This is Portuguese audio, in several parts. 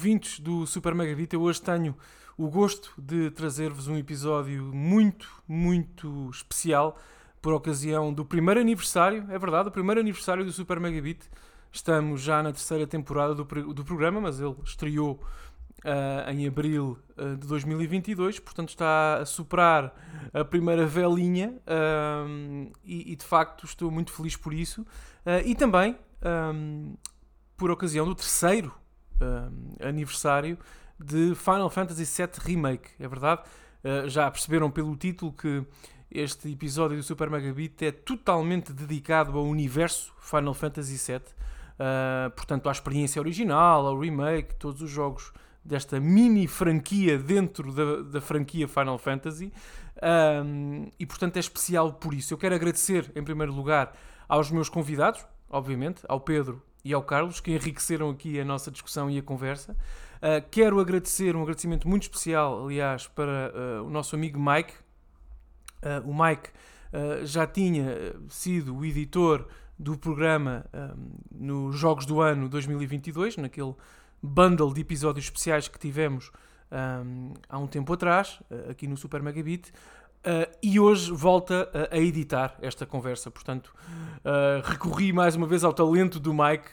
ouvintes do Super Megabit, eu hoje tenho o gosto de trazer-vos um episódio muito, muito especial por ocasião do primeiro aniversário, é verdade, o primeiro aniversário do Super Megabit. Estamos já na terceira temporada do programa, mas ele estreou em abril de 2022, portanto está a superar a primeira velinha e de facto estou muito feliz por isso. E também por ocasião do terceiro aniversário de Final Fantasy VII Remake, é verdade? Já perceberam pelo título que este episódio do Super Megabit é totalmente dedicado ao universo Final Fantasy VII, portanto à experiência original, ao remake, todos os jogos desta mini franquia dentro da franquia Final Fantasy, e portanto é especial por isso. Eu quero agradecer em primeiro lugar aos meus convidados, obviamente, ao Pedro e ao Carlos, que enriqueceram aqui a nossa discussão e a conversa. Quero agradecer, um agradecimento muito especial, aliás, para o nosso amigo Mike. O Mike já tinha sido o editor do programa nos Jogos do Ano 2022, naquele bundle de episódios especiais que tivemos há um tempo atrás, aqui no Super Megabit, e hoje volta a editar esta conversa. Portanto, recorri mais uma vez ao talento do Mike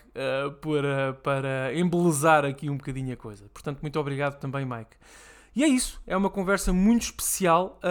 para embelezar aqui um bocadinho a coisa. Portanto, muito obrigado também, Mike. E é isso, é uma conversa muito especial,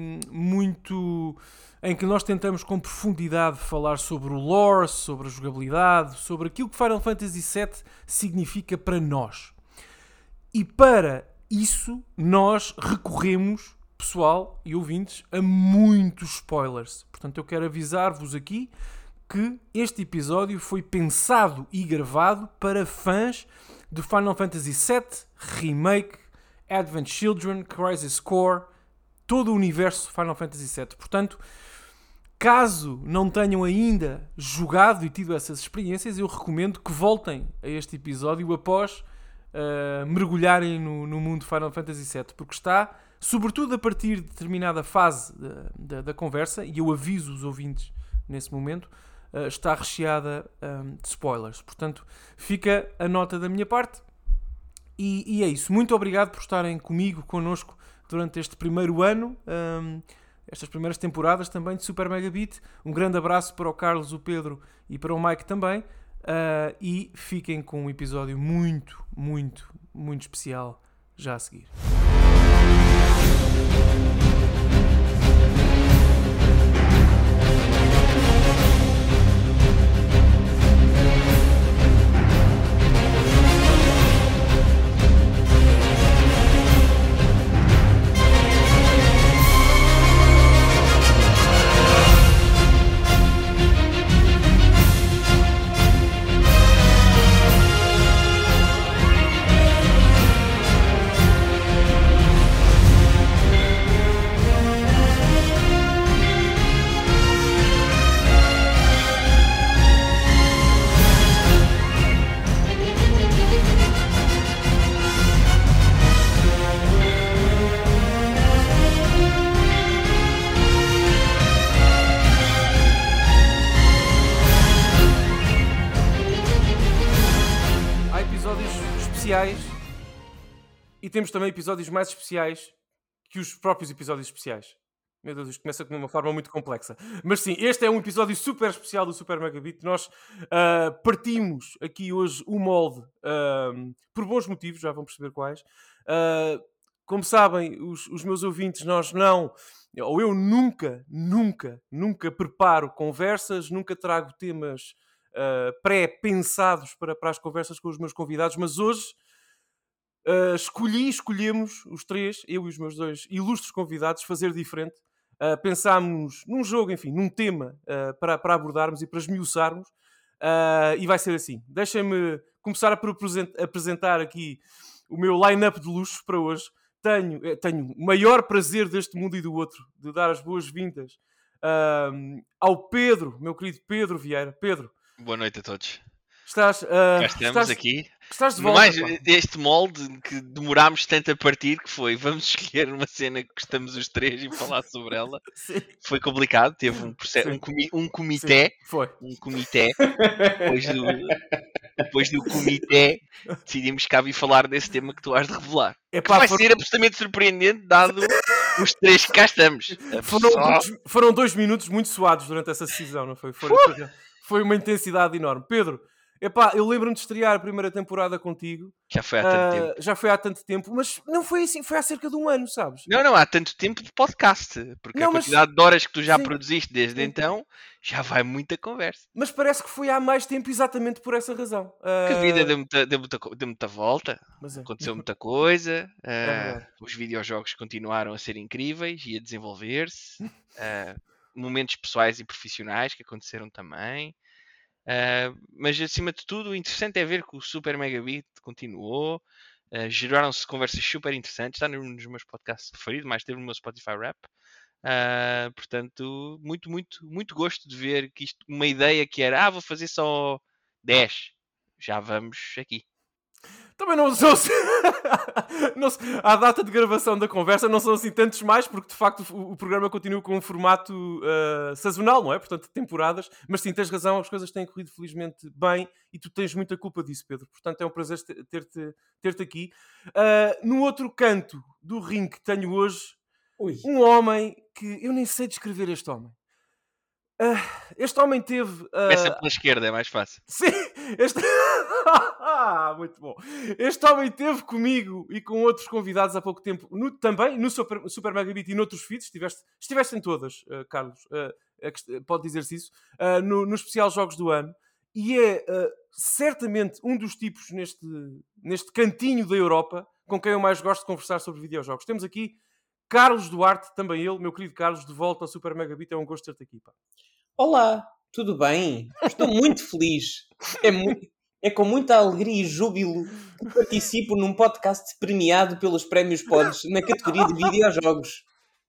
muito em que nós tentamos com profundidade falar sobre o lore, sobre a jogabilidade, sobre aquilo que Final Fantasy VII significa para nós. E para isso nós recorremos, pessoal e ouvintes, a muitos spoilers. Portanto, eu quero avisar-vos aqui que este episódio foi pensado e gravado para fãs de Final Fantasy VII Remake, Advent Children, Crisis Core, todo o universo Final Fantasy VII. Portanto, caso não tenham ainda jogado e tido essas experiências, eu recomendo que voltem a este episódio após mergulharem no mundo Final Fantasy VII, porque está, sobretudo a partir de determinada fase da conversa, e eu aviso os ouvintes nesse momento, está recheada de spoilers. Portanto, fica a nota da minha parte. E é isso. Muito obrigado por estarem comigo, connosco, durante este primeiro ano, estas primeiras temporadas também de Super Megabit. Um grande abraço para o Carlos, o Pedro e para o Mike também. E fiquem com um episódio muito, muito, muito especial já a seguir. E temos também episódios mais especiais que os próprios episódios especiais. Meu Deus, isto começa de uma forma muito complexa. Mas sim, este é um episódio super especial do Super Megabit. Nós partimos aqui hoje o molde por bons motivos, já vão perceber quais. Como sabem, os meus ouvintes, eu nunca preparo conversas, nunca trago temas pré-pensados para as conversas com os meus convidados, mas hoje escolhemos os três, eu e os meus dois ilustres convidados, fazer diferente. Pensámos num jogo, enfim, num tema para abordarmos e para esmiuçarmos, e vai ser assim. Deixem-me começar por apresentar aqui o meu line-up de luxo para hoje. Tenho o maior prazer deste mundo e do outro de dar as boas-vindas ao Pedro, meu querido Pedro Vieira. Pedro, boa noite a todos. Estás Cá estamos aqui. Estás de volta. Mais este molde que demorámos tanto a partir, que foi, vamos escolher uma cena que gostamos os três e falar sobre ela. Sim. Foi complicado, teve um comitê. Sim, foi. Um comitê. Depois do comitê, decidimos cá vir falar desse tema que tu has de revelar. Epá, que vai ser absolutamente surpreendente, dado os três que cá estamos. Foram 2 minutos muito suados durante essa decisão, não foi? Foi uma intensidade enorme. Pedro, epá, eu lembro-me de estrear a primeira temporada contigo. Já foi há tanto tempo. Já foi há tanto tempo, mas não foi assim, foi há cerca de 1 ano, sabes? Não, há tanto tempo de podcast. Porque a quantidade de horas que tu já produziste desde então, já vai muita conversa. Mas parece que foi há mais tempo exatamente por essa razão. Que a vida deu muita volta. Aconteceu muita coisa. Os videojogos continuaram a ser incríveis e a desenvolver-se. Momentos pessoais e profissionais que aconteceram também. Mas acima de tudo, o interessante é ver que o Super Megabit continuou. Geraram-se conversas super interessantes. Está nos meus podcasts preferidos, mais teve no meu Spotify Rap. Portanto, muito gosto de ver que isto, uma ideia que era, vou fazer só 10. Já vamos aqui. Também não são à data de gravação da conversa não são assim tantos mais, porque de facto o programa continua com um formato sazonal, não é? Portanto, temporadas, mas sim, tens razão, as coisas têm corrido felizmente bem e tu tens muita culpa disso, Pedro. Portanto, é um prazer ter-te aqui. No outro canto do ringue que tenho hoje, um homem que eu nem sei descrever este homem. Este homem teve... Começa pela esquerda, é mais fácil. Sim, muito bom. Este homem esteve comigo e com outros convidados há pouco tempo, também no Super Megabit e noutros feeds. Estiveste em todas, Carlos, pode dizer-se isso, no especial Jogos do Ano. E é certamente um dos tipos neste cantinho da Europa com quem eu mais gosto de conversar sobre videojogos. Temos aqui Carlos Duarte, também ele, meu querido Carlos, de volta ao Super Megabit. É um gosto ter-te aqui, pá. Olá, tudo bem? Estou muito feliz. É com muita alegria e júbilo que participo num podcast premiado pelos Prémios Pods na categoria de videojogos.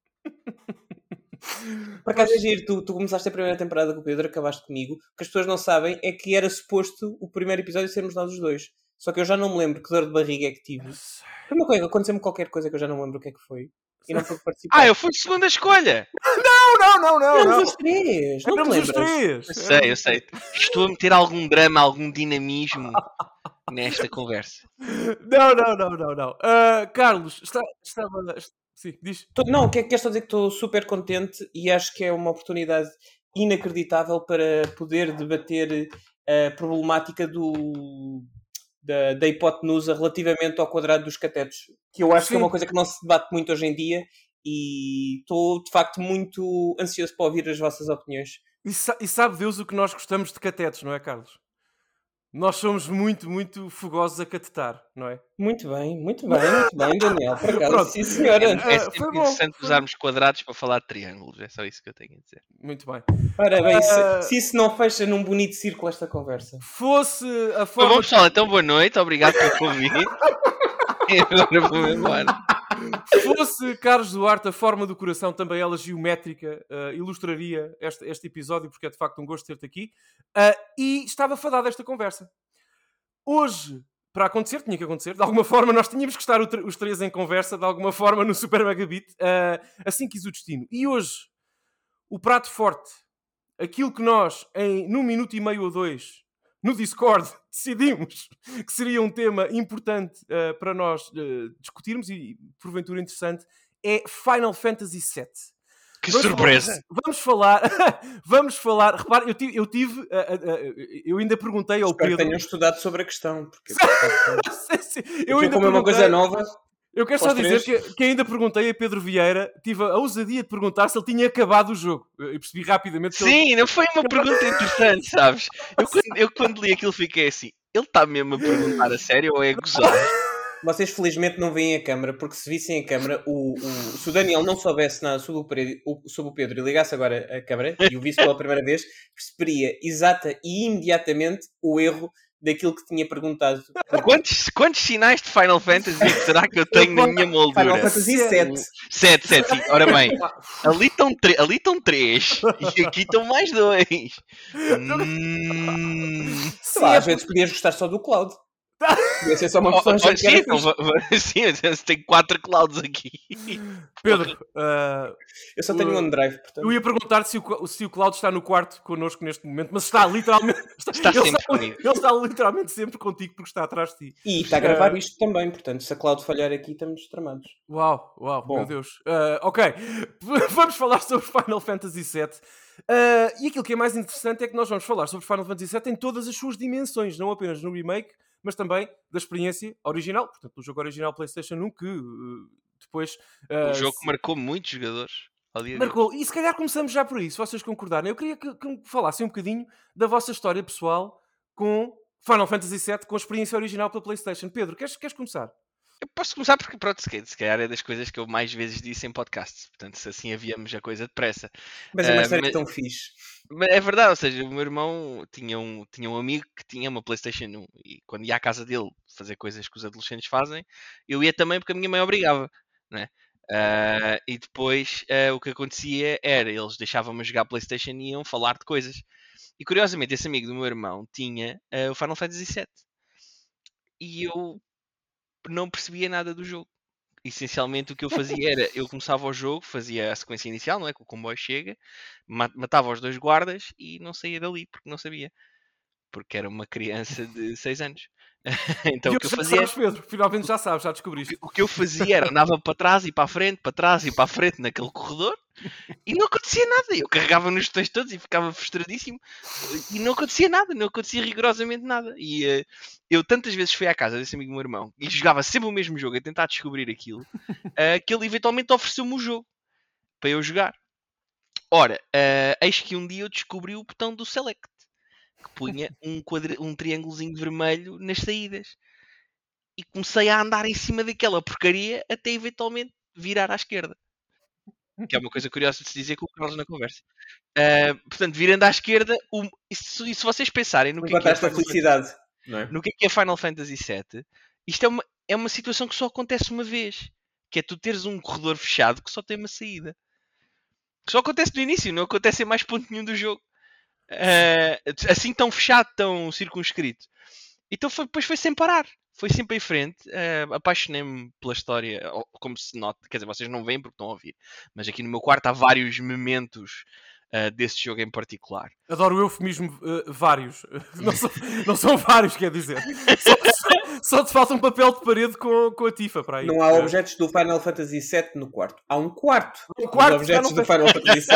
Por acaso é giro, tu começaste a primeira temporada com o Pedro, acabaste comigo. O que as pessoas não sabem é que era suposto o primeiro episódio sermos nós os dois. Só que eu já não me lembro que dor de barriga é que tive. Foi uma coisa, aconteceu-me qualquer coisa que eu já não me lembro o que é que foi. E não pude participar. Eu fui de segunda escolha! Não! Éramos os três! Não te Éramos os lembras? três! Eu sei. Estou a meter algum drama, algum dinamismo nesta conversa. Não. Carlos, estava... Sim, diz. Não, quero só dizer que estou super contente e acho que é uma oportunidade inacreditável para poder debater a problemática da hipotenusa relativamente ao quadrado dos catetos, que eu acho que é uma coisa que não se debate muito hoje em dia e estou de facto muito ansioso para ouvir as vossas opiniões. E sabe Deus o que nós gostamos de catetos, não é, Carlos? Nós somos muito fogosos a catetar, não é? Muito bem, Daniel. Por acaso, pronto. Sim, senhora. É sempre interessante usarmos quadrados para falar de triângulos. É só isso que eu tenho a dizer. Muito bem. Ora bem, se isso não fecha num bonito círculo esta conversa. Fosse a forma... Bom, pessoal, então boa noite. Obrigado pelo convite. E agora vou embora. Fosse Carlos Duarte a forma do coração, também ela geométrica, ilustraria este episódio, porque é de facto um gosto ter-te aqui. E estava fadada esta conversa. Hoje, para acontecer, tinha que acontecer. De alguma forma, nós tínhamos que estar os três em conversa, de alguma forma, no Super Megabit. Assim quis o destino. E hoje, o prato forte, aquilo que nós, num minuto e meio ou 2... no Discord, decidimos que seria um tema importante para nós discutirmos e, porventura, interessante, é Final Fantasy VII. Que surpresa! Vamos falar... Repare, eu ainda perguntei ao Pedro... Espero que tenham estudado sobre a questão. Porque... eu ainda como é uma coisa nova... Eu quero só dizer que ainda perguntei a Pedro Vieira, tive a ousadia de perguntar se ele tinha acabado o jogo. Eu percebi rapidamente que Sim, não foi uma pergunta interessante, sabes? Eu quando li aquilo fiquei assim, ele está mesmo a perguntar a sério ou é a gozar? Vocês felizmente não veem a câmara, porque se vissem a câmara, se o Daniel não soubesse nada sobre o Pedro e ligasse agora a câmara e o visse pela primeira vez, perceberia exata e imediatamente o erro daquilo que tinha perguntado. Quantos sinais de Final Fantasy será que eu tenho na minha moldura? Final Fantasy 7. 7, sim. Ora bem, ali estão 3 e aqui estão mais 2. Às vezes podias gostar só do Cloud. Ia ser só uma pessoa sim, então, sim, tem 4 clouds aqui. Pedro, eu só tenho um OneDrive, portanto. Eu ia perguntar se o Cláudio está no quarto connosco neste momento, mas está literalmente. Está sempre comigo. Ele está literalmente sempre contigo porque está atrás de ti. E está a gravar isto também, portanto, se a Cloud falhar aqui, estamos tramados. Uau, Bom. meu Deus. Ok, vamos falar sobre Final Fantasy VII. E aquilo que é mais interessante é que nós vamos falar sobre Final Fantasy VII em todas as suas dimensões, não apenas no remake, mas também da experiência original, portanto, do jogo original PlayStation 1, que depois... um jogo que marcou muitos jogadores. Marcou. E se calhar começamos já por aí, se vocês concordarem. Eu queria que falassem um bocadinho da vossa história pessoal com Final Fantasy VII, com a experiência original pela PlayStation. Pedro, queres começar? Eu posso começar porque, pronto, se calhar é das coisas que eu mais vezes disse em podcasts. Portanto, se assim havíamos a coisa depressa. Mas é uma história tão fixe. É verdade, ou seja, o meu irmão tinha um amigo que tinha uma PlayStation 1 e quando ia à casa dele fazer coisas que os adolescentes fazem, eu ia também porque a minha mãe obrigava, né? E depois o que acontecia era, eles deixavam-me jogar PlayStation e iam falar de coisas. E curiosamente, esse amigo do meu irmão tinha o Final Fantasy VII. E eu não percebia nada do jogo. Essencialmente o que eu fazia era, eu começava o jogo, fazia a sequência inicial, não é? Que o comboio chega, matava os 2 guardas e não saía dali, porque não sabia. Porque era uma criança de 6 anos. Então e o que eu já fazia... sabes, Pedro, finalmente já sabes, já descobriste. O que eu fazia era, andava para trás e para a frente, para trás e para a frente naquele corredor e não acontecia nada. Eu carregava nos botões todos e ficava frustradíssimo e não acontecia nada, não acontecia rigorosamente nada. E eu tantas vezes fui à casa desse amigo do meu irmão e jogava sempre o mesmo jogo a tentar descobrir aquilo, que ele eventualmente ofereceu-me o jogo para eu jogar. Ora, eis que um dia eu descobri o botão do Select, que punha um triângulozinho vermelho nas saídas. E comecei a andar em cima daquela porcaria até eventualmente virar à esquerda. Que é uma coisa curiosa de se dizer com o Carlos na conversa. Portanto, virando à esquerda, e se vocês pensarem no que é esta felicidade, não é? No que é Final Fantasy VII, isto é uma situação que só acontece uma vez. Que é tu teres um corredor fechado que só tem uma saída. Que só acontece no início, não acontece em mais ponto nenhum do jogo. Assim tão fechado, tão circunscrito. Então depois foi sem parar. Foi sempre em frente. Apaixonei-me pela história, como se nota. Quer dizer, vocês não veem porque estão a ouvir. Mas aqui no meu quarto há vários momentos desse jogo em particular. Adoro o eufemismo vários. Não são vários, quer dizer. Só te falta um papel de parede com a tifa para aí. Não há objetos do Final Fantasy VII no quarto. Há um quarto dos objetos do Final Fantasy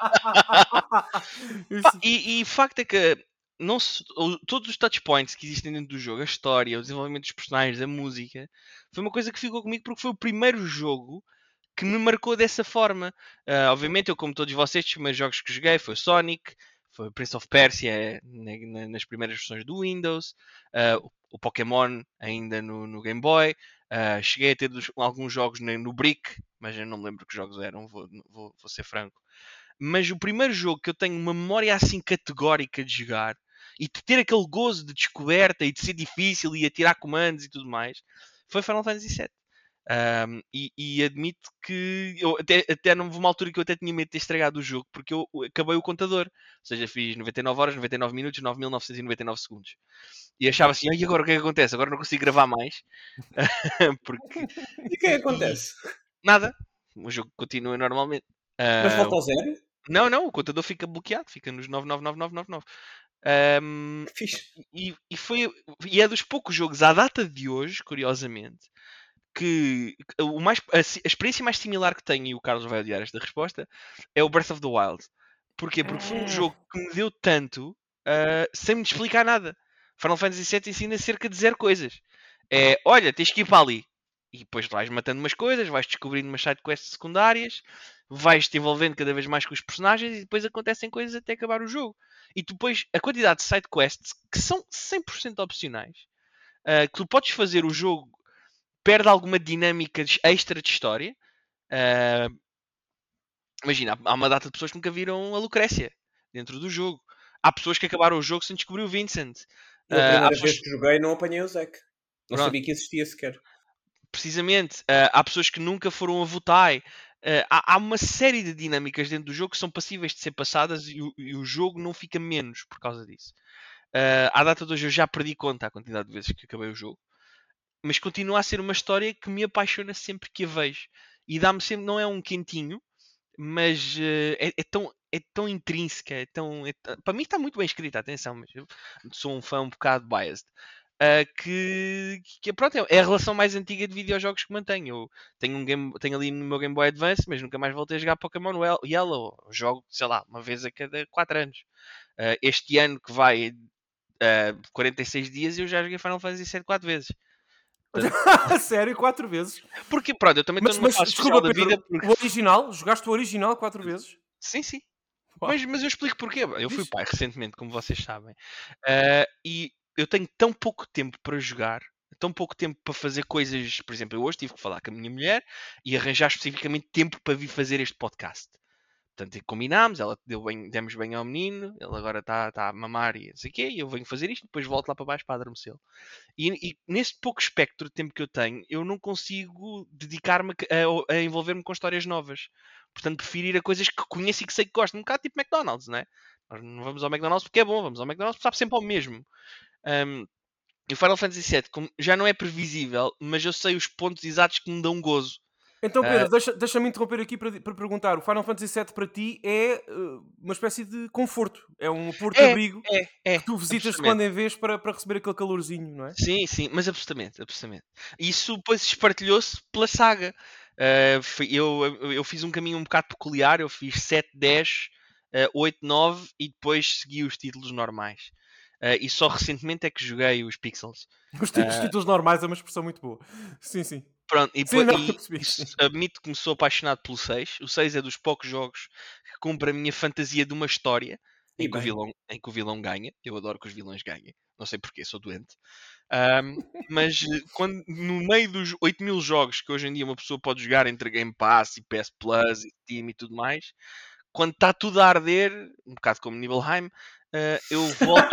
VII. E o facto é que todos os touchpoints que existem dentro do jogo, a história, o desenvolvimento dos personagens, a música, foi uma coisa que ficou comigo porque foi o primeiro jogo que me marcou dessa forma. Obviamente, eu, como todos vocês, os primeiros jogos que joguei foi o Sonic, foi o Prince of Persia nas primeiras versões do Windows, o Pokémon ainda no Game Boy. Cheguei a ter alguns jogos no Brick, mas eu não me lembro que jogos eram, vou ser franco. Mas o primeiro jogo que eu tenho uma memória assim categórica de jogar e de ter aquele gozo de descoberta e de ser difícil e atirar comandos e tudo mais foi Final Fantasy VII. E admito que eu até não houve uma altura que eu até tinha medo de ter estragado o jogo porque eu acabei o contador, ou seja, fiz 99 horas, 99 minutos, 9.999 segundos e achava assim, e agora o que é que acontece? Agora não consigo gravar mais. Porque... E o que é que acontece? Nada, o jogo continua normalmente. Mas volta ao zero? Não, o contador fica bloqueado, fica nos 99999. Fixe. E é dos poucos jogos à data de hoje, curiosamente, que a experiência mais similar que tenho, e o Carlos vai odiar esta resposta, é o Breath of the Wild. Porquê? Porque foi um jogo que me deu tanto sem me explicar nada. Final Fantasy VII ensina cerca de 0 coisas. Olha, tens que ir para ali. E depois vais matando umas coisas, vais descobrindo umas sidequests secundárias, vais-te envolvendo cada vez mais com os personagens e depois acontecem coisas até acabar o jogo. E depois, a quantidade de sidequests que são 100% opcionais, que tu podes fazer o jogo, perde alguma dinâmica extra de história. Imagina, há uma data de pessoas que nunca viram a Lucrécia dentro do jogo. Há pessoas que acabaram o jogo sem descobrir o Vincent. Eu a primeira vez que joguei não apanhei o Zack. Não sabia que existia sequer. Precisamente, há pessoas que nunca foram a Vutai. Há uma série de dinâmicas dentro do jogo que são passíveis de ser passadas e o jogo não fica menos por causa disso. À data de hoje eu já perdi conta a quantidade de vezes que acabei o jogo. Mas continua a ser uma história que me apaixona sempre que a vejo. E dá-me sempre, não é um quentinho, mas é tão intrínseca, para mim está muito bem escrita, atenção, mas eu sou um fã um bocado biased. Pronto, é a relação mais antiga de videojogos que mantenho. Eu tenho ali no meu Game Boy Advance, mas nunca mais voltei a jogar Pokémon Yellow. Eu jogo, sei lá, uma vez a cada 4 anos. Este ano que vai 46 dias, eu já joguei Final Fantasy VII 4 vezes. Sério, 4 vezes? Porque, pronto, eu também estou numa fase desculpa, da vida. Porque... O original? Jogaste o original 4 vezes? Sim. Mas eu explico porquê. Eu fui pai recentemente, como vocês sabem. E eu tenho tão pouco tempo para jogar, tão pouco tempo para fazer coisas. Por exemplo, eu hoje tive que falar com a minha mulher e arranjar especificamente tempo para vir fazer este podcast. Portanto, combinámos, demos bem ao menino, ele agora está a mamar e não sei o quê, e eu venho fazer isto, depois volto lá para baixo para adormecê-lo. E neste pouco espectro de tempo que eu tenho, eu não consigo dedicar-me a envolver-me com histórias novas. Portanto, prefiro ir a coisas que conheço e que sei que gosto. Um bocado tipo McDonald's, não é? Nós não vamos ao McDonald's porque é bom, vamos ao McDonald's porque sabe sempre ao mesmo. E o Final Fantasy VII já não é previsível, mas eu sei os pontos exatos que me dão gozo. Então, Pedro, deixa-me interromper aqui para perguntar. O Final Fantasy VII para ti é uma espécie de conforto. É um porto-abrigo que tu visitas de quando em vez para receber aquele calorzinho, não é? Sim, mas absolutamente. Isso depois espartilhou-se pela saga. Eu fiz um caminho um bocado peculiar. Eu fiz 7, 10, 8, 9 e depois segui os títulos normais. E só recentemente é que joguei os Pixels. Os títulos normais é uma expressão muito boa. Sim. Pronto, admito que me sou apaixonado pelo 6. O 6 é dos poucos jogos que cumpre a minha fantasia de uma história em que o vilão ganha. Eu adoro que os vilões ganhem. Não sei porquê, sou doente. Mas no meio dos 8.000 jogos que hoje em dia uma pessoa pode jogar entre Game Pass e PS Plus e Steam e tudo mais, quando está tudo a arder, um bocado como Nibelheim, eu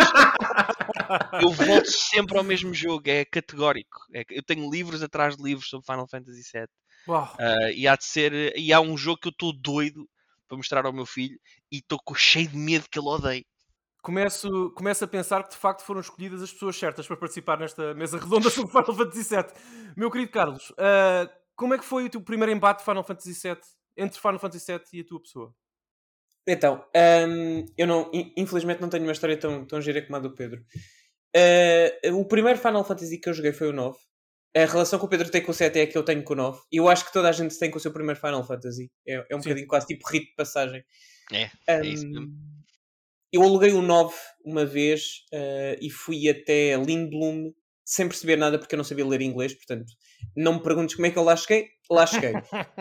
volto sempre ao mesmo jogo, é categórico. Eu tenho livros atrás de livros sobre Final Fantasy VII. E há um jogo que eu estou doido para mostrar ao meu filho e estou cheio de medo que ele odeie. Começo a pensar que de facto foram escolhidas as pessoas certas para participar nesta mesa redonda sobre Final Fantasy VII. Meu querido Carlos, como é que foi o teu primeiro embate de Final Fantasy VII, entre Final Fantasy VII e a tua pessoa? Então, eu infelizmente não tenho uma história tão gira como a do Pedro. O primeiro Final Fantasy que eu joguei foi o 9. A relação que o Pedro tem com o 7 é a que eu tenho com o 9. E eu acho que toda a gente tem com o seu primeiro Final Fantasy. É um bocadinho quase tipo rito de passagem. É isso mesmo. Eu aluguei o 9 uma vez e fui até Lindblom sem perceber nada porque eu não sabia ler inglês. Portanto, não me perguntes como é que eu lá cheguei. Lá cheguei.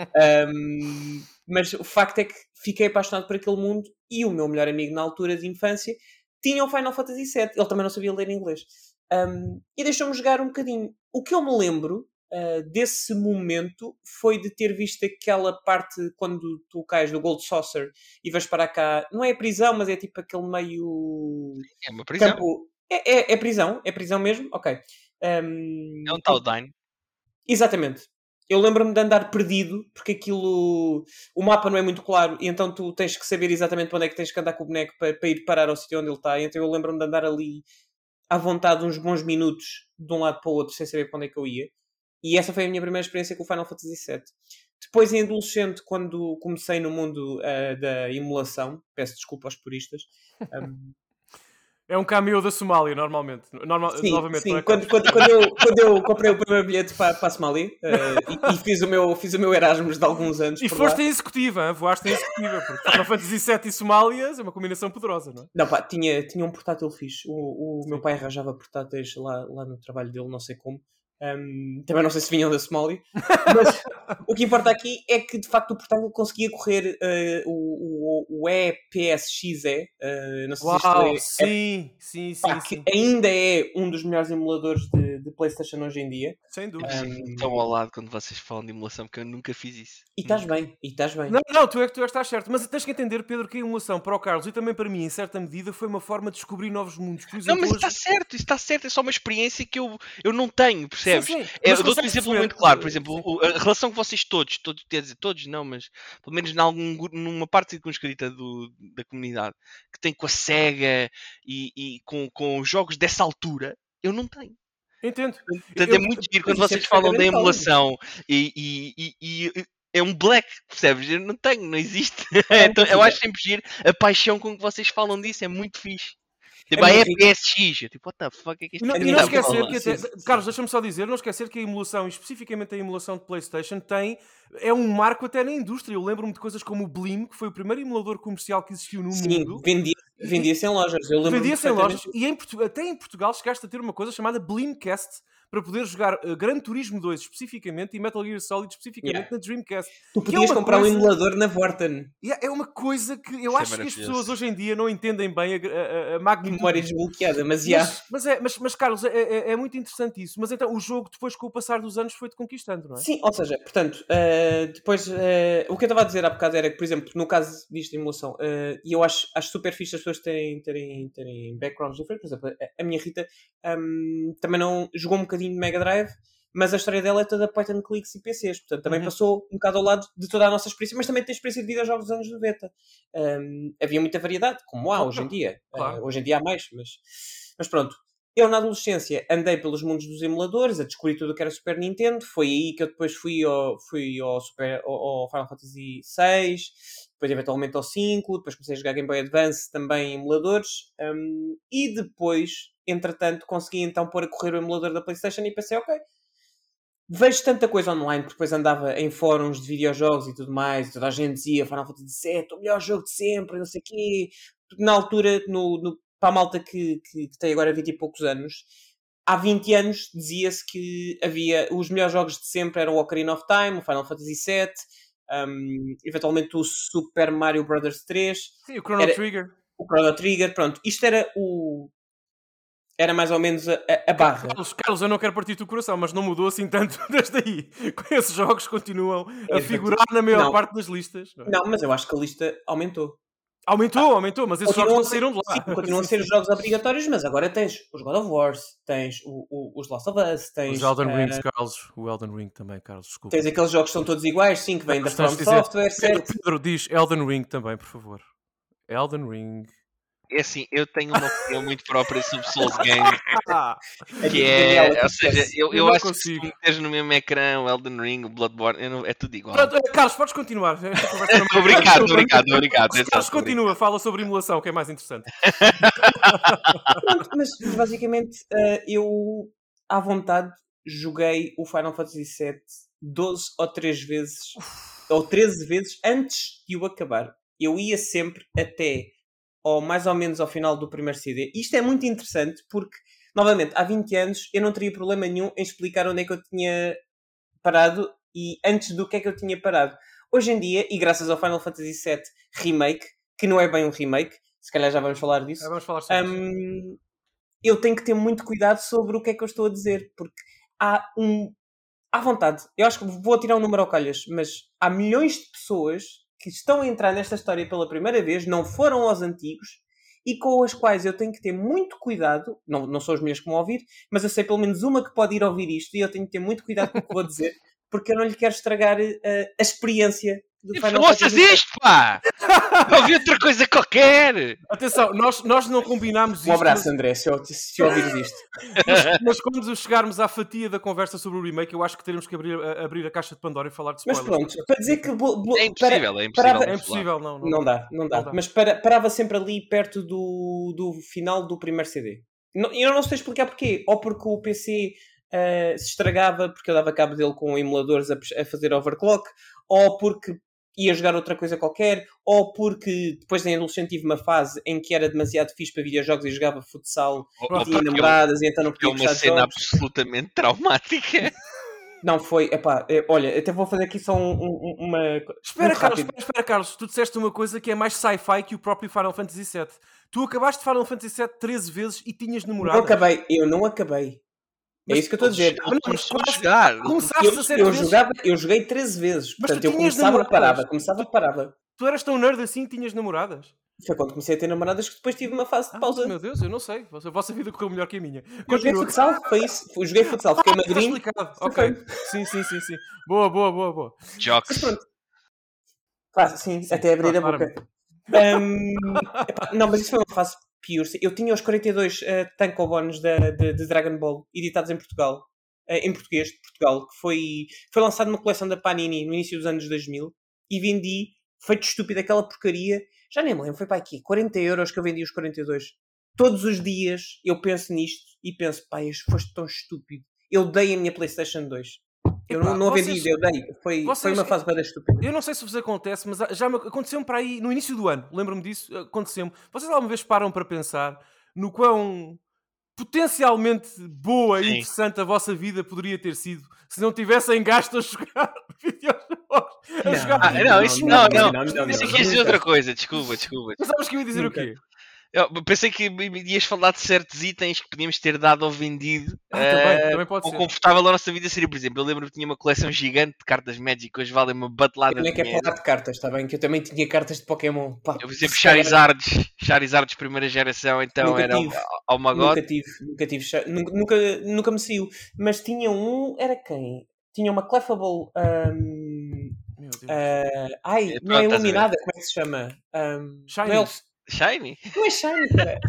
Mas o facto é que fiquei apaixonado por aquele mundo e o meu melhor amigo na altura de infância tinha o Final Fantasy VII. Ele também não sabia ler inglês. E deixou-me jogar um bocadinho. O que eu me lembro desse momento foi de ter visto aquela parte quando tu cais do Gold Saucer e vais para cá. Não é prisão, mas é tipo aquele meio... É uma prisão. É prisão? É prisão mesmo? Ok. É um Taldine. Exatamente. Eu lembro-me de andar perdido, porque aquilo... O mapa não é muito claro, e então tu tens que saber exatamente para onde é que tens que andar com o boneco para ir parar ao sítio onde ele está. Então eu lembro-me de andar ali à vontade uns bons minutos de um lado para o outro, sem saber para onde é que eu ia. E essa foi a minha primeira experiência com o Final Fantasy VII. Depois, em adolescente, quando comecei no mundo da emulação, peço desculpa aos puristas... É um cameo da Somália, normalmente. Novamente, sim. Quando eu comprei o primeiro bilhete para a Somália e fiz o meu Erasmus de alguns anos. E foste em executiva, voaste em executiva, porque Final Fantasy VII e Somálias é uma combinação poderosa, não é? Não, pá, tinha um portátil fixe. O meu pai arranjava portáteis lá no trabalho dele, não sei como. Também não sei se vinham da Somália, mas o que importa aqui é que de facto o portátil conseguia correr o EPSXE. Não sei sim. Que ainda é um dos melhores emuladores de PlayStation hoje em dia. Sem dúvida. Estão ao lado quando vocês falam de emulação, porque eu nunca fiz isso. E estás bem. Não, tu estás certo. Mas tens que entender, Pedro, que a emulação para o Carlos e também para mim, em certa medida, foi uma forma de descobrir novos mundos. Por exemplo, não, mas isso está certo. É só uma experiência que eu não tenho, percebes? percebes? Sim. Eu dou-te um exemplo muito claro, por exemplo, a relação que vocês todos, quer dizer, todos não, mas pelo menos numa parte circunscrita da comunidade, que tem com a SEGA e com os jogos dessa altura, eu não tenho. Entendo. Portanto, é muito giro quando vocês falam da emulação e é um black, percebes? Eu não tenho, não existe. Então, eu acho sempre giro a paixão com que vocês falam disso, é muito fixe. Tipo, é PSX. Tipo, what the fuck é que isto E não esquecer que Carlos, deixa-me só dizer, não esquecer que a emulação, especificamente a emulação de PlayStation, é um marco até na indústria. Eu lembro-me de coisas como o Blim, que foi o primeiro emulador comercial que existiu no mundo. Vendia-se em lojas. Vendia-se em lojas. E até em Portugal chegaste a ter uma coisa chamada Blimcast, para poder jogar Gran Turismo 2 especificamente e Metal Gear Solid especificamente na Dreamcast. Tu podias comprar um emulador na Vorten. É uma coisa que eu acho que as pessoas hoje em dia não entendem bem a magnitude. Memória desbloqueada, mas Mas Carlos, é muito interessante isso. Mas então o jogo depois com o passar dos anos foi-te conquistando, não é? Sim, ou seja, portanto, depois o que eu estava a dizer há bocado era que, por exemplo, no caso disto de emulação, e eu acho super fixe as pessoas terem backgrounds diferentes. Por exemplo, a minha Rita também não jogou um bocadinho de Mega Drive, mas a história dela é toda point and clicks e PCs, portanto também passou um bocado ao lado de toda a nossa experiência, mas também tem experiência de videojogos dos anos 90. Havia muita variedade, como há hoje em dia. Claro. Hoje em dia há mais, mas pronto. Eu na adolescência andei pelos mundos dos emuladores, a descobrir tudo o que era Super Nintendo. Foi aí que eu depois fui ao Final Fantasy VI, depois eventualmente ao 5, depois comecei a jogar Game Boy Advance também em emuladores, e depois, entretanto, consegui então pôr a correr o emulador da PlayStation e pensei, ok, vejo tanta coisa online, porque depois andava em fóruns de videojogos e tudo mais, e toda a gente dizia Final Fantasy VII, o melhor jogo de sempre, não sei o quê. Na altura, para a malta que tem agora 20 e poucos anos, há 20 anos dizia-se que havia os melhores jogos de sempre eram o Ocarina of Time, o Final Fantasy VII, eventualmente o Super Mario Bros. 3. Sim, o Chrono Trigger. O Chrono Trigger, pronto. Isto era mais ou menos a barra. Carlos, eu não quero partir do coração, mas não mudou assim tanto desde aí. Esses jogos continuam a figurar na maior parte das listas. Não, mas eu acho que a lista aumentou. Aumentou, mas esses jogos não saíram de lá. Sim, continuam a ser os jogos obrigatórios, mas agora tens os God of War, tens os Last of Us, tens... Os Elden Ring, Carlos. O Elden Ring também, Carlos, desculpa. Tens aqueles jogos que são todos iguais, sim, que vêm da From Software, certo? Pedro, diz Elden Ring também, por favor. Elden Ring... É assim, eu tenho uma opinião muito própria sobre Souls Games, que ou seja, eu acho que se meteres no mesmo ecrã o Elden Ring, o Bloodborne, é tudo igual. Pronto, Carlos, podes continuar. Obrigado. Carlos, continua, fala sobre emulação, que é mais interessante. Pronto, mas basicamente eu, à vontade, joguei o Final Fantasy VII 12 ou 13 vezes, ou 13 vezes antes de o acabar. Eu ia sempre até... ou mais ou menos ao final do primeiro CD. Isto é muito interessante porque, novamente, há 20 anos eu não teria problema nenhum em explicar onde é que eu tinha parado e antes do que é que eu tinha parado. Hoje em dia, e graças ao Final Fantasy VII Remake, que não é bem um remake, se calhar já vamos falar disso, vamos falar sobre isso. Eu tenho que ter muito cuidado sobre o que é que eu estou a dizer, porque há à vontade, eu acho que vou tirar um número ao calhas, mas há milhões de pessoas que estão a entrar nesta história pela primeira vez, não foram aos antigos, e com as quais eu tenho que ter muito cuidado, não são as minhas que vão ouvir, mas eu sei pelo menos uma que pode ir ouvir isto, e eu tenho que ter muito cuidado com o que vou dizer, porque eu não lhe quero estragar a experiência do Final Fantasy VII. Isto, pá! Ouvi outra coisa qualquer! Atenção, nós não combinámos isto. Um abraço, André, se ouvires isto. Mas quando chegarmos à fatia da conversa sobre o remake, eu acho que teremos que abrir a caixa de Pandora e falar de spoilers. Mas pronto, para dizer que... É impossível. Não dá. Mas parava sempre ali perto do final do primeiro CD. Eu não sei explicar porquê. Ou porque o PC se estragava, porque eu dava cabo dele com emuladores a fazer overclock, ou porque ia jogar outra coisa qualquer, ou porque depois em adolescente tive uma fase em que era demasiado fixe para videojogos e jogava futsal e tinha namoradas e então não podia gostar de jogos. É uma cena absolutamente traumática. Não foi, olha, até vou fazer aqui só uma... Espera, Carlos, tu disseste uma coisa que é mais sci-fi que o próprio Final Fantasy VII. Tu acabaste Final Fantasy VII 13 vezes e tinhas namorado. Eu não acabei. É isso que eu estou a dizer. Eu joguei 13 vezes. Portanto, eu começava e parava. Tu eras tão nerd assim, tinhas namoradas? Foi quando comecei a ter namoradas que depois tive uma fase de pausa. Meu Deus, eu não sei. A vossa vida correu melhor que a minha. Eu joguei futsal, foi isso. Eu joguei futsal, fiquei magrinho. Explicado. Ok. Sim. Boa. Jocks. Sim, até abrir a boca. Não, mas isso foi uma fase pior. Eu tinha os 42 tankobons de Dragon Ball, editados em Portugal. Em português de Portugal, que foi lançado numa coleção da Panini no início dos anos 2000 e vendi, feito estúpido, aquela porcaria, já nem me lembro, foi para aqui, 40€ que eu vendi os 42. Todos os dias eu penso nisto e penso, pá, foste tão estúpido. Eu dei a minha PlayStation 2. Eu não a vendi, eu dei. Foi uma fase bem estúpida. Eu não sei se vos acontece, mas já aconteceu-me para aí no início do ano, lembro-me disso, aconteceu-me. Vocês alguma vez param para pensar no quão potencialmente boa e interessante a vossa vida poderia ter sido se não tivessem gasto a jogar videojogos? Não. Pensei que ia dizer outra coisa, desculpa. Mas sabes que eu ia dizer o quê? Eu pensei que ias falar de certos itens que podíamos ter dado ou vendido. Também pode ser. O confortável da nossa vida seria, por exemplo, eu lembro que tinha uma coleção gigante de cartas Magic que hoje valem uma batelada de dinheiro. Eu nem quero falar de cartas, está bem? Que eu também tinha cartas de Pokémon. Pá, eu, por exemplo, Charizards primeira geração, então nunca era tive, ao Magot. Nunca me saiu. Mas tinha era quem? Tinha uma Clefable. Meu Deus. Não é iluminada, como é que se chama? Shiny. Shiny? Não é Shiny, cara.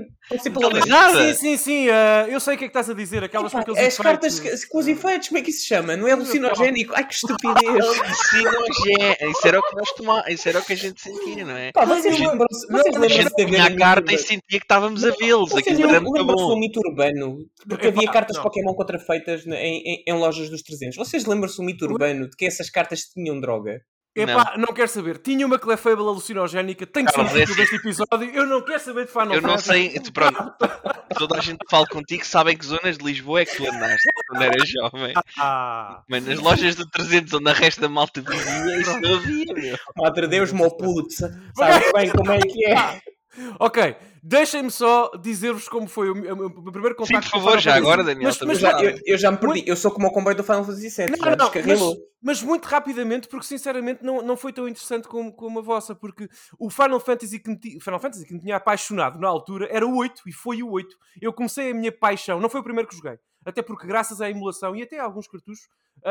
Sim. Eu sei o que é que estás a dizer. Aquelas com aqueles as cartas com os efeitos, como é que isso se chama? Não é alucinogénico? Ai, que estupidez! Alucinogénico! Isso era o que nós tomávamos, isso era o que a gente sentia, não é? Pá, vocês lembram-se a gente tinha a carta e sentia que estávamos a vê-los. Aquilo era muito bom. Lembram-se do mito urbano? Porque havia cartas Pokémon contrafeitas em lojas dos 300. Vocês lembram-se do mito urbano de que essas cartas tinham droga? Não quero saber. Tinha uma Clefable alucinogénica. Tenho que ser o título deste episódio. Eu não quero saber de Final Fantasy. Eu não sei. Pronto. Toda a gente que fala contigo sabe em que zonas de Lisboa é que tu andaste quando eras jovem. Mas nas lojas do 300 onde a resta da malta vivia, isso não havia, meu. Madre Deus, meu puto. Sabes bem como é que é. Ok, deixem-me só dizer-vos como foi o meu primeiro contacto. Sim, por favor, já agora, Daniel. Eu já me perdi. Eu sou como o comboio do Final Fantasy VII. Mas muito rapidamente, porque sinceramente não foi tão interessante como a vossa, porque o Final Fantasy que me tinha apaixonado na altura era o 8, e foi o 8. Eu comecei a minha paixão, não foi o primeiro que joguei, até porque graças à emulação e até a alguns cartuchos,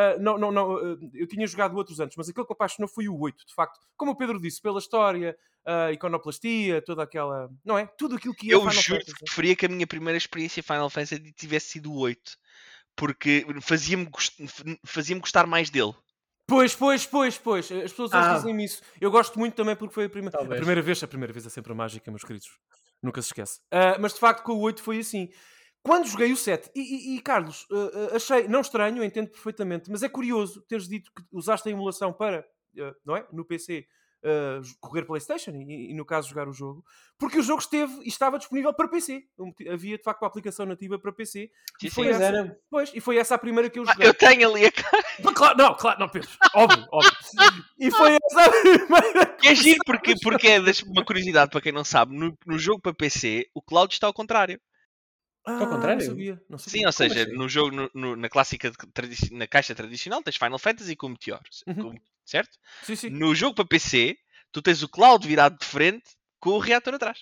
eu tinha jogado outros antes, mas aquele que me apaixonou foi o 8, de facto. Como o Pedro disse, pela história, a iconoplastia, toda aquela... Não é? Tudo aquilo que ia Final Fantasy. Eu juro que preferia que a minha primeira experiência Final Fantasy tivesse sido o 8. Porque fazia-me gostar mais dele. Pois. As pessoas dizem-me isso. Eu gosto muito também porque foi a primeira vez. A primeira vez é sempre a mágica, meus queridos. Nunca se esquece. Mas de facto com o 8 foi assim. Quando joguei o 7, e Carlos, achei, não estranho, entendo perfeitamente, mas é curioso teres dito que usaste a emulação para, não é? No PC, correr PlayStation e no caso jogar o jogo, porque o jogo estava disponível para PC. Havia de facto uma aplicação nativa para PC. E foi essa a primeira que eu joguei. Eu tenho ali a cara. Claro, não, Pedro. Óbvio. E foi essa a primeira. É giro porque é uma curiosidade para quem não sabe. No jogo para PC, o cloud está ao contrário. Ao contrário? Não sabia. Sim, ou seja, assim? No jogo, na clássica, na caixa tradicional, tens Final Fantasy com Meteor, certo? Sim. No jogo para PC, tu tens o cloud virado de frente com o reator atrás.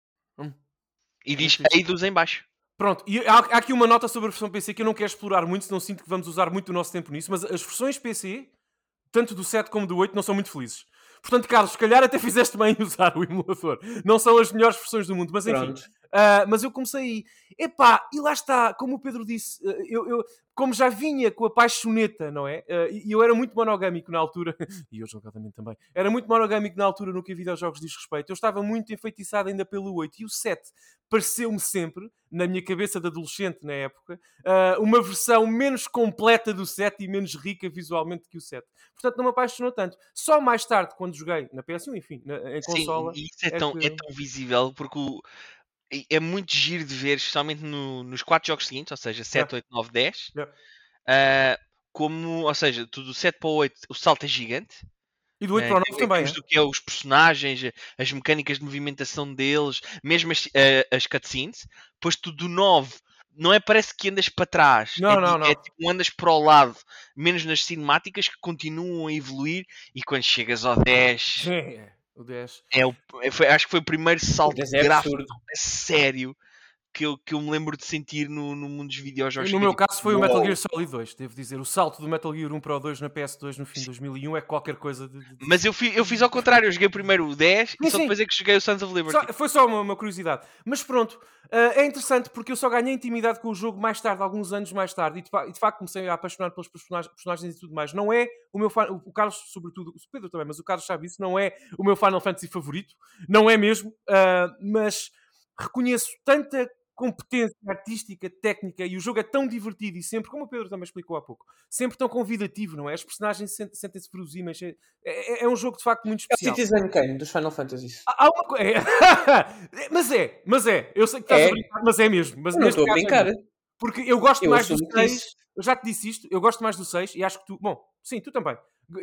E diz Eidos em baixo. Pronto, e há aqui uma nota sobre a versão PC que eu não quero explorar muito, senão sinto que vamos usar muito o nosso tempo nisso, mas as versões PC, tanto do 7 como do 8, não são muito felizes. Portanto, Carlos, se calhar até fizeste bem em usar o emulador. Não são as melhores versões do mundo, mas enfim. Mas eu comecei aí. E lá está, como o Pedro disse, eu como já vinha com a paixoneta, não é? E eu era muito monogâmico na altura, e eu jogadamente também, era muito monogâmico na altura no que a videojogos diz respeito. Eu estava muito enfeitiçado ainda pelo 8, e o 7 pareceu-me sempre, na minha cabeça de adolescente na época, uma versão menos completa do 7 e menos rica visualmente que o 7. Portanto, não me apaixonou tanto. Só mais tarde, quando joguei na PS1, enfim, em consola... Sim, e isso é tão visível, porque é muito giro de ver, especialmente nos 4 jogos seguintes, ou seja, 7, 8, 9, 10. Ou seja, do 7 para o 8 o salto é gigante. E do 8 para o 9 também. Do que é os personagens, as mecânicas de movimentação deles, mesmo as cutscenes. Depois tu do 9, não é, parece que andas para trás. Não. É tipo, andas para o lado, menos nas cinemáticas que continuam a evoluir. E quando chegas ao 10... O 10. Acho que foi o primeiro salto gráfico absurdo. sério que eu me lembro de sentir no mundo dos videojogos. No meu caso foi o Metal Gear Solid 2, devo dizer. O salto do Metal Gear 1 para o 2 na PS2 no fim de 2001 é qualquer coisa de... Mas eu fiz ao contrário, eu joguei primeiro o 10 e só depois é que joguei o Sons of Liberty. Foi só uma curiosidade. Mas pronto, é interessante porque eu só ganhei intimidade com o jogo mais tarde, alguns anos mais tarde, e de facto comecei a apaixonar pelos personagens e tudo mais. Não é o meu o Carlos, sobretudo, o Pedro também, mas o Carlos sabe isso, não é o meu Final Fantasy favorito, não é mesmo, mas reconheço tanta competência artística, técnica, e o jogo é tão divertido e sempre, como o Pedro também explicou há pouco, sempre tão convidativo, não é? As personagens sentem-se verosímeis. É um jogo de facto muito especial. É o Citizen Kane dos Final Fantasy. Há uma coisa. Mas é. Eu sei que estás a brincar, mas é mesmo. Mas não estou a brincar. Porque eu gosto mais do 6. Eu já te disse isto, eu gosto mais do 6 e acho que tu. Bom, sim, tu também.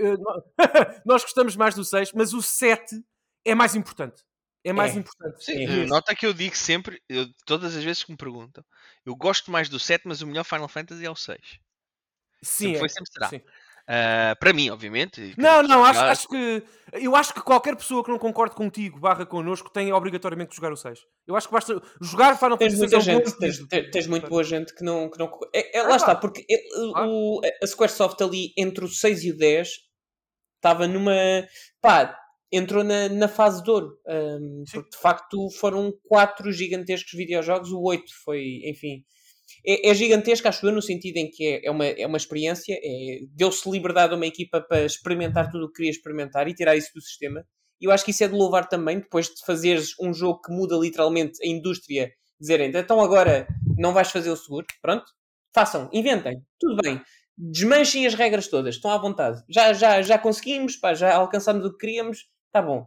Nós gostamos mais do 6, mas o 7 é mais importante. É mais importante. Sim, nota que eu digo sempre, todas as vezes que me perguntam, eu gosto mais do 7, mas o melhor Final Fantasy é o 6. Sim, sempre será. Sim. Para mim, obviamente. Não, acho que. Eu acho que qualquer pessoa que não concorde contigo, connosco, tem obrigatoriamente que jogar o 6. Eu acho que basta jogar Final Fantasy 6. Tens muito boa gente que não. Lá está, porque a Squaresoft ali entre o 6 e o 10 estava numa. Entrou na fase de ouro. Porque de facto foram 4 gigantescos videojogos. O 8 foi, enfim. É gigantesco, acho eu, no sentido em que é uma experiência. Deu-se liberdade a uma equipa para experimentar tudo o que queria experimentar e tirar isso do sistema. E eu acho que isso é de louvar também, depois de fazeres um jogo que muda literalmente a indústria, dizerem, então agora não vais fazer o seguro, pronto, façam, inventem, tudo bem. Desmanchem as regras todas, estão à vontade. Já conseguimos, já alcançámos o que queríamos, está bom.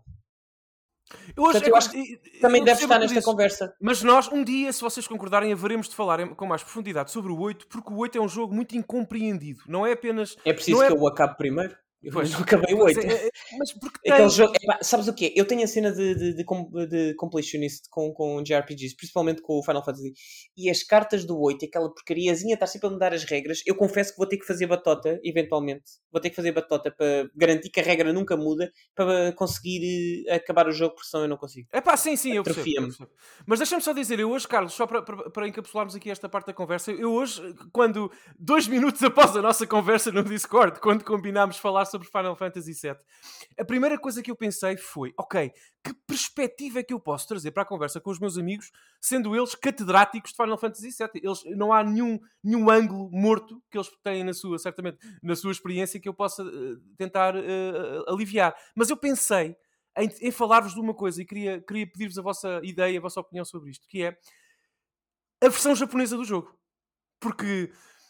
Eu acho que também deve estar nesta conversa. Mas nós, um dia, se vocês concordarem, haveremos de falar com mais profundidade sobre o 8, porque o 8 é um jogo muito incompreendido. Não é apenas... É preciso que eu o acabe primeiro? Eu não acabei o 8. Mas porque aquele jogo, sabes o quê? Eu tenho a cena de completionist com JRPGs, principalmente com o Final Fantasy, e as cartas do 8, aquela porcariazinha, está sempre a mudar as regras. Eu confesso que vou ter que fazer batota, eventualmente. Vou ter que fazer batota para garantir que a regra nunca muda, para conseguir acabar o jogo, porque senão eu não consigo. Sim, eu percebo. Mas deixa-me só dizer, eu hoje, Carlos, só para encapsularmos aqui esta parte da conversa, eu hoje, quando 2 minutos após a nossa conversa no Discord, quando combinámos falar sobre Final Fantasy VII, a primeira coisa que eu pensei foi, ok, que perspectiva é que eu posso trazer para a conversa com os meus amigos, sendo eles catedráticos de Final Fantasy VII? Não há nenhum ângulo morto que eles têm certamente na sua experiência que eu possa tentar aliviar. Mas eu pensei em falar-vos de uma coisa e queria pedir-vos a vossa ideia, a vossa opinião sobre isto, que é a versão japonesa do jogo. Porque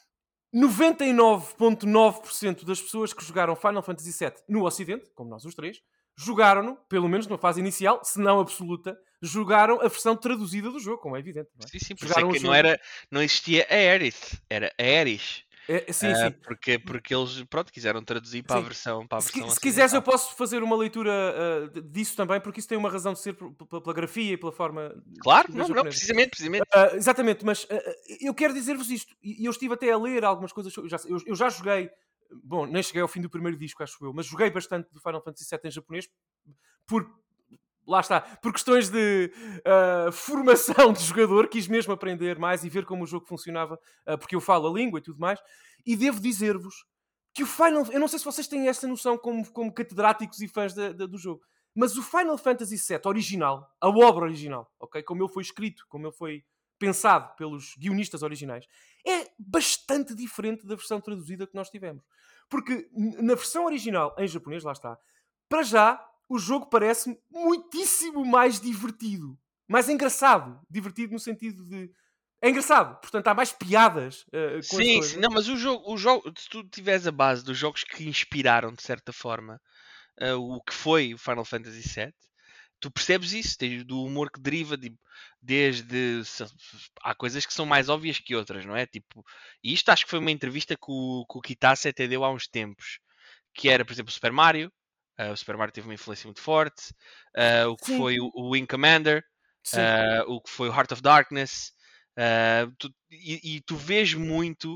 99,9% das pessoas que jogaram Final Fantasy VII no Ocidente, como nós os três, jogaram-no, pelo menos na fase inicial, se não absoluta, jogaram a versão traduzida do jogo, como é evidente. Não é? Sim, por isso é que não existia a Aerith, era a Aerith. Sim. Porque eles quiseram traduzir para a versão se quiseres eu posso fazer uma leitura disso também, porque isso tem uma razão de ser pela grafia e pela forma... Claro, não, precisamente. Exatamente, mas eu quero dizer-vos isto, e eu estive até a ler algumas coisas, eu já joguei, bom, nem cheguei ao fim do primeiro disco, acho eu, mas joguei bastante do Final Fantasy VII em japonês, lá está, por questões de formação de jogador, quis mesmo aprender mais e ver como o jogo funcionava, porque eu falo a língua e tudo mais, e devo dizer-vos que o Final... Eu não sei se vocês têm essa noção como catedráticos e fãs do jogo, mas o Final Fantasy VII original, a obra original, okay, como ele foi escrito, como ele foi pensado pelos guionistas originais, é bastante diferente da versão traduzida que nós tivemos. Porque na versão original, em japonês, lá está, para já... o jogo parece-me muitíssimo mais divertido. Mais engraçado. Divertido no sentido de... é engraçado. Portanto, há mais piadas com as coisas. Sim. Não, mas o jogo, se tu tiveres a base dos jogos que inspiraram, de certa forma, o que foi o Final Fantasy VII, tu percebes isso. Do humor que deriva desde... há coisas que são mais óbvias que outras, não é? Tipo, e isto acho que foi uma entrevista que o Kitase até deu há uns tempos. Que era, por exemplo, o Super Mario. O Super Mario teve uma influência muito forte. O que foi o Wing Commander. O que foi o Heart of Darkness. Tu vês muito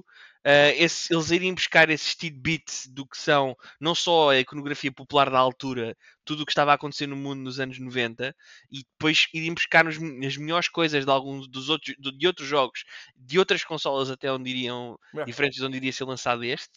eles irem buscar esses tidbits do que são não só a iconografia popular da altura, tudo o que estava a acontecer no mundo nos anos 90, e depois irem buscar as melhores coisas de alguns de outros jogos, de outras consolas até onde iriam, diferentes de onde iria ser lançado este.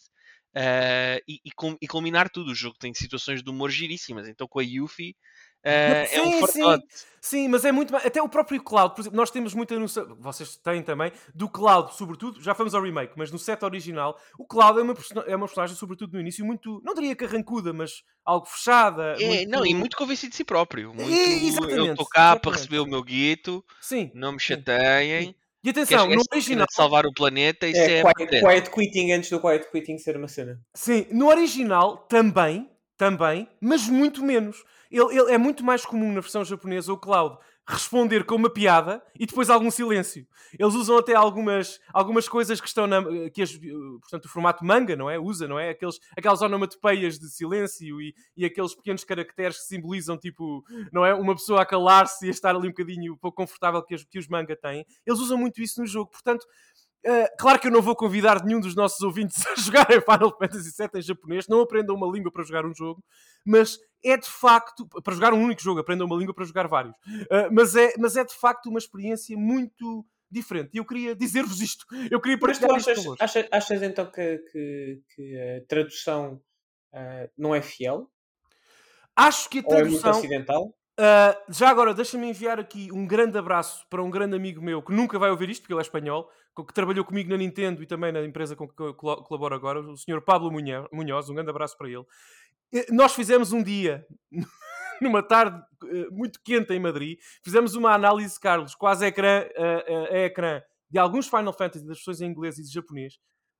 E culminar tudo. O jogo tem situações de humor giríssimas, então com a Yuffie é um fartote. Sim, mas é muito mais. Até o próprio Cloud, por exemplo, nós temos muita noção, vocês têm também, do Cloud, sobretudo, já fomos ao remake, mas no set original, o Cloud é uma personagem, sobretudo no início, muito, não diria carrancuda, mas algo fechada. Não, e muito convencido de si próprio. Muito, eu estou cá para receber o meu guito, não me chateiem. E atenção, no original... de salvar o planeta, isso quiet quitting antes do quiet quitting ser uma cena. Sim, no original também, mas muito menos. Ele é muito mais comum na versão japonesa, o Cloud, responder com uma piada e depois algum silêncio. Eles usam até algumas coisas que estão portanto, o formato manga, não é? Usa, não é? Aquelas onomatopeias de silêncio e aqueles pequenos caracteres que simbolizam, tipo, não é? Uma pessoa a calar-se e a estar ali um bocadinho pouco confortável que os manga têm. Eles usam muito isso no jogo, portanto... claro que eu não vou convidar nenhum dos nossos ouvintes a jogar em Final Fantasy VII em japonês, não aprendam uma língua para jogar um jogo, mas é de facto, para jogar um único jogo, aprendam uma língua para jogar vários, mas é de facto uma experiência muito diferente, e eu queria dizer-vos isto, eu queria partilhar isto. Achas então que a tradução não é fiel? Acho que a tradução... Ou é muito acidental? Já agora, deixa-me enviar aqui um grande abraço para um grande amigo meu que nunca vai ouvir isto, porque ele é espanhol, que trabalhou comigo na Nintendo e também na empresa com que eu colaboro agora, o Sr. Pablo Munhoz. Um grande abraço para ele. Nós fizemos um dia, numa tarde muito quente em Madrid, fizemos uma análise, Carlos, quase a ecrã de alguns Final Fantasy, das versões em inglês e de japonês,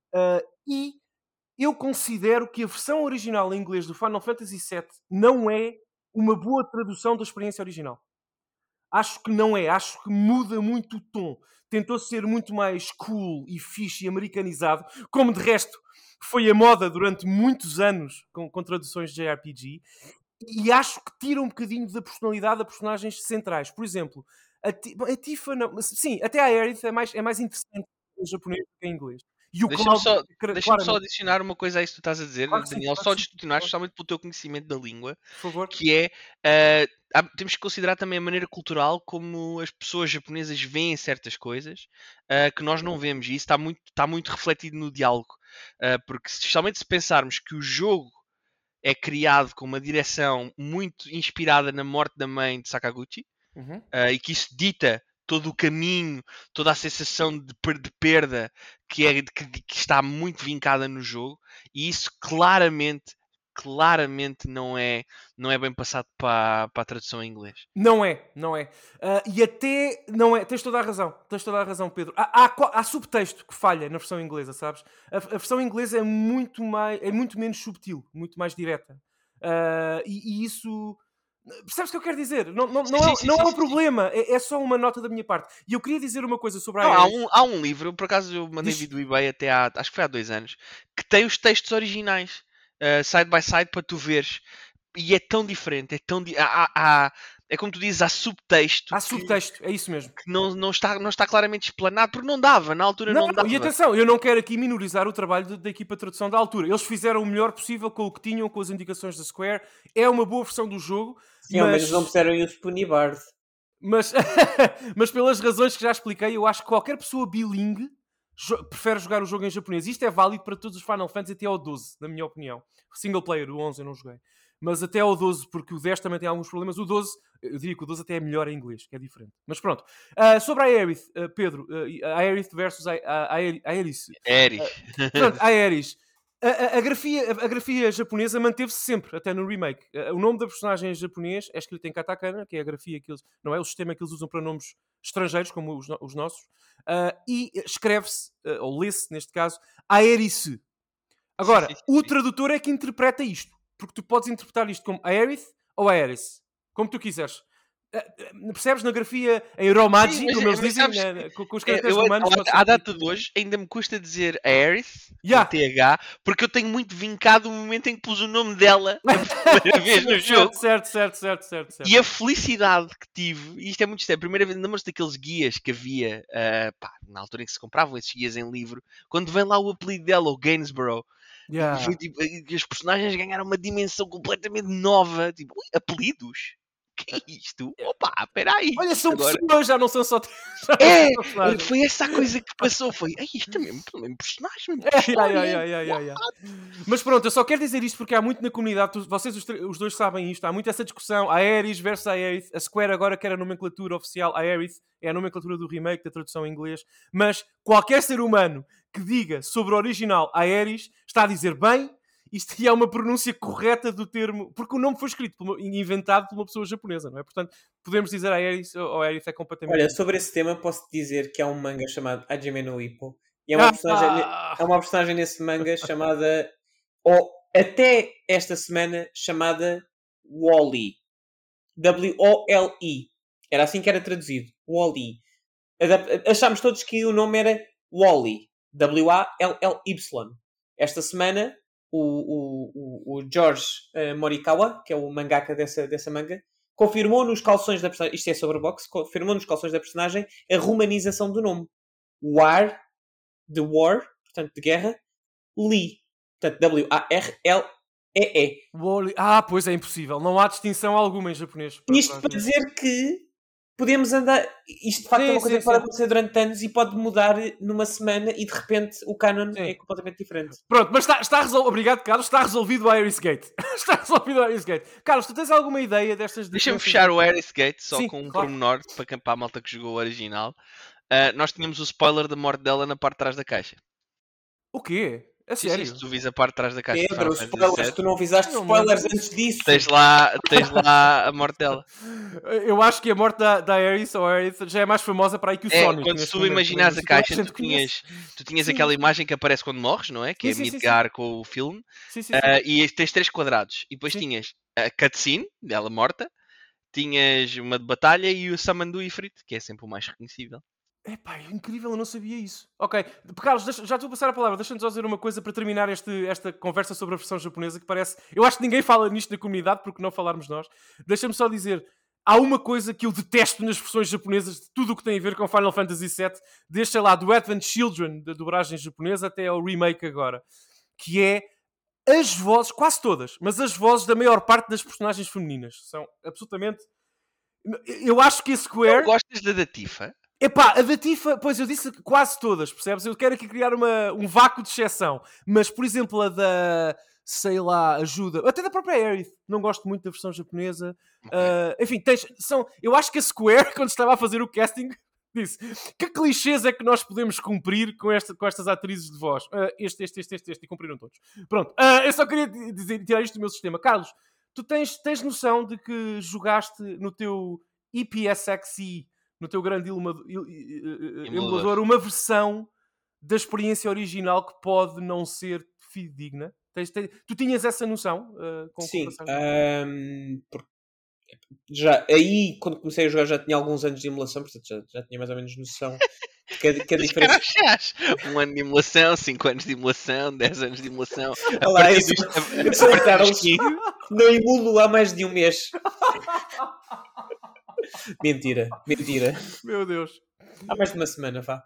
e eu considero que a versão original em inglês do Final Fantasy VII não é uma boa tradução da experiência original. Acho que não é. Acho que muda muito o tom. Tentou ser muito mais cool e fixe e americanizado, como de resto foi a moda durante muitos anos com traduções de JRPG, e acho que tira um bocadinho da personalidade de personagens centrais. Por exemplo, a Tifa não... Sim, até a Aerith é mais interessante em japonês do que em inglês. Deixa-me só adicionar uma coisa a isso que tu estás a dizer, claro Daniel, sim, só antes de continuar, especialmente pelo teu conhecimento da língua, por favor. Que temos que considerar também a maneira cultural como as pessoas japonesas veem certas coisas que nós não vemos, e isso está muito refletido no diálogo, porque especialmente se pensarmos que o jogo é criado com uma direção muito inspirada na morte da mãe de Sakaguchi, e que isso dita todo o caminho, toda a sensação de perda que está muito vincada no jogo, e isso claramente não é bem passado para a tradução em inglês. Não é. E até não é. Tens toda a razão, Pedro. Há subtexto que falha na versão inglesa, sabes? A versão inglesa é muito menos subtil, muito mais direta. E isso... Percebes o que eu quero dizer? Não é um problema, é só uma nota da minha parte. E eu queria dizer uma coisa sobre a Aerith. Há um livro, por acaso eu mandei vir do eBay acho que foi há 2 anos, que tem os textos originais, side by side, para tu veres. E é tão diferente, é como tu dizes, há subtexto. É isso mesmo. Que não está claramente explanado, porque não dava, na altura não dava. E atenção, eu não quero aqui minorizar o trabalho da equipa de tradução da altura. Eles fizeram o melhor possível com o que tinham, com as indicações da Square. É uma boa versão do jogo. Sim, mas não puseram o Spoonybard. Mas pelas razões que já expliquei, eu acho que qualquer pessoa bilingue prefere jogar o jogo em japonês. Isto é válido para todos os Final Fantasy até ao 12, na minha opinião. Single player, o 11 eu não joguei. Mas até ao 12, porque o 10 também tem alguns problemas. O 12, eu diria que o 12 até é melhor em inglês, que é diferente. Mas pronto. Sobre a Aerith, Pedro, a Aerith versus a Aerith. Pronto, a Aerith. A grafia japonesa manteve-se sempre, até no remake. O nome da personagem em japonês é escrito em katakana, que é a grafia que eles... Não é o sistema que eles usam para nomes estrangeiros, como os nossos. E escreve-se, ou lê-se, neste caso, Aerith. Agora, o tradutor é que interpreta isto. Porque tu podes interpretar isto como Aerith ou Aerith. Como tu quiseres. Percebes? Na grafia em Romaji, Sim, como eles dizem, com os caracteres romanos. À data de hoje, ainda me custa dizer Aerith, com TH, porque eu tenho muito vincado o momento em que pus o nome dela a primeira vez no jogo. Certo. E a felicidade que tive, e isto é muito sério, a primeira vez, lembras daqueles guias que havia, na altura em que se compravam esses guias em livro, quando vem lá o apelido dela, o Gainsborough, e foi, tipo, os personagens ganharam uma dimensão completamente nova, tipo, apelidos? Que é isto? Opa, espera aí. Olha, são agora... pessoas, já não são só... foi essa a coisa que passou. Foi, isto é mesmo personagem. Mas pronto, eu só quero dizer isto porque há muito na comunidade, vocês os dois sabem isto, há muito essa discussão, Aerith versus Aerith, a Square agora quer a nomenclatura oficial Aerith, é a nomenclatura do remake, da tradução em inglês, mas qualquer ser humano que diga sobre o original Aerith está a dizer bem, isto é uma pronúncia correta do termo, porque o nome foi escrito, inventado por uma pessoa japonesa, não é? Portanto, podemos dizer Aerith ou Aerith é completamente... Olha, sobre esse tema posso dizer que há um manga chamado Hajime no Ippo e há uma personagem nesse manga chamada, ou até esta semana, chamada Wall-E. W-O-L-E. Era assim que era traduzido. Wall-E. Achámos todos que o nome era Wall-E. W-A-L-L-Y. Esta semana o George Morikawa, que é o mangaka dessa manga, confirmou nos calções da personagem, isto é sobre a boxe, confirmou nos calções da personagem a romanização do nome. War, de war, portanto de guerra, Lee, portanto W-A-R-L-E-E. Pois é impossível, não há distinção alguma em japonês. Isto para dizer que podemos andar... Isto de facto é uma coisa que pode acontecer durante anos e pode mudar numa semana e de repente o canon é completamente diferente. Pronto, mas está resolvido. Obrigado, Carlos. Está resolvido o Aerith Gate. Está resolvido o Aerith Gate. Carlos, tu tens alguma ideia destas... Deixa-me fechar o Aerith Gate só com um pormenor para a malta que jogou o original. Nós tínhamos o spoiler da morte dela na parte de trás da caixa. O quê? É sério? Se tu vis a parte de trás da caixa. Pedro, spoilers, tu não avisaste spoilers antes disso. Tens lá a morte dela. Eu acho que a morte da Aerith ou Aerith já é mais famosa para aí que o Sonic. Quando tu imaginas a caixa, tu tinhas aquela imagem que aparece quando morres, não é? Que é Midgar com o filme. E tens 3 quadrados. E depois tinhas a cutscene dela morta, tinhas uma de batalha e o Summon do Ifrit, que é sempre o mais reconhecível. Epá, é incrível, eu não sabia isso. Ok, Carlos, já estou a passar a palavra. Deixa-me só dizer uma coisa para terminar esta conversa sobre a versão japonesa, que parece... Eu acho que ninguém fala nisto na comunidade, porque não falarmos nós. Deixa-me só dizer... Há uma coisa que eu detesto nas versões japonesas de tudo o que tem a ver com Final Fantasy VII, desde, sei lá, do Advent Children, da dobragem japonesa, até ao remake agora. Que é as vozes, quase todas, mas as vozes da maior parte das personagens femininas. São absolutamente... Eu acho que a Square... Não gostas da Tifa? Epá, a da Tifa, pois eu disse quase todas, percebes? Eu quero aqui criar um vácuo de exceção. Mas, por exemplo, a da... sei lá, ajuda. Até da própria Aerith. Não gosto muito da versão japonesa. Enfim, eu acho que a Square, quando estava a fazer o casting, disse: que clichês é que nós podemos cumprir com estas atrizes de voz? Este, e cumpriram todos. Pronto. Eu só queria tirar isto do meu sistema. Carlos, tu tens noção de que jogaste no teu EPSXE, no teu grande emulador, uma versão da experiência original que pode não ser fidedigna? Tu tinhas essa noção? Sim. Já, aí, quando comecei a jogar, já tinha alguns anos de emulação, portanto já tinha mais ou menos noção que a diferença... 1 ano de emulação, 5 anos de emulação, 10 anos de emulação... Olá, eu sou o Carlos. Não emulo há mais de um mês. Mentira. Meu Deus. Há mais de uma semana, vá.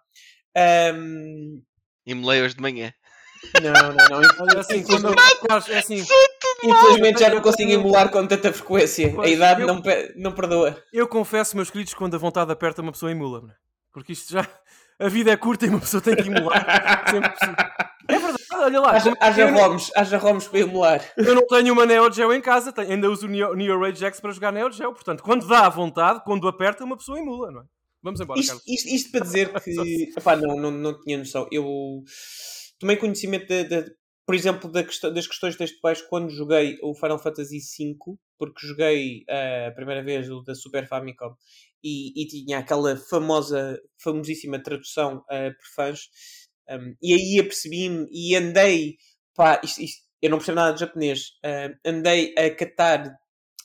Emulei hoje de manhã. Não. Infelizmente já não consigo emular com tanta frequência. A idade não perdoa. Eu confesso, meus queridos, quando a vontade aperta, uma pessoa emula, né? Porque isto já... A vida é curta e uma pessoa tem que emular. Sempre possível. É verdade, olha lá. Haja ROMs para emular. Eu não tenho uma Neo Geo em casa, ainda uso o Neo Rage X para jogar Neo Geo. Portanto, quando dá à vontade, quando aperta, uma pessoa emula, não é? Vamos embora, Carlos. Isto para dizer que... Epá, não tinha noção. Eu tomei conhecimento, por exemplo, das questões textuais quando joguei o Final Fantasy V, porque joguei a primeira vez o da Super Famicom e tinha aquela famosíssima tradução por fãs. E aí apercebi-me e andei... Pá, eu não percebo nada de japonês. Andei a catar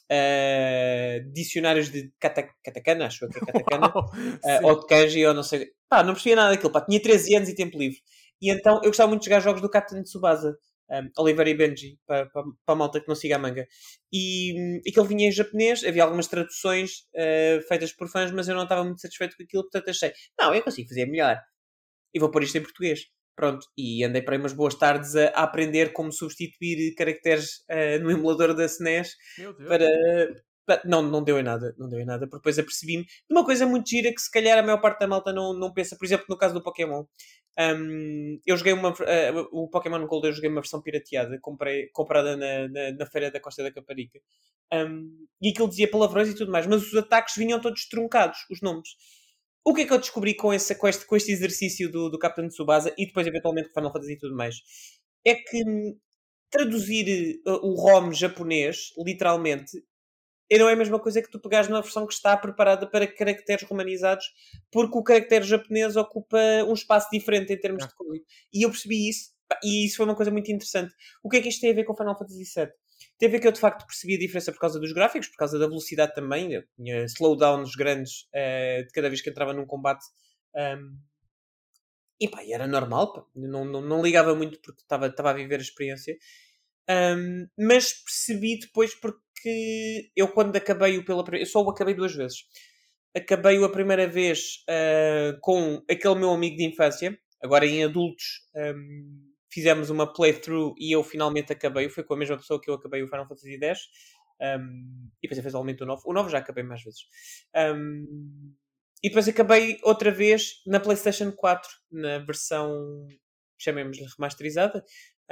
dicionários de katakana, acho que é katakana, ou de kanji, ou não sei. Pá, não percebia nada daquilo. Pá, tinha 13 anos e tempo livre. E então eu gostava muito de jogar jogos do Captain Tsubasa, Oliver e Benji, para a malta que não siga a manga. E que ele vinha em japonês, havia algumas traduções feitas por fãs, mas eu não estava muito satisfeito com aquilo, portanto achei, não, eu consigo fazer melhor. E vou pôr isto em português. Pronto, e andei para aí umas boas tardes a aprender como substituir caracteres no emulador da SNES para... Não deu em nada, porque depois apercebi-me de uma coisa muito gira que se calhar a maior parte da malta não pensa. Por exemplo, no caso do Pokémon, eu joguei o Pokémon Gold, eu joguei uma versão pirateada, comprada na feira da Costa da Caparica, e aquilo dizia palavrões e tudo mais, mas os ataques vinham todos truncados, os nomes. O que é que eu descobri com este exercício do Captain Tsubasa e depois eventualmente com Final Fantasy e tudo mais? É que traduzir o ROM japonês, literalmente, não é a mesma coisa que tu pegares numa versão que está preparada para caracteres romanizados, porque o caractere japonês ocupa um espaço diferente em termos de código. E eu percebi isso, e isso foi uma coisa muito interessante. O que é que isto tem a ver com Final Fantasy VII? Tem a ver que eu de facto percebi a diferença por causa dos gráficos, por causa da velocidade também. Eu tinha slowdowns grandes de cada vez que entrava num combate. E pá, era normal, pá. Não ligava muito porque estava a viver a experiência. Mas percebi depois porque eu quando acabei-o eu só o acabei 2 vezes. Acabei-o a primeira vez com aquele meu amigo de infância, agora em adultos. Fizemos uma playthrough e eu finalmente acabei. Foi com a mesma pessoa que eu acabei o Final Fantasy X. E depois eventualmente o 9. O 9 já acabei mais vezes. E depois acabei outra vez na PlayStation 4, na versão, chamemos-lhe remasterizada.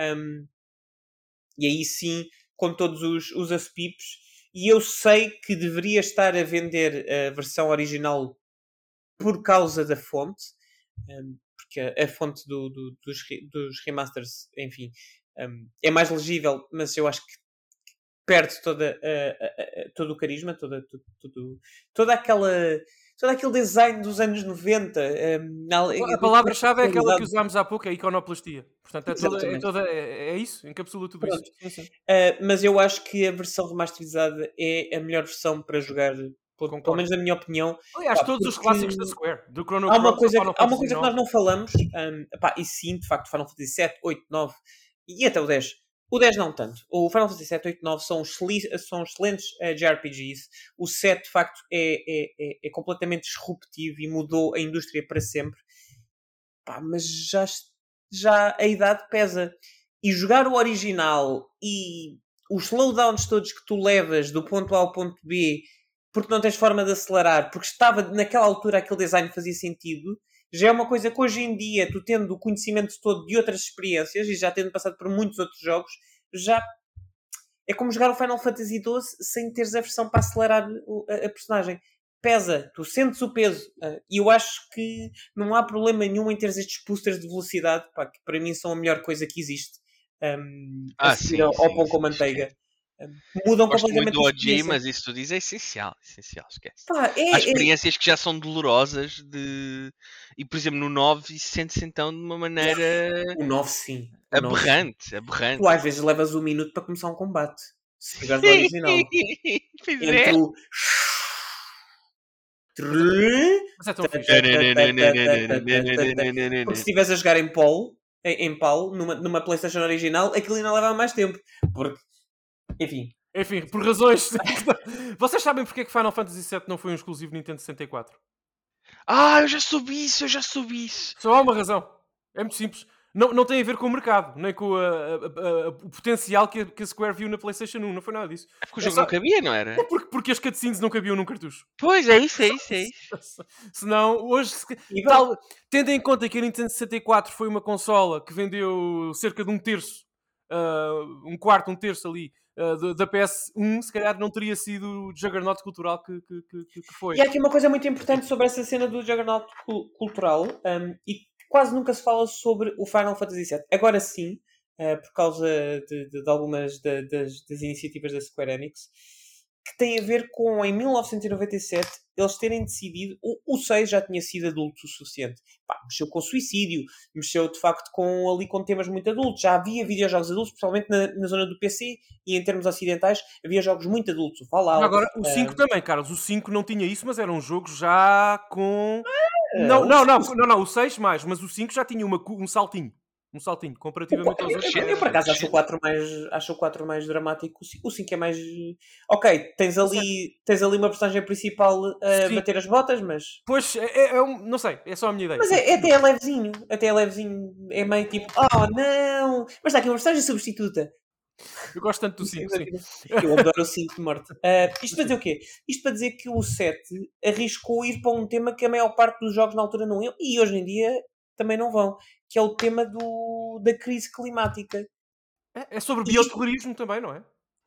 E aí sim, com todos os aspipes. E eu sei que deveria estar a vender a versão original por causa da fonte. Porque a fonte dos remasters, enfim, é mais legível, mas eu acho que perde todo o carisma, todo aquele design dos anos 90. A palavra-chave é aquela que usámos há pouco, a iconoplastia. Portanto, é isso, encapsula tudo isso. Sim. Mas eu acho que a versão remasterizada é a melhor versão para jogar, pelo menos na minha opinião. Aliás, todos os clássicos da Square, do Chrono Há Cross, há uma coisa que nós não falamos, e sim, de facto, Final Fantasy 7, 8, 9 e até o 10. O 10 não tanto. O Final Fantasy 7, 8, 9 são excelentes JRPGs. O 7, de facto, é completamente disruptivo e mudou a indústria para sempre. Mas já a idade pesa. E jogar o original e os slowdowns todos que tu levas do ponto A ao ponto B porque não tens forma de acelerar, porque estava naquela altura aquele design fazia sentido, já é uma coisa que hoje em dia, tu tendo o conhecimento todo de outras experiências e já tendo passado por muitos outros jogos, já é como jogar o Final Fantasy XII sem teres a versão para acelerar a personagem. Pesa, tu sentes o peso. E eu acho que não há problema nenhum em teres estes boosters de velocidade, que para mim são a melhor coisa que existe. Sim, ao pão com manteiga. Mudam gosto completamente muito do OG, mas isso tu dizes é essencial, esquece. Há experiências que já são dolorosas e por exemplo no 9 sente-se então de uma maneira o 9 sim. aberrante. Tu às vezes levas 1 minuto para começar um combate. Se jogares o original. Entre o Mas é tão fixe. Porque se estiveres a jogar em PAL, numa PlayStation original, aquilo ainda leva mais tempo. Porque, enfim, por razões. Vocês sabem porque é que Final Fantasy VII não foi um exclusivo Nintendo 64? Eu já soube isso. Só há uma razão. É muito simples. Não tem a ver com o mercado, nem com o potencial que a Square viu na PlayStation 1. Não foi nada disso. É porque o jogo não cabia, não era? É porque as cutscenes não cabiam num cartucho. Pois, é isso. Senão, hoje, tendo em conta que a Nintendo 64 foi uma consola que vendeu cerca de um terço ali da PS1, se calhar não teria sido o juggernaut cultural que foi. E há aqui uma coisa muito importante sobre essa cena do juggernaut cultural, e quase nunca se fala sobre o Final Fantasy VII. Agora sim, por causa de algumas das iniciativas da Square Enix, que tem a ver com, em 1997, eles terem decidido, o 6 já tinha sido adulto o suficiente. Pá, mexeu com suicídio, mexeu de facto com temas muito adultos. Já havia videojogos adultos, principalmente na zona do PC, e em termos ocidentais, havia jogos muito adultos. O Fallout. Agora, o 5 também, Carlos. O 5 não tinha isso, mas era um jogo já com... Não, o 6 mais, mas o 5 já tinha um saltinho. Um saltinho, comparativamente aos outros. Eu, por acaso, acho o 4 mais dramático. O 5 é mais... Ok, tens ali uma personagem principal a bater as botas, mas... Pois, não sei, é só a minha ideia. Mas até é levezinho. É meio tipo, oh não! Mas está aqui uma personagem substituta. Eu gosto tanto do 5, sim. Eu adoro o 5 de morte. Isto para dizer o quê? Isto para dizer que o 7 arriscou ir para um tema que a maior parte dos jogos na altura não iam, e hoje em dia também não vão, que é o tema da crise climática. É sobre bioterrorismo também, não é?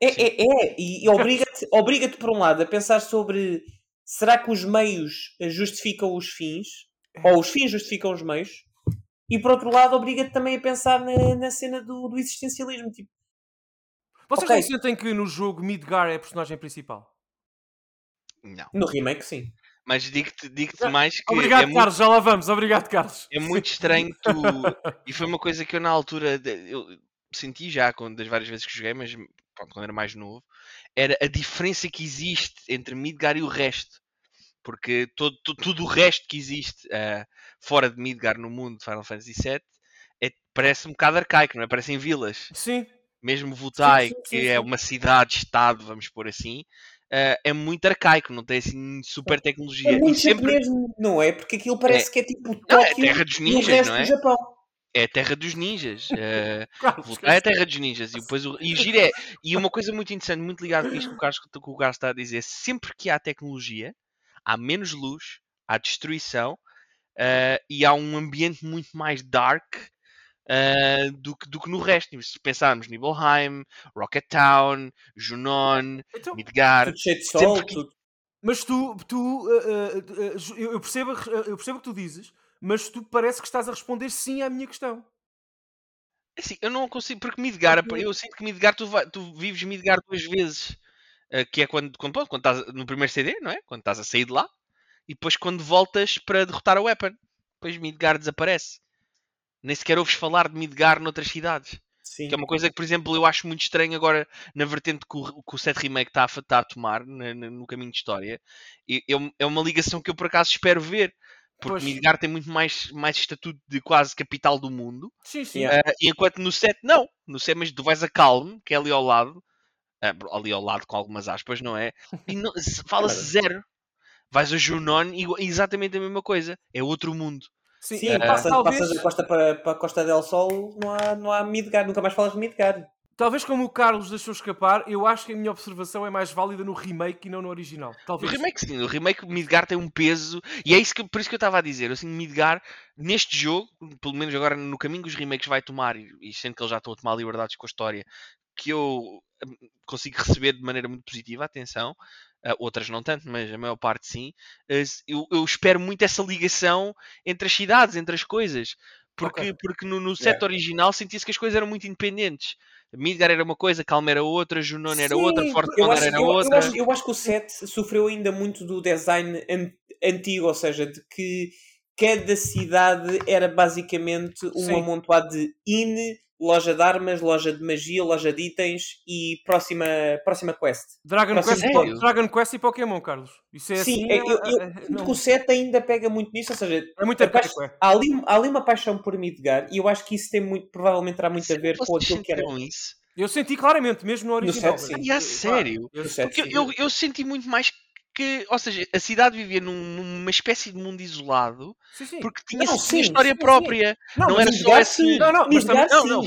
E obriga-te por um lado a pensar sobre, será que os meios justificam os fins, ou os fins justificam os meios, e por outro lado obriga-te também a pensar na cena do existencialismo, tipo. Vocês não sentem que no jogo Midgar é a personagem principal? Não. No remake, sim. Mas digo-te mais que... Obrigado, Carlos. Já lá vamos. Obrigado, Carlos. É muito estranho tu... E foi uma coisa que eu na altura... Eu senti já das várias vezes que joguei, mas pronto, quando era mais novo, era a diferença que existe entre Midgar e o resto. Porque tudo o resto que existe fora de Midgar no mundo de Final Fantasy VII parece um bocado arcaico, não é? Parecem vilas. Sim. Mesmo Wutai, que é uma cidade-estado, vamos pôr assim, é muito arcaico, não tem assim super tecnologia. É muito japonês, não é? Porque aquilo parece que é tipo Tóquio, é a terra dos ninjas, e o resto não é? do Japão. É a terra dos ninjas. Wutai é a terra dos ninjas. E uma coisa muito interessante, muito ligada com isto que o Carlos está a dizer, sempre que há tecnologia, há menos luz, há destruição, e há um ambiente muito mais dark do que no resto. Se pensarmos Nibelheim, Rocket Town, Junon, Então, Midgar, tudo cheio de sol, tudo. Mas eu percebo o que tu dizes, mas tu parece que estás a responder sim à minha questão. Assim, eu não consigo, porque Midgar, eu sinto que Midgar tu vives Midgar 2 vezes, que é quando estás no primeiro CD, não é? Quando estás a sair de lá, e depois quando voltas para derrotar a Weapon, depois Midgar desaparece. Nem sequer ouves falar de Midgar noutras cidades. Sim. Que é uma coisa que, por exemplo, eu acho muito estranho agora na vertente que o 7 Remake está a tomar no caminho de história. É uma ligação que eu por acaso espero ver. Porque Midgar tem muito mais estatuto de quase capital do mundo. Sim, sim. E enquanto no 7 não. No 7, mas tu vais a Calm, que é ali ao lado. Ali ao lado com algumas aspas, não é? E fala-se zero. Vais a Junon e exatamente a mesma coisa. É outro mundo. Sim, passas da costa para a Costa del Sol, não há Midgar, nunca mais falas de Midgar. Talvez como o Carlos deixou escapar, eu acho que a minha observação é mais válida no remake e não no original. Talvez. No remake sim, no remake Midgar tem um peso, e é por isso que eu estava a dizer, assim, Midgar, neste jogo, pelo menos agora no caminho que os remakes vai tomar, e sendo que eles já estão a tomar liberdades com a história, que eu consigo receber de maneira muito positiva, atenção, outras não tanto, mas a maior parte sim, eu espero muito essa ligação entre as cidades, entre as coisas, porque no set original sentia-se que as coisas eram muito independentes. Midgar era uma coisa, Calm era outra, Junon era outra, Fort Honor era outra. Eu acho que o set sofreu ainda muito do design antigo, ou seja, de que cada cidade era basicamente um amontoado de loja de armas, loja de magia, loja de itens e próxima quest. Dragon Quest e Pokémon, Carlos. Isso é sim, assim. O 7 ainda pega muito nisso, ou seja, é muito arcaico, há ali uma paixão por Midgar e eu acho que isso tem provavelmente terá muito a ver com aquilo que era. Isso? Eu senti claramente, mesmo no original. No 7, sim. E a sério? Porque eu senti muito mais que, ou seja, a cidade vivia numa espécie de mundo isolado, porque tinha a história própria. Não era só assim. Não,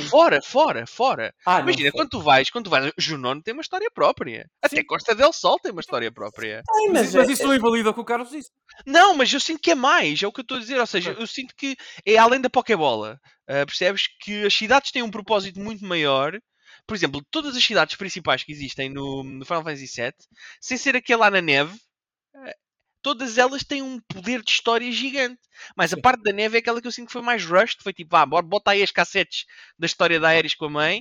fora. Imagina, quando tu vais, Junon tem uma história própria. Até Costa del Sol tem uma história própria. Mas isso não invalida o que o Carlos disse. Não, mas eu sinto que é mais, é o que eu estou a dizer. Ou seja, eu sinto que é além da Pokébola. Percebes que as cidades têm um propósito muito maior. Por exemplo, todas as cidades principais que existem no Final Fantasy VII, sem ser aquele lá na neve, todas elas têm um poder de história gigante. Mas a parte da neve é aquela que eu sinto que foi mais rushed. Foi tipo, bota aí as cassetes da história da Aeris com a mãe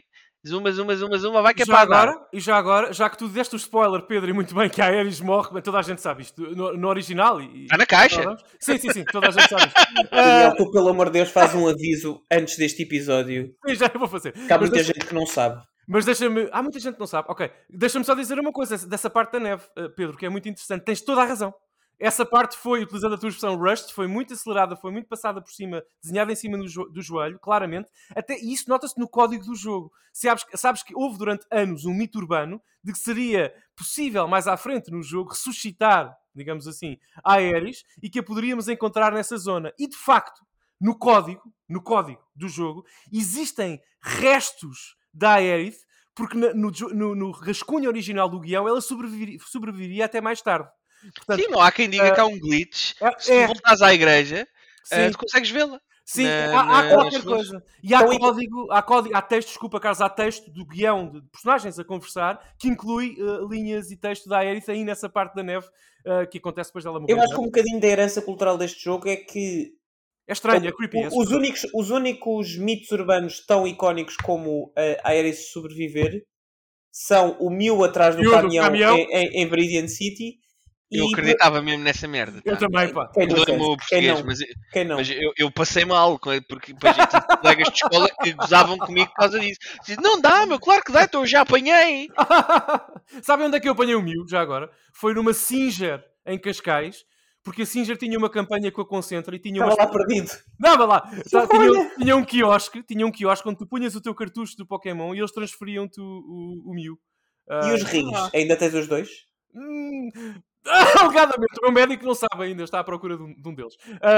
Zuma, vai que é Já para agora, dar. e já agora, já que tu deste o spoiler, Pedro, e muito bem, que a Aerys morre, mas toda a gente sabe isto, no original. Está na caixa. Sim, toda a gente sabe isto. Daniel, tu, pelo amor de Deus, faz um aviso antes deste episódio. Sim, já eu vou fazer. Que há muita gente que não sabe. Mas deixa-me... Há muita gente que não sabe. Ok, deixa-me só dizer uma coisa dessa parte da neve, Pedro, que é muito interessante. Tens toda a razão. Essa parte foi, utilizando a tua expressão Rust, foi muito acelerada, foi muito passada por cima, desenhada em cima do joelho, claramente. Até isso nota-se no código do jogo. Sabes que houve durante anos um mito urbano de que seria possível, mais à frente no jogo, ressuscitar, digamos assim, a Aerys e que a poderíamos encontrar nessa zona. E, de facto, no código do jogo, existem restos da Aerith, porque no rascunho original do guião ela sobreviveria até mais tarde. Portanto, sim, não há quem diga que há um glitch. Se tu voltares à igreja, tu consegues vê-la. Sim, há qualquer coisa. E há há texto, desculpa, Carlos, há texto do guião de personagens a conversar que inclui linhas e texto da Aerith aí nessa parte da neve que acontece depois dela morrer. Eu acho que um bocadinho da herança cultural deste jogo é que é estranho, é creepy. Os únicos mitos urbanos tão icónicos como a Aerith sobreviver são o Mew atrás do caminhão em Viridian City. Eu acreditava mesmo nessa merda. Eu também, pá. Mas eu passei mal, porque depois eu tive colegas de escola que gozavam comigo por causa disso. Não dá, meu, claro que dá, então eu já apanhei. Sabem onde é que eu apanhei o Mew, já agora? Foi numa Singer, em Cascais, porque a Singer tinha uma campanha com a Concentra e tinha Estava lá perdido. Estava lá. Tinha um quiosque onde tu punhas o teu cartucho do Pokémon e eles transferiam-te o Mew. E os rings? Ainda tens os dois? Alegadamente, o meu médico não sabe ainda, está à procura de um deles.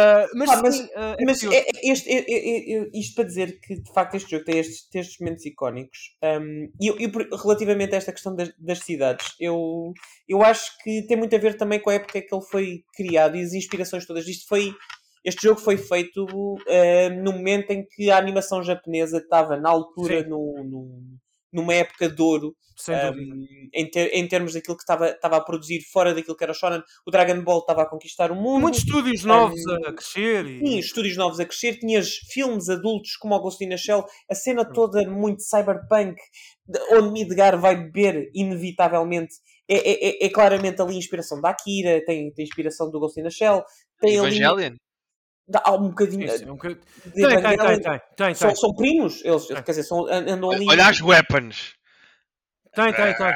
Isto para dizer que de facto este jogo tem estes momentos icónicos. E relativamente a esta questão das cidades, eu acho que tem muito a ver também com a época que ele foi criado e as inspirações todas. Este jogo foi feito no momento em que a animação japonesa estava na altura, numa época de ouro. Em termos daquilo que estava a produzir fora daquilo que era o Shonen, o Dragon Ball estava a conquistar o mundo. Muitos estúdios novos a crescer. Sim, estúdios novos a crescer. Tinhas filmes adultos como o Ghost in the Shell, a cena toda muito cyberpunk, onde Midgar vai beber inevitavelmente. É claramente ali a inspiração da Akira, tem inspiração do Ghost in the Shell. Tem Evangelion? Há um bocadinho. Tem. São primos, eles, quer dizer, andam ali. Olha as weapons. Tem.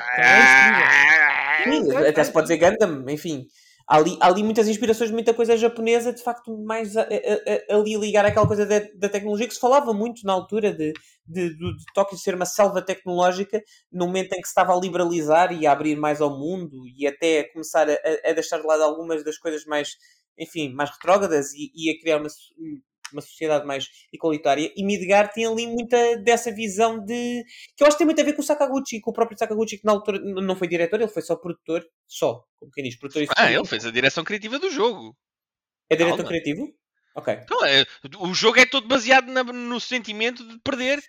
Até se pode dizer Gundam, enfim. Há ali muitas inspirações de muita coisa japonesa, de facto, mais ali ligar àquela coisa da tecnologia que se falava muito na altura de Tóquio ser uma selva tecnológica, no momento em que se estava a liberalizar e a abrir mais ao mundo e até a começar a deixar de lado algumas das coisas mais retrógradas e a criar uma sociedade mais igualitária. E Midgar tinha ali muita dessa visão que eu acho que tem muito a ver com o Sakaguchi, com o próprio Sakaguchi, que na altura não foi diretor, ele foi só produtor, como quem diz, produtor e ele fez a direção criativa do jogo. É diretor criativo? Ok. Então, o jogo é todo baseado no sentimento de perder.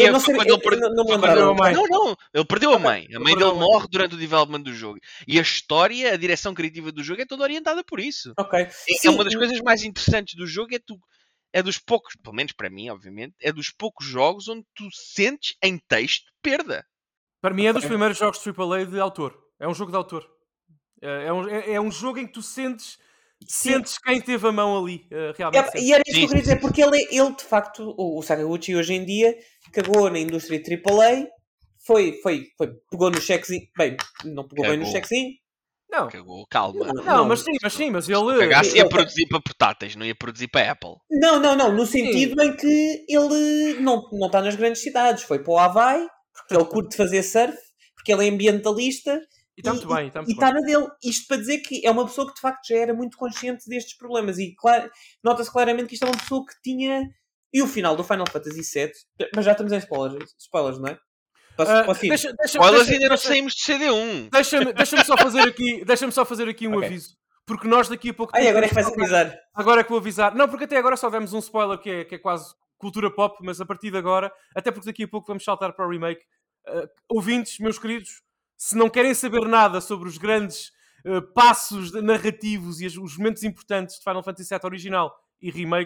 Não, ele perdeu a mãe. A mãe dele morre durante o development do jogo. E a história, a direção criativa do jogo é toda orientada por isso. Ok. É uma das coisas mais interessantes do jogo, é dos poucos, pelo menos para mim, obviamente, é dos poucos jogos onde tu sentes em texto perda. Para mim é dos primeiros jogos de AAA de autor. É um jogo de autor. É um jogo em que tu sentes quem teve a mão ali, realmente. E era isso que eu queria dizer, porque ele de facto, o Sakaguchi hoje em dia, cagou na indústria AAA, pegou no chequezinho, bem, não pegou bem no chequezinho. Não. Cagou, calma. Não, mas ele... Cagasse ia produzir para portáteis, não ia produzir para Apple. Não, no sentido em que ele não está nas grandes cidades. Foi para o Havaí, porque ele curte fazer surf, porque ele é ambientalista. E está muito bem. E está na dele. Isto para dizer que é uma pessoa que de facto já era muito consciente destes problemas. E nota-se claramente que isto é uma pessoa que tinha... E o final do Final Fantasy VII... Mas já estamos em spoilers, não é? Spoilers ainda não saímos de CD1. Deixa-me só fazer aqui um aviso. Porque nós daqui a pouco... agora é que vais avisar. Agora é que vou avisar. Não, porque até agora só demos um spoiler que é quase cultura pop, mas a partir de agora, até porque daqui a pouco vamos saltar para o remake. Ouvintes, meus queridos, se não querem saber nada sobre os grandes passos narrativos e os momentos importantes de Final Fantasy VII original e remake,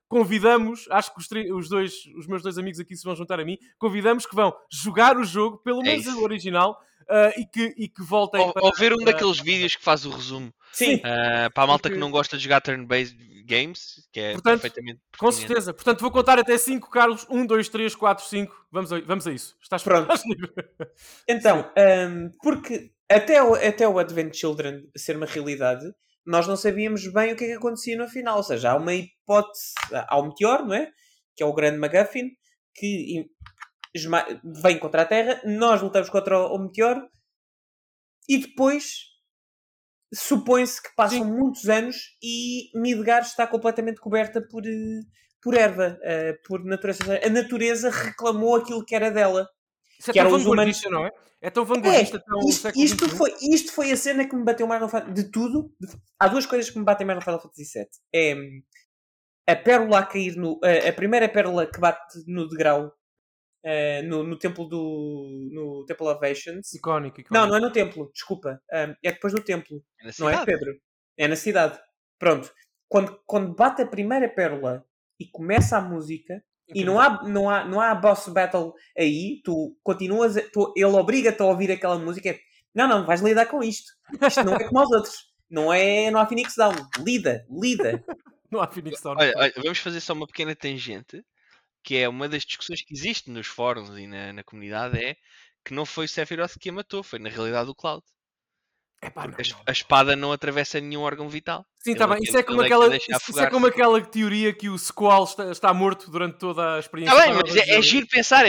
convidamos, acho que os meus dois amigos aqui se vão juntar a mim, convidamos que vão jogar o jogo, pelo menos o original, e que voltem ou ver um daqueles vídeos que faz o resumo. Sim. Para a malta que não gosta de jogar turn-based games, que é perfeitamente pertinente. Com certeza. Portanto, vou contar até 5, Carlos. 1, 2, 3, 4, 5. Vamos a isso. Estás pronto? Então, porque até o Advent Children ser uma realidade, nós não sabíamos bem o que é que acontecia no final. Ou seja, há uma hipótese, há um meteoro, não é? Que é o grande MacGuffin, que vem contra a Terra, nós lutamos contra o meteoro, e depois supõe-se que passam muitos anos e Midgard está completamente coberta por erva, por natureza. A natureza reclamou aquilo que era dela. Isso é tão vanguardista, não é? É tão vanguardista. Isto foi a cena que me bateu mais no Final Fantasy. De tudo, há duas coisas que me batem mais no Final Fantasy VII. É a pérola a cair a primeira pérola que bate no degrau no templo no Temple of Ancients. Icónico. Não é no templo, desculpa. É depois do templo. Não é, Pedro? É na cidade. Pronto. Quando bate a primeira pérola e começa a música, e não há boss battle aí, tu continuas, ele obriga-te a ouvir aquela música. Não, vais lidar com isto. Isto não é como aos outros. Não há Phoenix Down. Lida. Não há Phoenix Down. Olha, vamos fazer só uma pequena tangente, que é uma das discussões que existe nos fóruns e na comunidade, é que não foi o Sephiroth que a matou, foi na realidade o Cloud. A espada não atravessa nenhum órgão vital. Sim, está bem. Isso é como aquela teoria que o Squall está morto durante toda a experiência. Está bem, mas é giro pensar,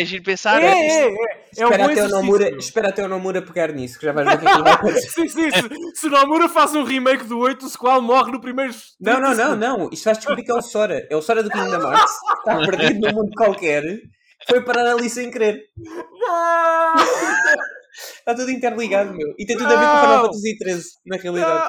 Espera até o Nomura pegar nisso, que já vais ver o que vai acontecer. Sim. Se o Nomura faz um remake do 8, o Squall morre no primeiro... Não. Isto vais descobrir que é o Sora. É o Sora do Kingdom Hearts. Está perdido num mundo qualquer. Foi parar ali sem querer. Está tudo interligado, meu. E tem tudo a ver com o Final Fantasy XIII, na realidade.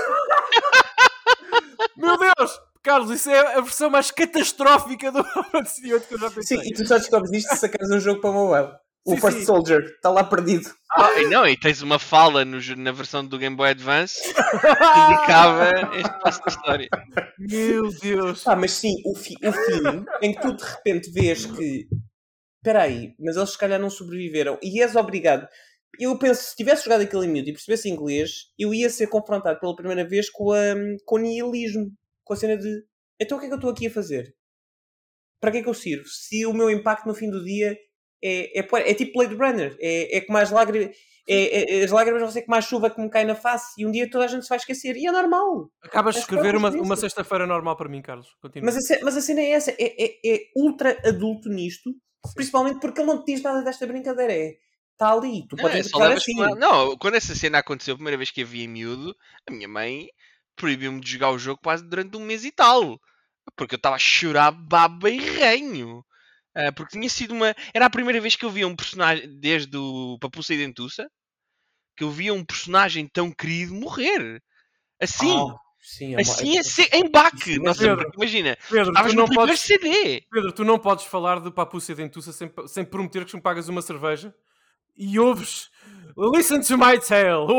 Meu Deus! Carlos, isso é a versão mais catastrófica do Final Fantasy VIII que eu já pensei. Sim, e tu só descobres isto se sacares um jogo para o mobile. O First Soldier está lá perdido. E tens uma fala na versão do Game Boy Advance que indicava este passo da história. Meu Deus! Mas sim, o fim em que tu de repente vês que espera aí, mas eles se calhar não sobreviveram e és obrigado. Eu penso, se tivesse jogado aquele em miúdo e percebesse inglês, eu ia ser confrontado pela primeira vez com o nihilismo, com a cena de então o que é que eu estou aqui a fazer? Para que é que eu sirvo? Se o meu impacto no fim do dia é tipo Blade Runner, é como as lágrimas, as lágrimas vão ser como a chuva que me cai na face e um dia toda a gente se vai esquecer e é normal. Acabas de escrever uma sexta-feira normal para mim, Carlos. Continua. Mas a cena é essa, é ultra adulto nisto. Sim. Principalmente porque ele não te diz nada desta brincadeira. Está ali, tu podes interpretar assim. Não, quando essa cena aconteceu a primeira vez que a vi em miúdo, a minha mãe proibiu-me de jogar o jogo quase durante um mês e tal. Porque eu estava a chorar baba e ranho. Porque tinha sido era a primeira vez que eu via um personagem, desde o Papuça e Dentuça, que eu via um personagem tão querido morrer. Assim. Sim, em baque. Nossa, Pedro, imagina, estavas no primeiro CD. Pedro, tu não podes falar do Papuça e Dentuça sem prometer que me pagas uma cerveja e ouves Listen to my tale.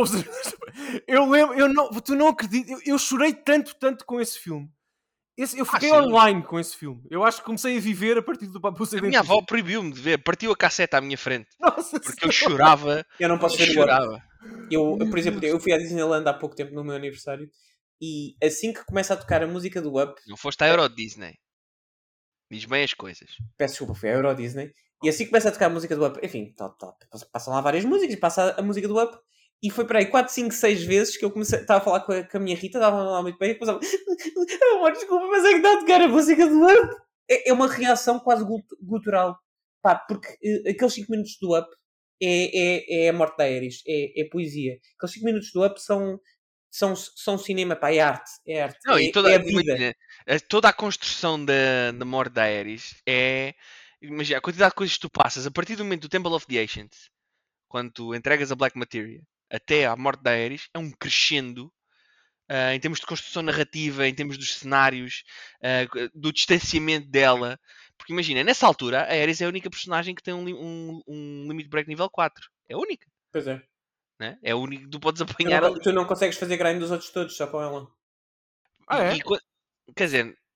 Tu não acreditas, eu chorei tanto com esse filme. Eu fiquei online com esse filme. Eu acho que comecei a viver a partir do Papuça e Dentuça. A minha avó proibiu-me de ver, partiu a cassete à minha frente. Nossa, porque eu chorava. Eu não posso ver chorava. Por exemplo, eu fui à Disneyland há pouco tempo no meu aniversário. E assim que começa a tocar a música do Up... Não foste à Euro Disney. Diz bem as coisas. Peço desculpa, fui à Euro Disney. E assim que começa a tocar a música do Up... Enfim, passam lá várias músicas. Passa a música do Up. E foi para aí 4, 5, 6 vezes que eu estava a falar com a minha Rita. Estava lá muito bem. E depois amor, desculpa, mas é que está a tocar a música do Up. É uma reação quase gutural. Porque aqueles 5 minutos do Up é a morte da Aeris. É poesia. Aqueles 5 minutos do Up são cinema, é arte. É arte. Não, e toda a vida. Toda a construção da morte da Aeris imagina, a quantidade de coisas que tu passas a partir do momento do Temple of the Ancients, quando tu entregas a Black Materia até à morte da Aeris, é um crescendo em termos de construção narrativa, em termos dos cenários, do distanciamento dela. Porque imagina, nessa altura a Aeris é a única personagem que tem um limit break nível 4. É a única. Pois é. Né? É o único que tu podes apanhar. Tu não consegues fazer grind dos outros todos, só com ela. É? Quer dizer,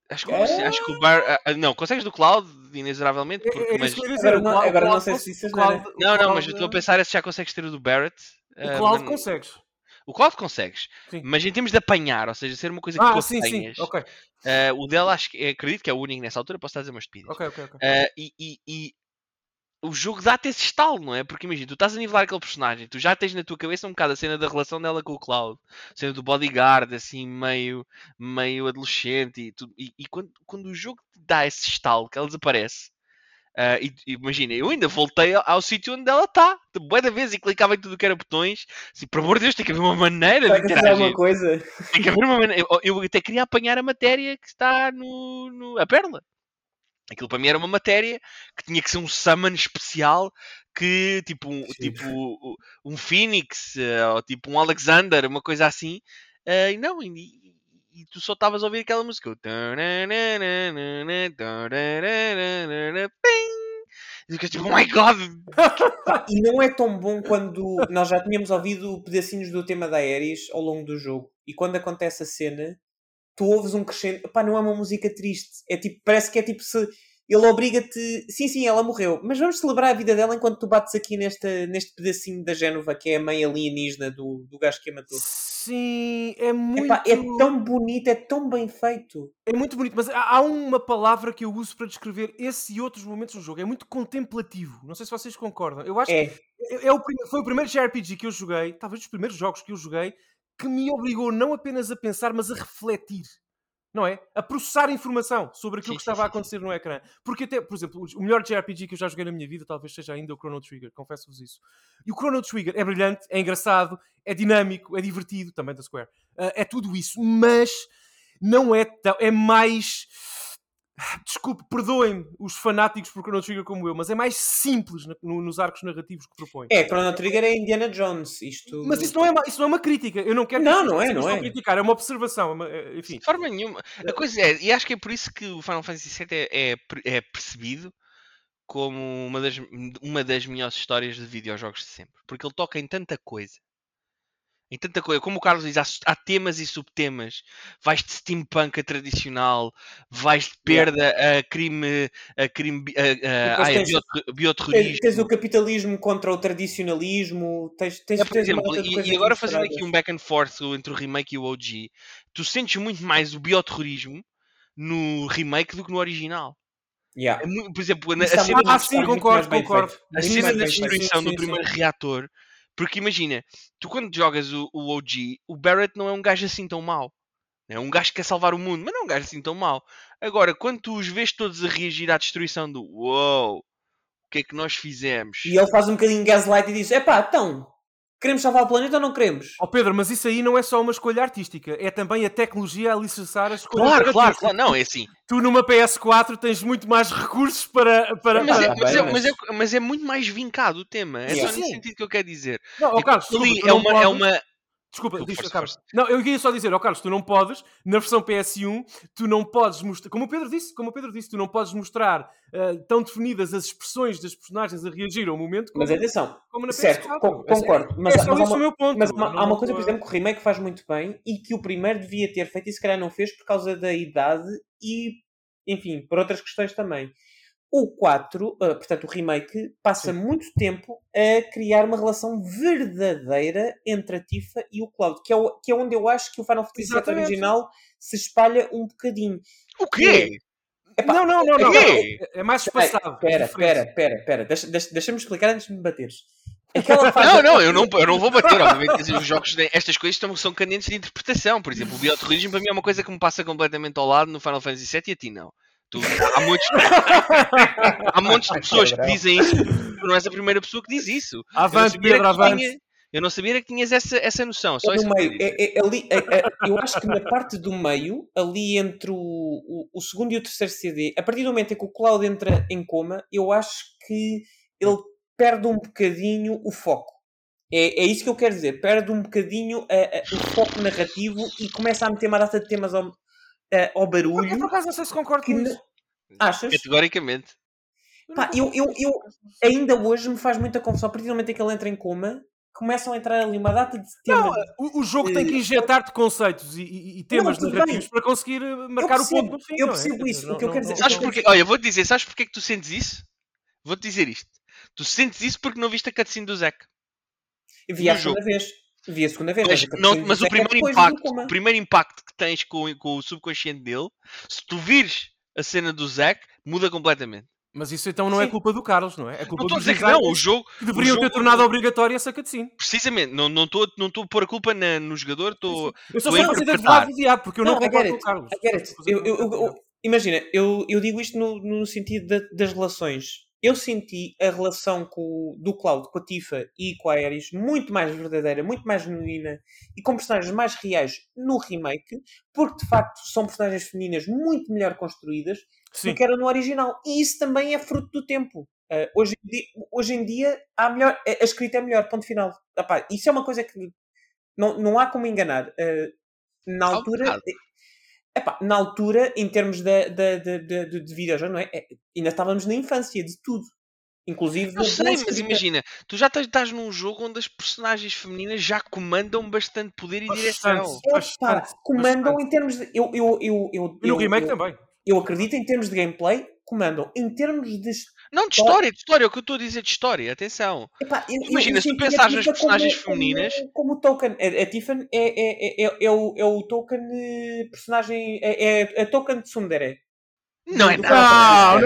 Acho que o Bar... não, consegues do Cloud, inexoravelmente. Porque, mas... agora não sei se isso é Não, mas eu estou a pensar se já consegues ter o do Barrett. O Cloud consegues. O Cloud consegues. Sim. Mas em termos de apanhar, ou seja, ser uma coisa que tu apanhas. Sim. Okay. O dela acredito que é o único nessa altura, posso estar a dizer uma estupidez. Ok. E o jogo dá-te esse estalo, não é? Porque imagina, tu estás a nivelar aquele personagem, tu já tens na tua cabeça um bocado a cena da relação dela com o Cloud, a cena do bodyguard, assim, meio adolescente, e quando o jogo te dá esse estalo, que ela desaparece, imagina, eu ainda voltei ao sítio onde ela está, bué da vez, e clicava em tudo que era botões, assim, por amor de Deus, tem que haver uma maneira de interagir. Alguma coisa. Tem que haver uma maneira. Eu até queria apanhar a matéria que está a Pérola. Aquilo para mim era uma matéria que tinha que ser um summon especial que, tipo um Phoenix, ou tipo um Alexander, uma coisa assim. E não, e tu só estavas a ouvir aquela música. E ficas tipo, oh my god! E não é tão bom quando nós já tínhamos ouvido pedacinhos do tema da Aeris ao longo do jogo. E quando acontece a cena, tu ouves um crescendo. Pá, não é uma música triste. É tipo, parece que é tipo se ele obriga-te. Sim, ela morreu, mas vamos celebrar a vida dela enquanto tu bates aqui neste pedacinho da Génova, que é a mãe alienígena do gajo que a matou. Sim, é muito. Epá, é tão bonito, é tão bem feito. É muito bonito, mas há uma palavra que eu uso para descrever esse e outros momentos no jogo. É muito contemplativo. Não sei se vocês concordam. Eu acho que foi o primeiro JRPG que eu joguei, talvez dos primeiros jogos que eu joguei, que me obrigou não apenas a pensar, mas a refletir. Não é? A processar informação sobre aquilo que estava a acontecer no ecrã. Porque até, por exemplo, o melhor JRPG que eu já joguei na minha vida talvez seja ainda o Chrono Trigger, confesso-vos isso. E o Chrono Trigger é brilhante, é engraçado, é dinâmico, é divertido, também da Square. É tudo isso, mas não é tão... É mais... Desculpe, perdoem-me os fanáticos por Chrono Trigger como eu, mas é mais simples nos arcos narrativos que propõe. Chrono Trigger é Indiana Jones. Isto... Mas isso não é uma crítica. Eu não quero não é criticar, é uma observação. Enfim. De forma nenhuma. A coisa é, e acho que é por isso que o Final Fantasy VII é percebido como uma das melhores histórias de videojogos de sempre. Porque ele toca em tanta coisa. Em tanta coisa, como o Carlos diz, há temas e subtemas. Vais de steampunk a tradicional, vais de perda a crime, bioterrorismo. Tens o capitalismo contra o tradicionalismo. Por exemplo, e agora fazendo aqui um back and forth entre o remake e o OG, tu sentes muito mais o bioterrorismo no remake do que no original. Por exemplo, a cena concordo. A cena da destruição do primeiro reator. Porque imagina, tu quando jogas o OG, o Barrett não é um gajo assim tão mau. É um gajo que quer salvar o mundo, mas não é um gajo assim tão mau. Agora, quando tu os vês todos a reagir à destruição do uou, o que é que nós fizemos? E ele faz um bocadinho de gaslight e diz, então, queremos salvar o planeta ou não queremos? Pedro, mas isso aí não é só uma escolha artística, é também a tecnologia a alicerçar a escolha Claro, não, é assim. Tu numa PS4 tens muito mais recursos para... Mas é muito mais vincado o tema. É só nesse sentido que eu quero dizer. Não, Carlos, é uma... Desculpa, Carlos. Não, eu queria só dizer, Carlos, tu não podes, na versão PS1, tu não podes mostrar, como o Pedro disse, tu não podes mostrar tão definidas as expressões das personagens a reagir ao momento como, mas atenção, como na certo, PS4. Concordo. Mas isso é o meu ponto. Mas há uma coisa, por exemplo, que o remake faz muito bem e que o primeiro devia ter feito e se calhar não fez por causa da idade e, enfim, por outras questões também. O 4, portanto o remake, passa muito tempo a criar uma relação verdadeira entre a Tifa e o Cloud, que é onde eu acho que o Final Fantasy VII original se espalha um bocadinho. O quê? Não. É mais espaçado. Espera. Deixa-me explicar antes de me bateres. Eu não vou bater, obviamente. Os jogos, estas coisas são candentes de interpretação. Por exemplo, o bioterrorismo para mim é uma coisa que me passa completamente ao lado no Final Fantasy VII e a ti não. Há montes de pessoas que dizem isso. Tu não és a primeira pessoa que diz isso. Avante, Pedro, avante. Eu não sabia que tinhas essa noção. Só isso meio. Eu acho que na parte do meio, ali entre o segundo e o terceiro CD, a partir do momento em que o Cloud entra em coma, eu acho que ele perde um bocadinho o foco. É isso que eu quero dizer. Perde um bocadinho o foco narrativo e começa a meter uma data de temas ao barulho. Eu por acaso não sei se concordo com isso. Achas? Categoricamente. Eu ainda hoje me faz muita confusão. A partir do momento em que ele entra em coma, começam a entrar ali uma data de temas. O jogo tem que injetar-te conceitos e temas narrativos para conseguir marcar o ponto no fim. Eu percebo isso. O que eu quero dizer. Sabes porquê? Olha, vou-te dizer, sabes porquê que tu sentes isso? Vou-te dizer isto. Tu sentes isso porque não viste a cutscene do Zack. Vi a segunda vez. Mas o primeiro impacto que tens com o subconsciente dele, se tu vires a cena do Zack, muda completamente. Mas isso então não é culpa do Carlos, não é? É culpa não estou a dizer que não, o jogo... Que deveriam ter tornado obrigatória essa cutscene. Precisamente, não estou a pôr a culpa no jogador, estou eu só estou a fazer advogado do diabo, porque eu não concordo com o Carlos. Imagina, eu digo isto no sentido das relações. Eu senti a relação do Cloud com a Tifa e com a Aerys muito mais verdadeira, muito mais genuína e com personagens mais reais no remake, porque de facto são personagens femininas muito melhor construídas do que era no original. E isso também é fruto do tempo. Hoje em dia a escrita é melhor, ponto final. Isso é uma coisa que não há como enganar. Na altura, em termos de videojogo, não é? Ainda estávamos na infância de tudo. Inclusive... Não sei, mas imagina, tu já estás num jogo onde as personagens femininas já comandam bastante poder e direção. Comandam em termos de... E no remake também. Eu acredito em termos de gameplay, comandam. Em termos de... Não, de história, é o que eu estou a dizer de história, atenção. Imagina, se tu pensares nas personagens femininas... Como o token, a Tiffany é o token personagem, é a token de tsundere. Não é nada.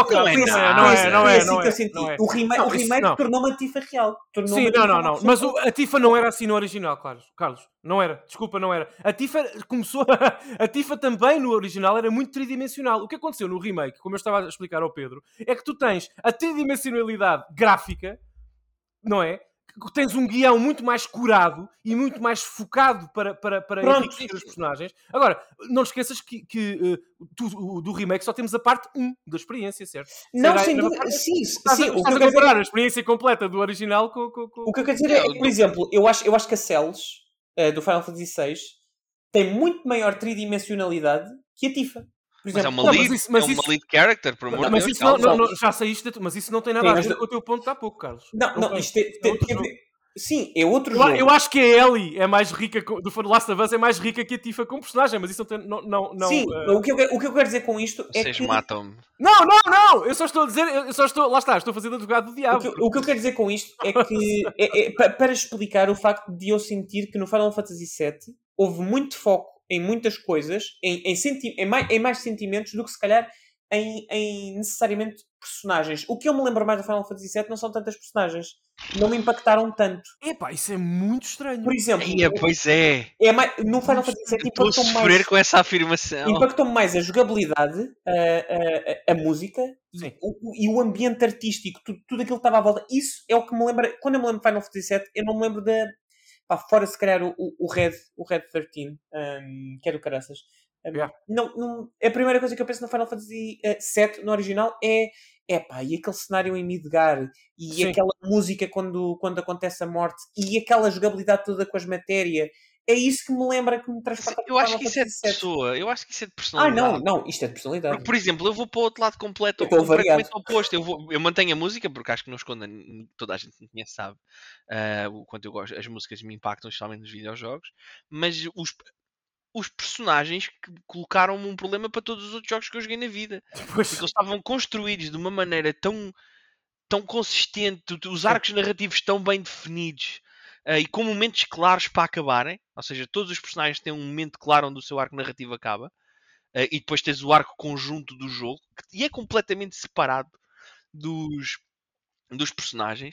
Não é. O remake tornou-me a Tifa real. Sim, não. Mas a Tifa não era assim no original, Carlos. Não era. Desculpa, não era. A Tifa começou... A Tifa também no original era muito tridimensional. O que aconteceu no remake, como eu estava a explicar ao Pedro, é que tu tens a tridimensionalidade gráfica, não é? Tens um guião muito mais curado e muito mais focado para enriquecer os personagens. Agora, não te esqueças que do remake só temos a parte 1 da experiência, certo? Não, sem dúvida. Sim. Estás a comparar a experiência completa do original com... O que eu quero dizer é, por exemplo, eu acho que a Celes do Final Fantasy VI tem muito maior tridimensionalidade que a Tifa. Mas é uma lead character, por amor de Deus. Já saíste, mas isso não tem nada a ver com o teu ponto de há pouco, Carlos. Não, isto sim, é outro jogo. Eu acho que a Ellie é mais rica, do Last of Us é mais rica que a Tifa como personagem, mas isso não tem... Sim, o que eu quero dizer com isto é que... Vocês matam-me. Não! Eu só estou a dizer... Lá está, estou a fazer advogado do diabo. O que eu quero dizer com isto é que... para explicar o facto de eu sentir que no Final Fantasy VII houve muito foco em muitas coisas, em mais sentimentos do que se calhar em necessariamente personagens. O que eu me lembro mais do Final Fantasy VII não são tantas personagens. Não me impactaram tanto. Isso é muito estranho. Por exemplo... Pois é. No Final Fantasy VII impactou-me mais... Estou a sofrer com essa afirmação. Impactou-me mais a jogabilidade, a música e o ambiente artístico. Tudo aquilo que estava à volta. Isso é o que me lembra... Quando eu me lembro de Final Fantasy VII, eu não me lembro da... fora se calhar o Red 13, que é do caraças. Não, a primeira coisa que eu penso no Final Fantasy VII, no original, e aquele cenário em Midgar, e aquela música quando acontece a morte, e aquela jogabilidade toda com as matérias. É isso que me lembra, que me transporta. Eu acho que isso é de pessoa. Eu acho que isso é de personalidade. Não, isto é de personalidade. Porque, por exemplo, eu vou para o outro lado completamente oposto. Eu mantenho a música, porque acho que não esconda, toda a gente me conhece, sabe o quanto eu gosto. As músicas me impactam, especialmente nos videojogos, mas os personagens que colocaram-me um problema para todos os outros jogos que eu joguei na vida. Porque eles estavam construídos de uma maneira tão consistente, os arcos narrativos tão bem definidos, e com momentos claros para acabarem. Ou seja, todos os personagens têm um momento claro onde o seu arco narrativo acaba. E depois tens o arco conjunto do jogo, que é completamente separado dos personagens.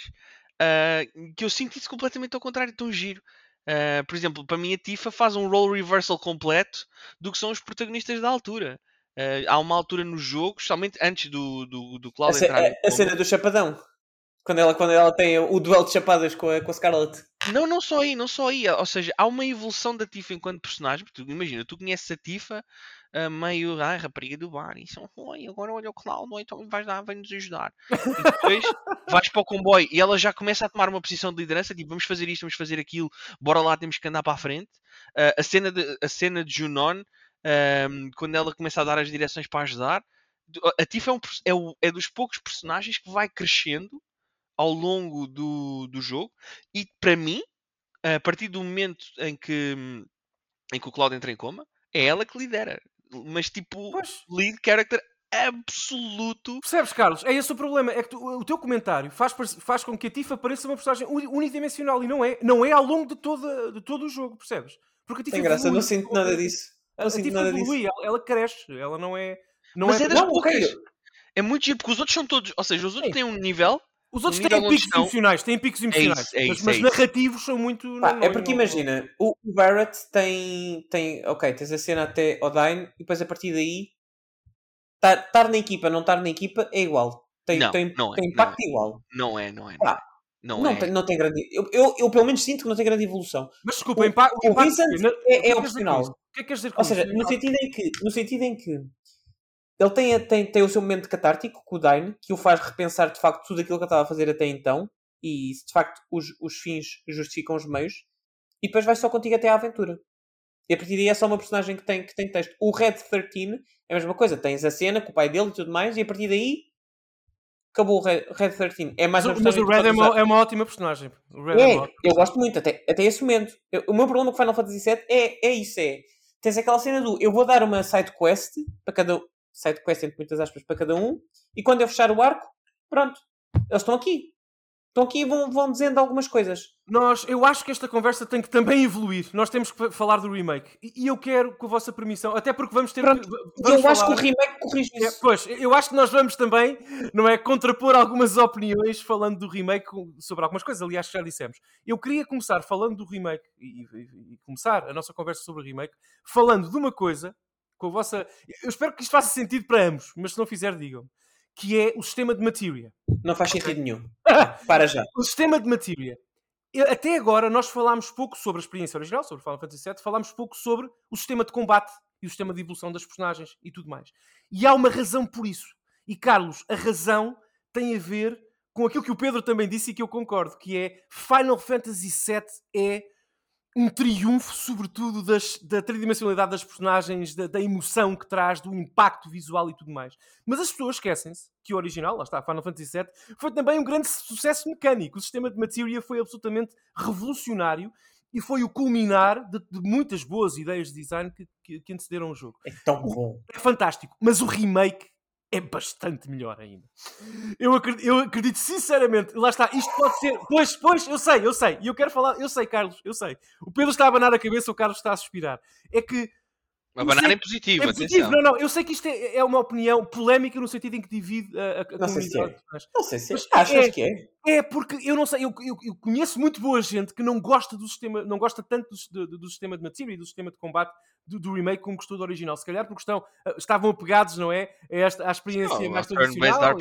Que eu sinto isso completamente ao contrário, tão giro. Por exemplo, para mim a Tifa faz um role reversal completo do que são os protagonistas da altura. Há uma altura no jogo, especialmente antes do Cloud entrar. A cena do chapadão. Quando ela tem o duelo de chapadas com a Scarlet. Não só aí. Ou seja, há uma evolução da Tifa enquanto personagem. Porque imagina, tu conheces a Tifa meio rapariga do bar. E são, agora olha o Cloud, então vai-nos ajudar. E depois vais para o comboio e ela já começa a tomar uma posição de liderança. Tipo, vamos fazer isto, vamos fazer aquilo. Bora lá, temos que andar para a frente. A cena de Junon, quando ela começa a dar as direções para ajudar. A Tifa é dos poucos personagens que vai crescendo ao longo do jogo, e para mim, a partir do momento em que o Cloud entra em coma, é ela que lidera. Mas tipo, Pois. lead character absoluto. Percebes, Carlos? É esse o problema. É que o teu comentário faz com que a Tifa pareça uma personagem unidimensional e não é ao longo de todo o jogo, percebes? Porque a Tifa Tem graça, não sinto nada disso. A Tifa evolui, ela cresce, ela não é... Mas é das poucas. Okay. É muito giro, porque os outros são todos... Ou seja, os outros têm um nível... Os outros têm picos emocionais, mas narrativos são muito... É porque imagina, o Barrett tem... Ok, tens a cena até Odine e depois a partir daí estar na equipa, não estar na equipa é igual. Tem impacto igual. Não é. Não tem grande... Eu pelo menos sinto que não tem grande evolução. Mas desculpa, o impacto é opcional. O que é que queres dizer com isso? Ou seja, no sentido em que ele tem o seu momento catártico com o Dine, que o faz repensar de facto tudo aquilo que ele estava a fazer até então, e de facto os fins justificam os meios, e depois vai só contigo até à aventura. E a partir daí é só uma personagem que tem texto. O Red 13 é a mesma coisa, tens a cena com o pai dele e tudo mais, e a partir daí acabou o Red 13. É mais mas o Red é uma ótima personagem. Eu gosto muito, até esse momento. O meu problema com Final Fantasy VII é isso, tens aquela cena do eu vou dar uma side quest para cada side quest entre muitas aspas para cada um, e quando eu fechar o arco, pronto, eles estão aqui e vão dizendo algumas coisas. Eu acho que esta conversa tem que também evoluir. Nós temos que falar do remake. E eu quero, com a vossa permissão, até porque vamos ter Pronto, eu acho que o remake corrige isso. Pois, eu acho que nós vamos também, não é, contrapor algumas opiniões falando do remake sobre algumas coisas. Aliás, já dissemos. Eu queria começar falando do remake e começar a nossa conversa sobre o remake falando de uma coisa com a vossa... Eu espero que isto faça sentido para ambos, mas se não fizer, digam-me. Que é o sistema de Materia. Não faz sentido nenhum. Para já. O sistema de Materia. Até agora nós falámos pouco sobre a experiência original, sobre Final Fantasy VII, falámos pouco sobre o sistema de combate e o sistema de evolução das personagens e tudo mais. E há uma razão por isso. E Carlos, a razão tem a ver com aquilo que o Pedro também disse e que eu concordo, que é Final Fantasy VII é um triunfo, sobretudo, da tridimensionalidade das personagens, da emoção que traz, do impacto visual e tudo mais. Mas as pessoas esquecem-se que o original, lá está, Final Fantasy VII, foi também um grande sucesso mecânico. O sistema de Materia foi absolutamente revolucionário e foi o culminar de muitas boas ideias de design que antecederam o jogo. É tão bom. É fantástico. Mas o remake é bastante melhor ainda. Eu acredito sinceramente, lá está, isto pode ser... Pois, eu sei, e eu quero falar, eu sei, Carlos, eu sei. O Pedro está a abanar a cabeça, o Carlos está a suspirar. É que... Abanar é positivo, atenção. Não, eu sei que isto é uma opinião polémica no sentido em que divide a comunidade. Não sei se achas que é. É porque, eu não sei, eu conheço muito boa gente que não gosta do sistema, não gosta tanto do sistema de Materia e do sistema de combate do remake como gostou do original. Se calhar porque estavam apegados, não é? À experiência mais tradicional.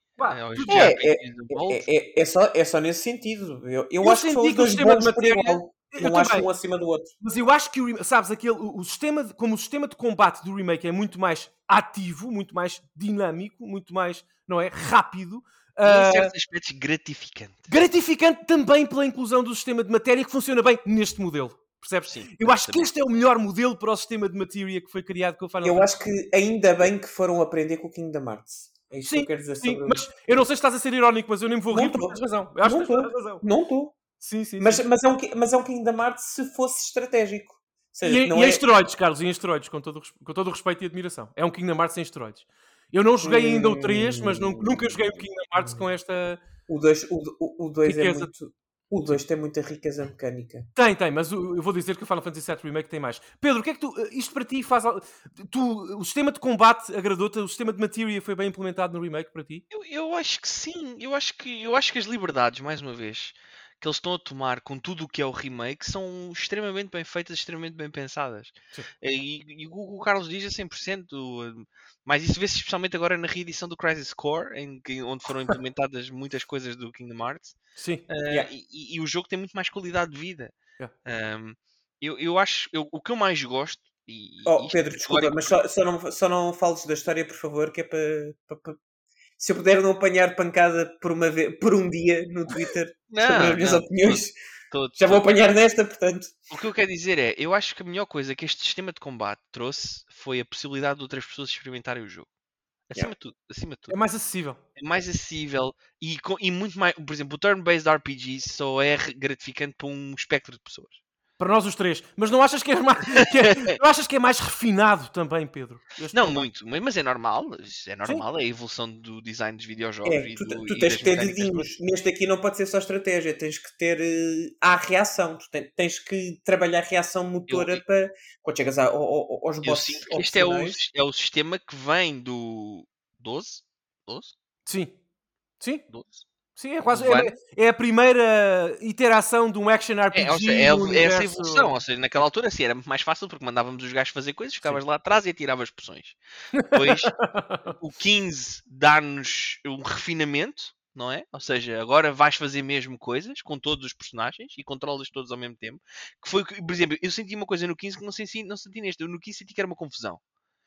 É só nesse sentido. Eu acho que são os dois bons por igual. Não acho um acima do outro. Mas eu acho que, sabes, como o sistema de combate do remake é muito mais ativo, muito mais dinâmico, muito mais, não é, rápido. E em certos aspectos gratificante. Gratificante também pela inclusão do sistema de matéria que funciona bem neste modelo. Percebes? Sim, eu acho que este é o melhor modelo para o sistema de Materia que foi criado com o Final Fantasy. Eu acho que ainda bem que foram aprender com o Kingdom Hearts. É isto que eu quero dizer sobre... mas eu não sei se estás a ser irónico, mas eu nem me vou rir porque tens razão. Eu acho que tens razão. Não estou. Sim. Mas é um Kingdom Hearts se fosse estratégico. Seja, em esteroides, Carlos, em esteroides, com todo o respeito e admiração. É um Kingdom Hearts em esteroides. Eu não joguei ainda o 3, mas nunca joguei o Kingdom Hearts com esta... O 2 é muito... O 2 tem muita riqueza mecânica. Tem, mas eu vou dizer que o Final Fantasy VII Remake tem mais. Pedro, o que é que isto para ti faz... o sistema de combate agradou-te? O sistema de Materia foi bem implementado no remake para ti? Eu acho que sim. Eu acho que as liberdades, mais uma vez, que eles estão a tomar com tudo o que é o remake são extremamente bem feitas, extremamente bem pensadas. E o Carlos diz a 100%, mas isso vê-se especialmente agora na reedição do Crisis Core, onde foram implementadas muitas coisas do Kingdom Hearts. Sim. E o jogo tem muito mais qualidade de vida. Eu acho, o que eu mais gosto... Pedro, desculpa, mas só não fales da história, por favor, que é para se eu puder não apanhar pancada por um dia no Twitter sobre as minhas opiniões, já vou apanhar nesta, portanto. O que eu quero dizer é, eu acho que a melhor coisa que este sistema de combate trouxe foi a possibilidade de outras pessoas experimentarem o jogo. Acima de tudo. É mais acessível. É mais acessível e muito mais. Por exemplo, o turn-based RPG só é gratificante para um espectro de pessoas. Para nós os três. Mas não achas que é mais, não achas que é mais refinado também, Pedro? Não, muito. Mas é normal. É normal. É a evolução do design dos videojogos. Tu tens que ter dedinhos. Neste aqui não pode ser só estratégia. Tens que ter a reação. Tu tens que trabalhar a reação motora para... Quando chegas aos bosses opcionais... Este é o sistema que vem do 12? 12? Sim. 12? Sim, é quase. É a primeira iteração de um action RPG. É essa evolução. Ou seja, naquela altura assim, era muito mais fácil porque mandávamos os gajos fazer coisas, ficavas lá atrás e atiravas poções. Depois o 15 dá-nos um refinamento, não é? Ou seja, agora vais fazer mesmo coisas com todos os personagens e controlas todos ao mesmo tempo. Que foi, por exemplo, eu senti uma coisa no 15 que não senti neste. Eu no 15 senti que era uma confusão.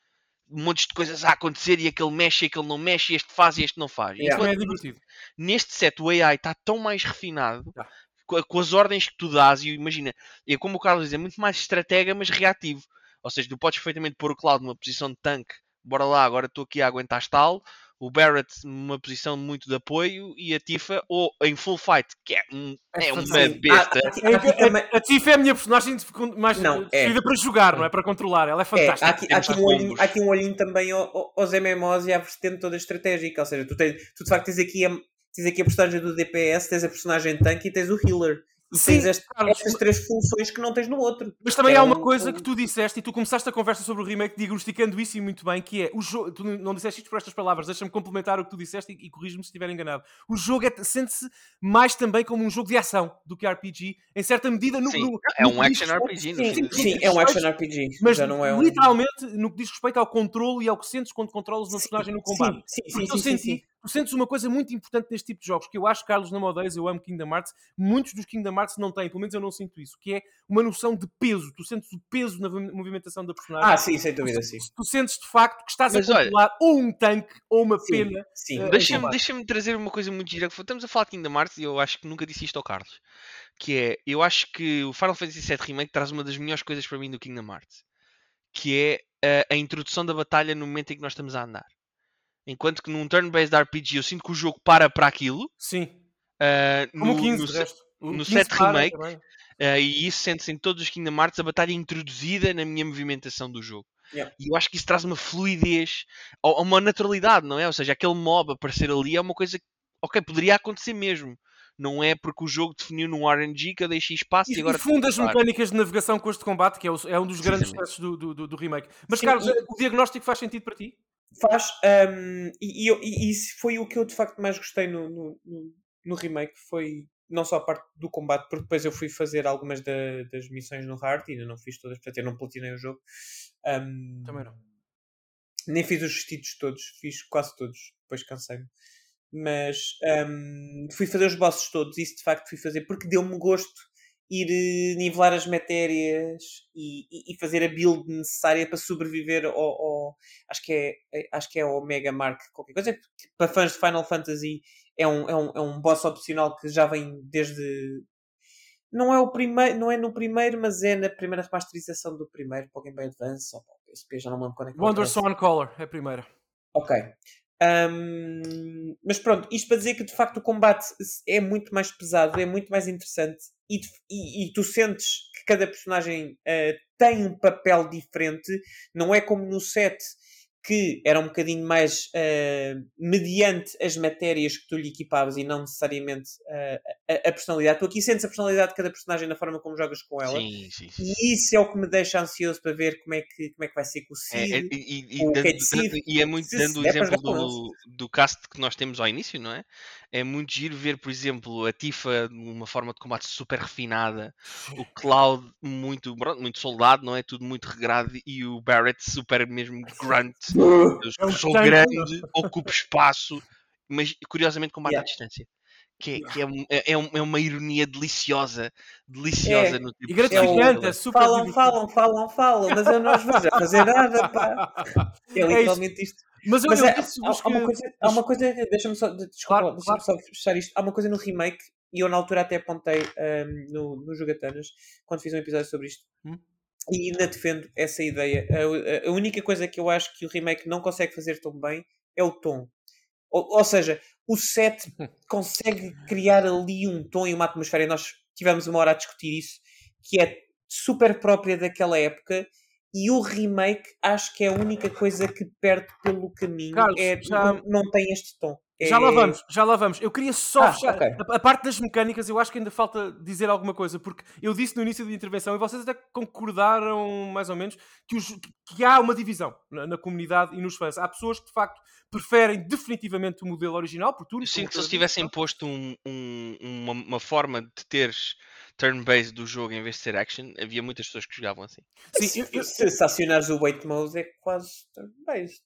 Um monte de coisas a acontecer e aquele mexe e aquele não mexe, este faz e este não faz. É divertido. Neste set o AI está tão mais refinado com as ordens que tu dás e imagina, é como o Carlos diz, é muito mais estratega mas reativo. Ou seja, tu podes perfeitamente pôr o Cloud numa posição de tanque, bora lá, agora estou aqui a aguentar estalo, o Barrett numa posição muito de apoio e a Tifa ou em full fight, que é uma besta. A Tifa é a minha personagem mais decidida para jogar, não é para controlar, ela é fantástica. Há aqui um olhinho também aos MMOs e à vertente toda estratégica, ou seja, tu de facto tens aqui a personagem do DPS, tens a personagem tanque e tens o healer. E tens estas três funções que não tens no outro. Mas também há uma coisa que tu disseste e tu começaste a conversa sobre o remake diagnosticando isso e muito bem, que é o jogo. Tu não disseste isto por estas palavras, deixa-me complementar o que tu disseste e corrige-me se estiver enganado. O jogo sente-se mais também como um jogo de ação do que RPG, em certa medida. É um action RPG. Sim, é um action RPG. Mas já não é literalmente no que diz respeito ao controle e ao que sentes quando controlas uma personagem no combate. Sim. Tu sentes uma coisa muito importante neste tipo de jogos, que eu acho, Carlos, não me odeias, eu amo Kingdom Hearts, muitos dos Kingdom Hearts não têm, pelo menos eu não sinto isso, que é uma noção de peso. Tu sentes o peso na movimentação da personagem. Sim, sem dúvida, sim. Tu sentes de facto que estás a controlar ou um tanque ou uma pena. Sim. Deixa-me trazer uma coisa muito gira. Estamos a falar de Kingdom Hearts e eu acho que nunca disse isto ao Carlos. Que é, eu acho que o Final Fantasy VII Remake traz uma das melhores coisas para mim do Kingdom Hearts. Que é a introdução da batalha no momento em que nós estamos a andar. Enquanto que num turn-based RPG eu sinto que o jogo para aquilo. Sim. Como o 15, de resto. No 7 Remake. E isso sente-se em todos os Kingdom Hearts a batalha introduzida na minha movimentação do jogo. Yeah. E eu acho que isso traz uma fluidez, uma naturalidade, não é? Ou seja, aquele mob aparecer ali é uma coisa que, ok, poderia acontecer mesmo. Não é porque o jogo definiu num RNG que eu deixei espaço e agora... E funda as mecânicas de navegação com este combate, que é um dos grandes sucessos do remake. Mas, Carlos, o diagnóstico faz sentido para ti? Faz. E isso foi o que eu de facto mais gostei no remake. Foi não só a parte do combate, porque depois eu fui fazer algumas das missões no Heart e ainda não fiz todas, portanto eu não platinei o jogo. Também não. Nem fiz os vestidos todos, fiz quase todos, depois cansei-me. Mas fui fazer os bosses todos, isso de facto fui fazer porque deu-me gosto ir nivelar as matérias e fazer a build necessária para sobreviver ao acho que é o Mega Mark qualquer coisa, que para fãs de Final Fantasy é um boss opcional que já vem desde não é no primeiro, mas é na primeira remasterização do primeiro para o Game Boy Advance ou para o PSP, já não me lembro quando é que Wonderswan Color é a primeira. Ok. Mas pronto, isto para dizer que de facto o combate é muito mais pesado, é muito mais interessante e tu sentes que cada personagem tem um papel diferente, não é como no 7 que era um bocadinho mais mediante as matérias que tu lhe equipavas e não necessariamente a personalidade. Tu aqui sentes a personalidade de cada personagem na forma como jogas com ela. Sim. E isso é o que me deixa ansioso para ver como é que vai ser com o Cid. E é muito dando o exemplo do cast que nós temos ao início, não é? É muito giro ver, por exemplo, a Tifa numa forma de combate super refinada, o Cloud muito soldado, não é? Tudo muito regrado, e o Barrett super mesmo grunt. Eu sou grande, ocupo espaço, mas curiosamente combate à distância. Que é uma ironia deliciosa no tipo e gratificante, super falam, mas eu não os vejo a fazer nada, pá. É literalmente isto. Mas há uma coisa, deixa-me só fechar isto. Há uma coisa no remake, e eu na altura até apontei no Jogatanas, quando fiz um episódio sobre isto, e ainda defendo essa ideia. A única coisa que eu acho que o remake não consegue fazer tão bem é o tom. Ou seja, o set consegue criar ali um tom e uma atmosfera, e nós tivemos uma hora a discutir isso, que é super própria daquela época, e o remake acho que é a única coisa que perde pelo caminho. Carlos, não tem este tom. Já lá vamos. Eu queria só fechar okay. a parte das mecânicas. Eu acho que ainda falta dizer alguma coisa, porque eu disse no início da intervenção, e vocês até concordaram mais ou menos, que há uma divisão na comunidade e nos fãs. Há pessoas que de facto preferem definitivamente o modelo original, por tudo. Eu sinto que se eles tivessem posto uma forma de teres turn-based do jogo em vez de ser action, havia muitas pessoas que jogavam assim. Sim, se acionares o wait mode é quase turn-based.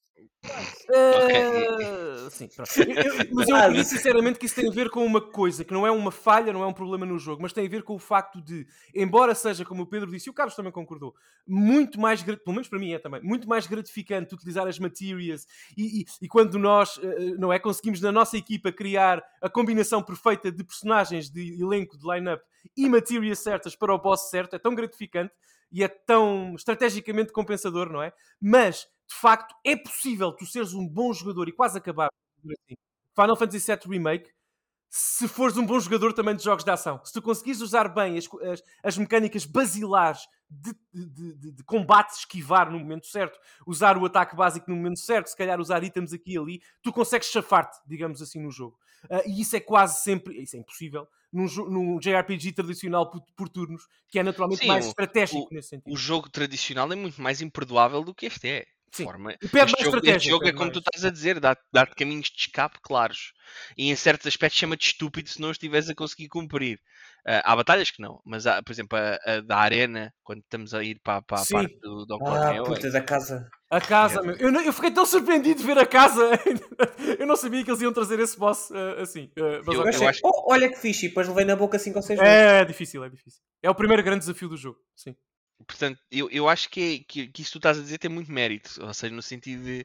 Sim, mas eu acredito sinceramente que isso tem a ver com uma coisa, que não é uma falha, não é um problema no jogo, mas tem a ver com o facto de, embora seja, como o Pedro disse, e o Carlos também concordou, muito mais, pelo menos para mim é também, muito mais gratificante utilizar as materias e quando nós, não é, conseguimos na nossa equipa criar a combinação perfeita de personagens, de elenco, de line-up e materias certas para o boss certo, é tão gratificante e é tão estrategicamente compensador, não é? Mas de facto, é possível tu seres um bom jogador e quase acabar assim, Final Fantasy VII Remake se fores um bom jogador também de jogos de ação. Se tu conseguires usar bem as mecânicas basilares de combate, esquivar no momento certo, usar o ataque básico no momento certo, se calhar usar itens aqui e ali, tu consegues chafar-te, digamos assim, no jogo. E isso é quase sempre, isso é impossível, num JRPG tradicional por turnos, que é naturalmente mais estratégico nesse sentido. O jogo tradicional é muito mais imperdoável do que este é. Sim. Forma. Este jogo é como tu estás a dizer, dá-te caminhos de escape claros. E em certos aspectos chama-te estúpido se não estiveres a conseguir cumprir. Há batalhas que não, mas há, por exemplo, a da arena, quando estamos a ir para a parte do Don Corneo. Puta da casa. A casa, meu. Eu fiquei tão surpreendido de ver a casa. Eu não sabia que eles iam trazer esse boss assim. Eu acho... olha que fixe, e depois levei na boca 5 ou 6 vezes. É difícil. É o primeiro grande desafio do jogo, sim. Portanto, eu acho que isso que tu estás a dizer tem muito mérito, ou seja, no sentido de...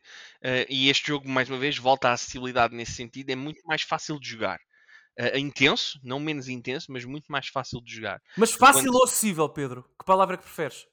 e este jogo, mais uma vez, volta à acessibilidade nesse sentido, é muito mais fácil de jogar. Intenso, não menos intenso, mas muito mais fácil de jogar. Mas fácil ou acessível, Pedro? Que palavra é que preferes?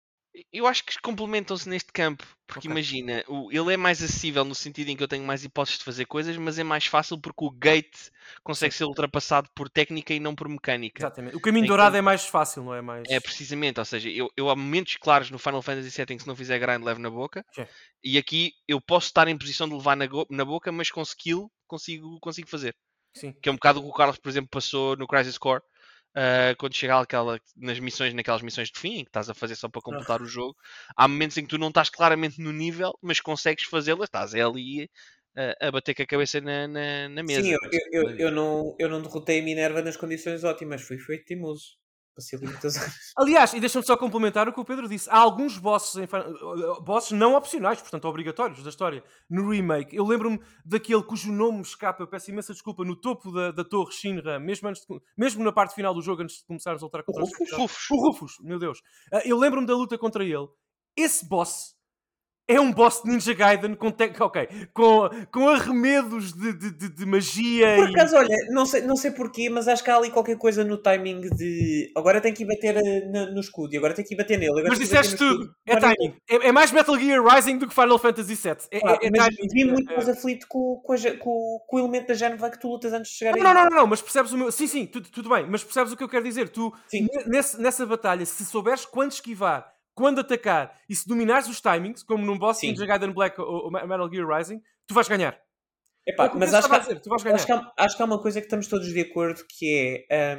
Eu acho que complementam-se neste campo, porque imagina, ele é mais acessível no sentido em que eu tenho mais hipóteses de fazer coisas, mas é mais fácil porque o gate consegue ser ultrapassado por técnica e não por mecânica. Exatamente. O caminho dourado é mais fácil, não é mais... É, precisamente, ou seja, eu há momentos claros no Final Fantasy VII em que se não fizer grind levo na boca, e aqui eu posso estar em posição de levar na boca, mas com skill consigo fazer. Sim. Que é um bocado o que o Carlos, por exemplo, passou no Crisis Core. Quando chega naquelas missões de fim, em que estás a fazer só para completar o jogo, há momentos em que tu não estás claramente no nível, mas consegues fazê-las, estás ali a bater com a cabeça na mesa. Sim, eu não derrotei a Minerva nas condições ótimas, fui feito teimoso. Passei muitas horas. Aliás, e deixa-me só complementar o que o Pedro disse. Há alguns bosses, bosses não opcionais, portanto obrigatórios da história, no remake. Eu lembro-me daquele cujo nome me escapa, eu peço imensa desculpa, no topo da torre Shinra, mesmo na parte final do jogo, antes de começarmos a lutar contra o Rufus, meu Deus. Eu lembro-me da luta contra ele. Esse boss é um boss de Ninja Gaiden com arremedos de magia. Por acaso, olha, não sei porquê, mas acho que há ali qualquer coisa no timing de agora tem que ir bater no escudo e agora tem que ir bater nele. Mas disseste tudo, é timing. É mais Metal Gear Rising do que Final Fantasy VII. Mas vi muito mais aflito com o elemento da Genova que tu lutas antes de chegar aí. Não, mas percebes o meu... Sim, tudo bem, mas percebes o que eu quero dizer. Tu, nessa batalha, se souberes quando esquivar, quando atacar e se dominares os timings, como num boss de Ninja Gaiden Black ou Metal Gear Rising, tu vais ganhar. Mas acho que há uma coisa que estamos todos de acordo, que é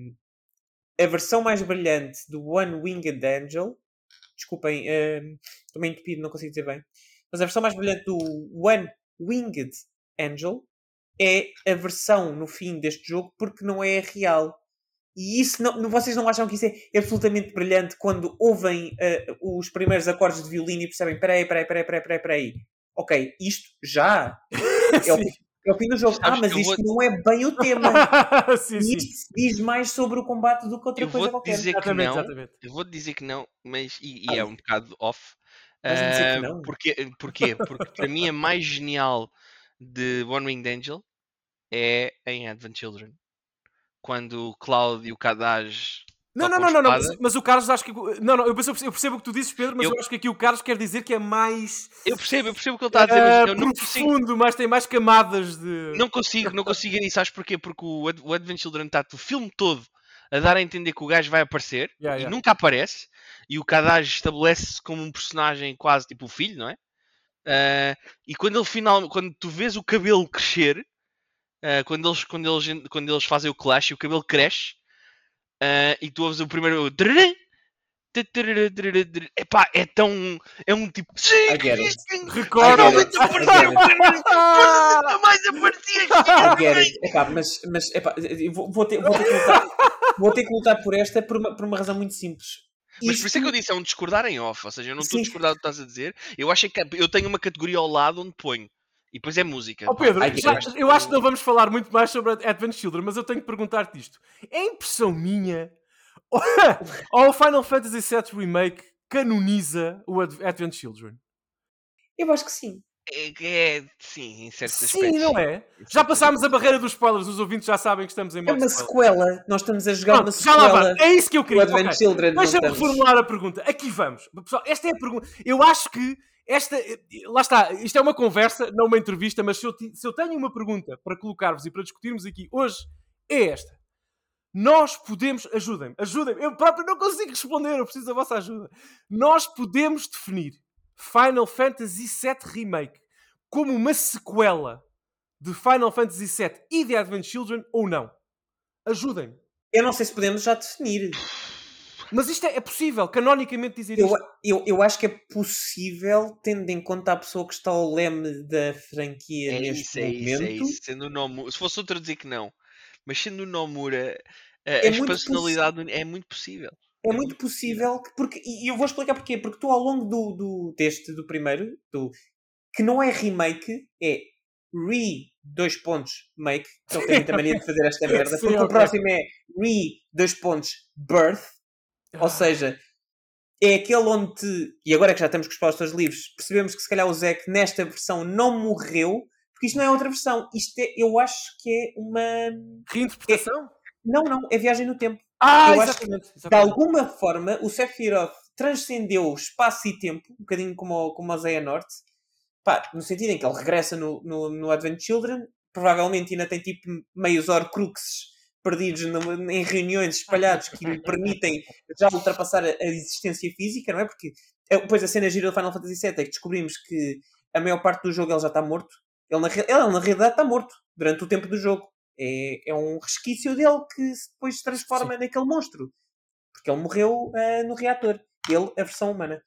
a versão mais brilhante do One Winged Angel. Desculpem, estou meio entupido, não consigo dizer bem. Mas a versão mais brilhante do One Winged Angel é a versão no fim deste jogo, porque não é real. E isso, vocês não acham que isso é absolutamente brilhante quando ouvem os primeiros acordes de violino e percebem, peraí. Ok, isto já é o fim do jogo. Mas isto não é bem o tema. Isto diz mais sobre o combate do que outra coisa qualquer. Eu vou dizer que não, mas é um bocado off. Vais-me dizer que não? Porquê? Porque para mim a mais genial de One Winged Angel é em Advent Children. Quando o Cloud e o Kadaj Não, mas o Carlos acho que... Não, eu percebo o que tu dizes, Pedro, mas eu acho que aqui o Carlos quer dizer que é mais... Eu percebo o que ele está a dizer, mas eu não consigo... profundo, mas tem mais camadas de... Não consigo ir, sabes porquê? Porque o Advent Children está o filme todo a dar a entender que o gajo vai aparecer e nunca aparece, e o Kadaj estabelece-se como um personagem quase tipo o filho, não é? E quando tu vês o cabelo crescer, quando eles fazem o clash e o cabelo cresce, e tu ouves o primeiro epá, é um tipo recorda mais aparecia mas epá, vou ter que lutar por esta por uma razão muito simples. Mas por isso é que eu disse, é um discordar em off, ou seja, eu não estou a discordar do que estás a dizer, eu acho que eu tenho uma categoria ao lado onde ponho. E depois é música. Pedro, eu acho que não vamos falar muito mais sobre Advent Children, mas eu tenho que perguntar-te isto. É impressão minha ou o Final Fantasy VII Remake canoniza o Advent Children? Eu acho que sim. Sim, em certos aspectos. Sim, não é? Já passámos a barreira dos spoilers, os ouvintes já sabem que estamos em modo spoiler. É uma sequela, nós estamos a jogar uma sequela. Já lá vai, é isso que eu queria. Advent Children, deixa-me reformular a pergunta. Aqui vamos. Pessoal, esta é a pergunta. Eu acho que lá está, isto é uma conversa, não uma entrevista, mas se eu tenho uma pergunta para colocar-vos e para discutirmos aqui hoje, é esta. Nós podemos... Ajudem-me. Eu próprio não consigo responder, eu preciso da vossa ajuda. Nós podemos definir Final Fantasy VII Remake como uma sequela de Final Fantasy VII e de Advent Children ou não? Ajudem-me. Eu não sei se podemos já definir. Mas isto é possível, canonicamente dizer isto? Eu acho que é possível, tendo em conta a pessoa que está ao leme da franquia neste momento. É isso. Sendo o Nomura, se fosse outro dizer que não, mas sendo o Nomura, a expansionalidade é muito possível. É muito possível, e eu vou explicar porquê. Porque tu ao longo do primeiro, que não é remake, é make, que ele tem muita mania de fazer esta merda, porque o próximo é birth, ou seja, é aquele onde e agora que já estamos com os paus todos livres, percebemos que se calhar o Zack nesta versão não morreu, porque isto não é outra versão, eu acho que é uma reinterpretação? Não, é viagem no tempo. Eu exatamente. Acho que, de alguma forma, o Sephiroth transcendeu espaço e tempo, um bocadinho como o Xehanort, no sentido em que ele regressa no Advent Children, provavelmente ainda tem tipo meios Horcruxes perdidos em reuniões espalhados que lhe permitem já ultrapassar a existência física, não é? Porque depois a cena gira do Final Fantasy VII é que descobrimos que a maior parte do jogo ele já está morto. Ele na realidade está morto durante o tempo do jogo. É um resquício dele que depois se transforma naquele monstro. Porque ele morreu no reator. Ele, a versão humana.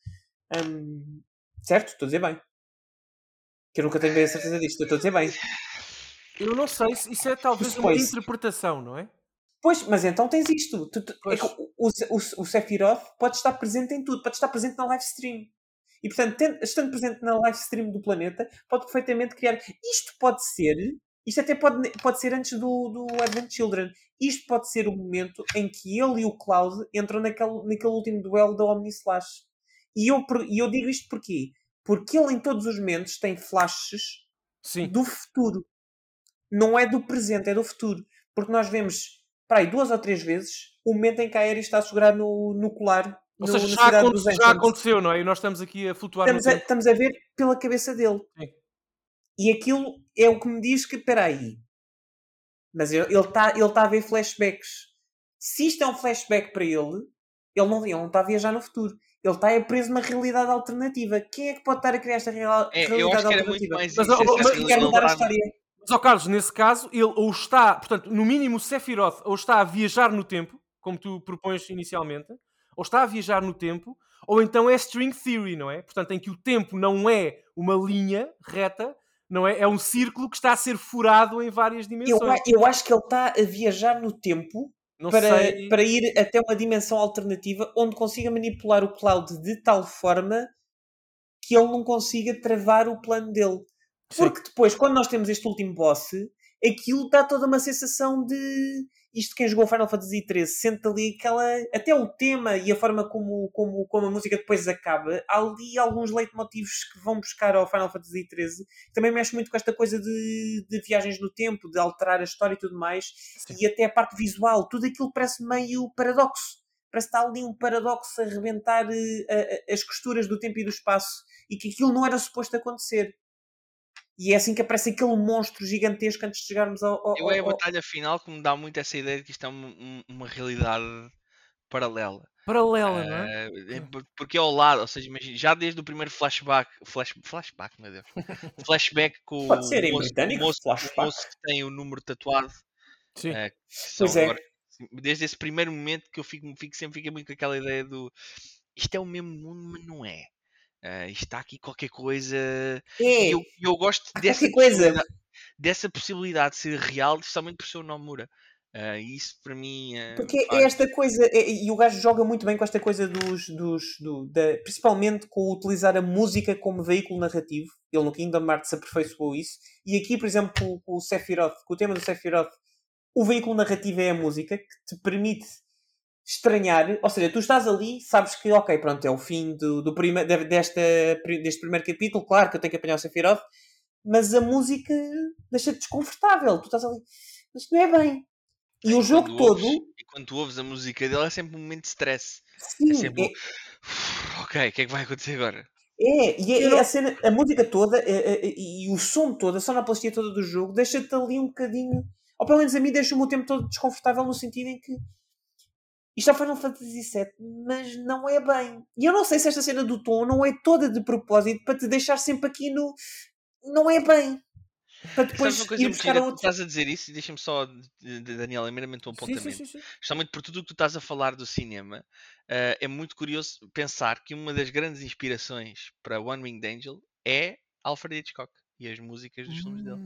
Certo? Estou a dizer bem. Que eu nunca tenho bem a certeza disto. Estou a dizer bem. Eu não sei se isso é talvez uma interpretação, não é? Pois, mas então tens isto. O Sephiroth pode estar presente em tudo. Pode estar presente na live stream. E, portanto, estando presente na live stream do planeta, pode perfeitamente criar... Isto pode ser... Isto até pode ser antes do Advent Children. Isto pode ser o momento em que ele e o Cloud entram naquele último duelo da Omnislash. E eu digo isto porquê? Porque ele em todos os momentos tem flashes do futuro. Não é do presente, é do futuro. Porque nós vemos, 2 ou 3 vezes, o momento em que a Aeris está a segurar no colar. Ou seja, já aconteceu, não é? E nós estamos aqui a flutuar estamos a ver pela cabeça dele. Sim. E aquilo é o que me diz que, espera aí, mas ele está a ver flashbacks. Se isto é um flashback para ele não está a viajar no futuro. Ele está preso numa realidade alternativa. Quem é que pode estar a criar esta realidade alternativa? Mas quer mudar a história. Mas, Carlos, nesse caso, ele ou está, portanto, no mínimo o Sephiroth ou está a viajar no tempo, como tu propões inicialmente, ou está a viajar no tempo, ou então é string theory, não é? Portanto, em que o tempo não é uma linha reta, não é? É um círculo que está a ser furado em várias dimensões. Eu acho que ele está a viajar no tempo para ir até uma dimensão alternativa onde consiga manipular o Cloud de tal forma que ele não consiga travar o plano dele. Porque depois, quando nós temos este último boss, aquilo dá toda uma sensação de... Isto quem jogou Final Fantasy XIII sente ali até o tema e a forma como a música depois acaba. Há ali alguns leitmotivos que vão buscar ao Final Fantasy XIII. Também mexe muito com esta coisa de viagens no tempo, de alterar a história e tudo mais. Sim. E até a parte visual. Tudo aquilo parece meio paradoxo. parece que está ali um paradoxo a arrebentar as costuras do tempo e do espaço, e que aquilo não era suposto acontecer. E é assim que aparece aquele monstro gigantesco antes de chegarmos ao... A batalha final que me dá muito essa ideia de que isto é uma realidade paralela. Paralela, não é? Porque é ao lado, ou seja, imagina, já desde o primeiro flashback, meu Deus, flashback com Pode ser em o britânico, moço flashback. que tem o número tatuado. Sim. Pois é. Agora, desde esse primeiro momento que eu sempre fiquei muito com aquela ideia do isto é o mesmo mundo, mas não é. Isto está aqui qualquer coisa. E eu gosto dessa possibilidade de ser real, especialmente por ser o Nomura. Isso para mim. Porque é esta coisa, e o gajo joga muito bem com esta coisa principalmente com utilizar a música como veículo narrativo. Ele no Kingdom Hearts aperfeiçoou isso. E aqui, por exemplo, com o Sephiroth, com o tema do Sephiroth, o veículo narrativo é a música que te permite estranhar. Ou seja, tu estás ali, sabes que, ok, pronto, é o fim deste primeiro capítulo. Claro que eu tenho que apanhar o Sephiroth, mas a música deixa-te desconfortável. Tu estás ali, mas isto não é bem. E o jogo todo... E quando tu ouves a música dele é sempre um momento de stress. Sim, é sempre ok, o que é que vai acontecer agora? A música toda e o som todo, a sonoplastia toda do jogo deixa-te ali um bocadinho, ou pelo menos a mim deixa-me o tempo todo desconfortável, no sentido em que isto é o Final Fantasy VII, mas não é bem. E eu não sei se esta cena do tom não é toda de propósito para te deixar sempre aqui no não é bem. Para depois sabes uma coisa muito gira? Tu estás a dizer isso, e deixa-me só, Daniel, é meramente um apontamento. Sim. Justamente por tudo o que tu estás a falar do cinema, é muito curioso pensar que uma das grandes inspirações para One Winged Angel é Alfred Hitchcock e as músicas dos filmes dele.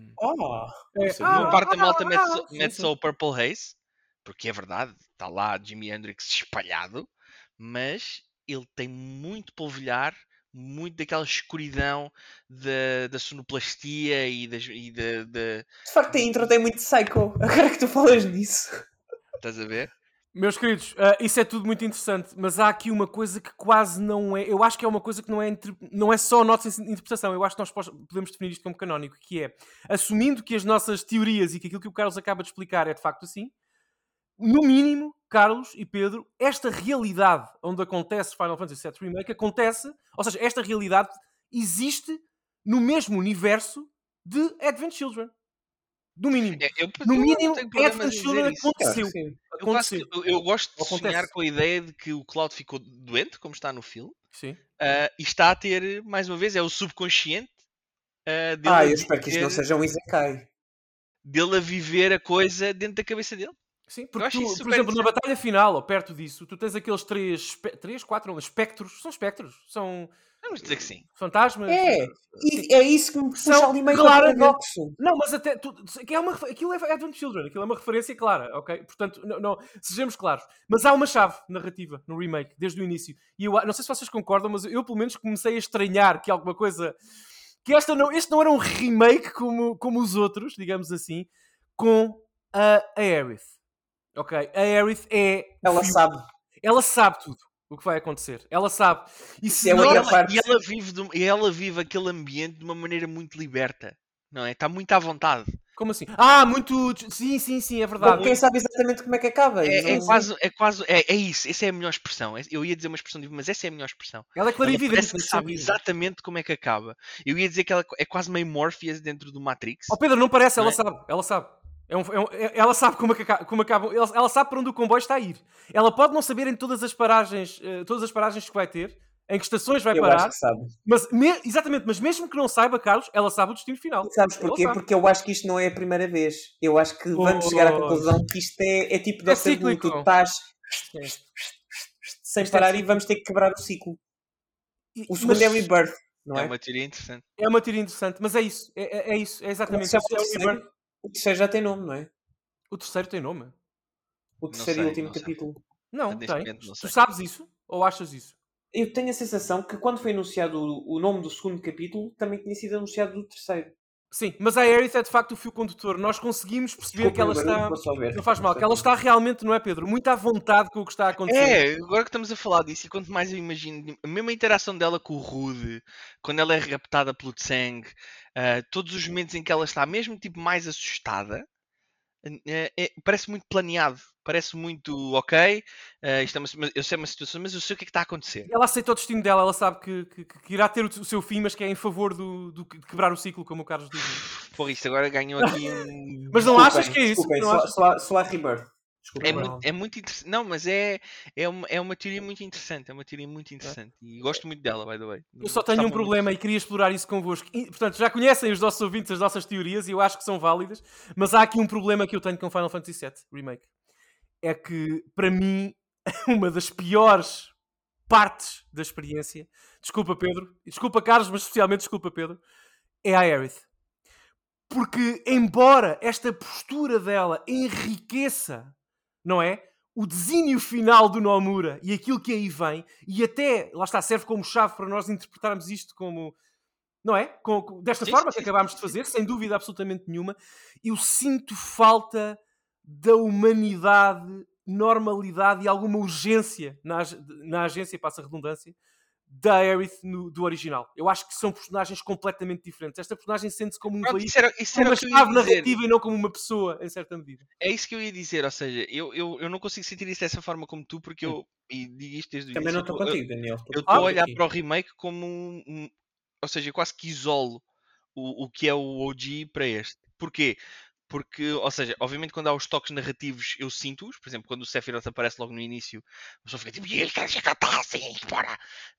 Uma parte da malta mete só o Purple Haze, porque é verdade, está lá Jimi Hendrix espalhado, mas ele tem muito polvilhar, muito daquela escuridão da sonoplastia e De facto, a intro tem muito psycho. Agora que tu falas nisso. Estás a ver? Meus queridos, isso é tudo muito interessante, mas há aqui uma coisa que quase não é... Eu acho que é uma coisa que não é só a nossa interpretação. Eu acho que nós podemos definir isto como canónico, que é, assumindo que as nossas teorias e que aquilo que o Carlos acaba de explicar é de facto assim, no mínimo, Carlos e Pedro, esta realidade onde acontece Final Fantasy VII Remake acontece, ou seja, esta realidade existe no mesmo universo de Advent Children. No mínimo. No mínimo, Advent Children aconteceu. Eu gosto de sonhar com a ideia de que o Cloud ficou doente, como está no filme. Sim. E está a ter, mais uma vez, é o subconsciente dele. Eu espero que isto não seja um Isekai. Dele a viver a coisa dentro da cabeça dele. Sim, porque tu, por exemplo, na batalha final, ou perto disso, tu tens aqueles 4 espectros. São espectros? São... Vamos dizer que sim. Fantasmas? E é isso que me puxa ali meio paradoxo. Não, mas até... aquilo é Advent Children, aquilo é uma referência clara, ok? Portanto, não, sejamos claros. Mas há uma chave narrativa no remake, desde o início. E eu não sei se vocês concordam, mas eu pelo menos comecei a estranhar que alguma coisa... Que este não era um remake como os outros, digamos assim, com a Aerith. Ok, a Aerith é... Ela sabe tudo o que vai acontecer. Ela sabe. E ela vive aquele ambiente de uma maneira muito liberta. Não é? Está muito à vontade. Como assim? Muito... Sim, é verdade. Bom, quem sabe exatamente como é que acaba. É isso. Essa é a melhor expressão. Eu ia dizer uma expressão, mas essa é a melhor expressão. Ela é clarividente. Parece que sabe exatamente como é que acaba. Eu ia dizer que ela é quase meio Morpheus dentro do Matrix. Pedro, não parece. Ela sabe. Ela sabe. Ela sabe como acaba. Ela sabe para onde o comboio está a ir. Ela pode não saber em todas as paragens que vai ter, em que estações vai parar. Acho que sabe. Exatamente, mas mesmo que não saiba, Carlos, ela sabe o destino final. E sabes porquê? Porque eu acho que isto não é a primeira vez. Eu acho que vamos chegar à conclusão que isto é tipo de ciclo. Tu estás sem parar e vamos ter que quebrar o ciclo. O segundo é Rebirth, não é? É uma teoria interessante. É uma teoria interessante, mas é isso. É isso. É exatamente isso. O terceiro já tem nome, não é? O terceiro tem nome? O terceiro e último capítulo. Não, tem. Tu sabes isso? Ou achas isso? Eu tenho a sensação que quando foi anunciado o nome do segundo capítulo, também tinha sido anunciado do terceiro. Sim, mas a Aerith é de facto o fio condutor. Nós conseguimos perceber que ela está... Não faz mal, que ela está realmente, não é, Pedro? Muito à vontade com o que está a acontecer. Agora que estamos a falar disso, e quanto mais eu imagino, a mesma interação dela com o Rude, quando ela é raptada pelo Tseng, todos os momentos em que ela está mesmo tipo mais assustada, parece muito planeado, parece muito ok. Eu sei uma situação, mas eu sei o que é que está a acontecer. Ela aceita o destino dela, ela sabe que irá ter o seu fim, mas que é em favor de quebrar o ciclo, como o Carlos diz. Por isso, agora ganhou aqui Mas não achas que é isso? Solar Rebirth. É muito interessante. Não, mas é uma teoria muito interessante. É uma teoria muito interessante. E gosto muito dela, by the way. Eu só tenho um problema e queria explorar isso convosco. Portanto, já conhecem os nossos ouvintes as nossas teorias e eu acho que são válidas, mas há aqui um problema que eu tenho com Final Fantasy VII Remake. É que, para mim, uma das piores partes da experiência, desculpa Pedro, desculpa Carlos, mas especialmente desculpa Pedro, é a Aerith. Porque, embora esta postura dela enriqueça, não é? O desígnio final do Nomura e aquilo que aí vem, e até, lá está, serve como chave para nós interpretarmos isto como, não é? Desta forma que acabámos de fazer, sem dúvida absolutamente nenhuma. Eu sinto falta da humanidade, normalidade e alguma urgência na agência, passa a redundância, da Aerith do original. Eu acho que são personagens completamente diferentes. Esta personagem sente-se como um veículo, uma chave narrativa e não como uma pessoa, em certa medida. É isso que eu ia dizer, ou seja, eu não consigo sentir isso dessa forma como tu, porque e digo isto desde o Também início. Não estou contigo, Daniel. Eu estou a olhar para o remake como ou seja, quase que isolo o que é o OG para este. Porquê? Porque, ou seja, obviamente quando há os toques narrativos eu sinto-os, por exemplo, quando o Sephiroth aparece logo no início, a pessoa fica tipo, e ele já está assim, bora!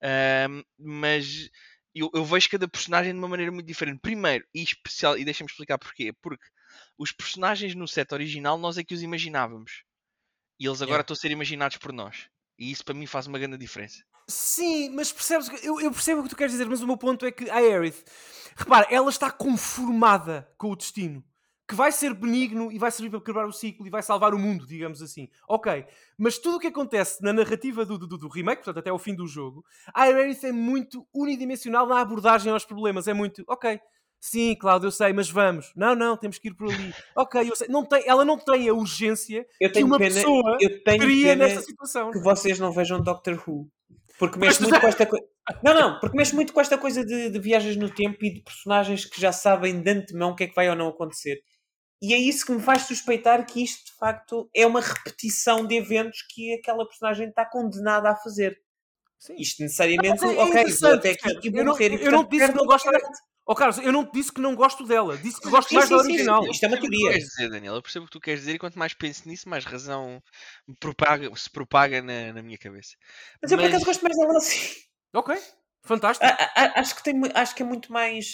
Mas eu vejo cada personagem de uma maneira muito diferente. Primeiro, e especial, e deixa-me explicar porquê. Porque os personagens no set original nós é que os imaginávamos. E eles agora estão a ser imaginados por nós. E isso para mim faz uma grande diferença. Sim, mas percebes, eu percebo o que tu queres dizer, mas o meu ponto é que a Aerith, repara, ela está conformada com o destino, que vai ser benigno e vai servir para quebrar o ciclo e vai salvar o mundo, digamos assim. Ok, mas tudo o que acontece na narrativa do remake, portanto até ao fim do jogo, a Aerith é muito unidimensional na abordagem aos problemas, é muito, ok, sim, Cláudio, eu sei, mas vamos. Não, temos que ir por ali. Ok, eu sei. Ela não tem a urgência que uma pessoa teria nessa situação. Que vocês não vejam Doctor Who. Porque mexe muito com esta coisa. Porque mexe muito com esta coisa de viagens no tempo e de personagens que já sabem de antemão o que é que vai ou não acontecer. E é isso que me faz suspeitar que isto, de facto, é uma repetição de eventos que aquela personagem está condenada a fazer. Sim. Isto necessariamente, vou até aqui e vou morrer. Eu não disse que não gosto dela. Carlos, eu não disse que não gosto dela. Disse que gosto mais da original. Isto é uma teoria. Dizer, Daniel, eu percebo o que tu queres dizer e quanto mais penso nisso, mais razão se propaga na minha cabeça. Mas eu por acaso gosto mais dela assim. Ok, fantástico. Acho que é muito mais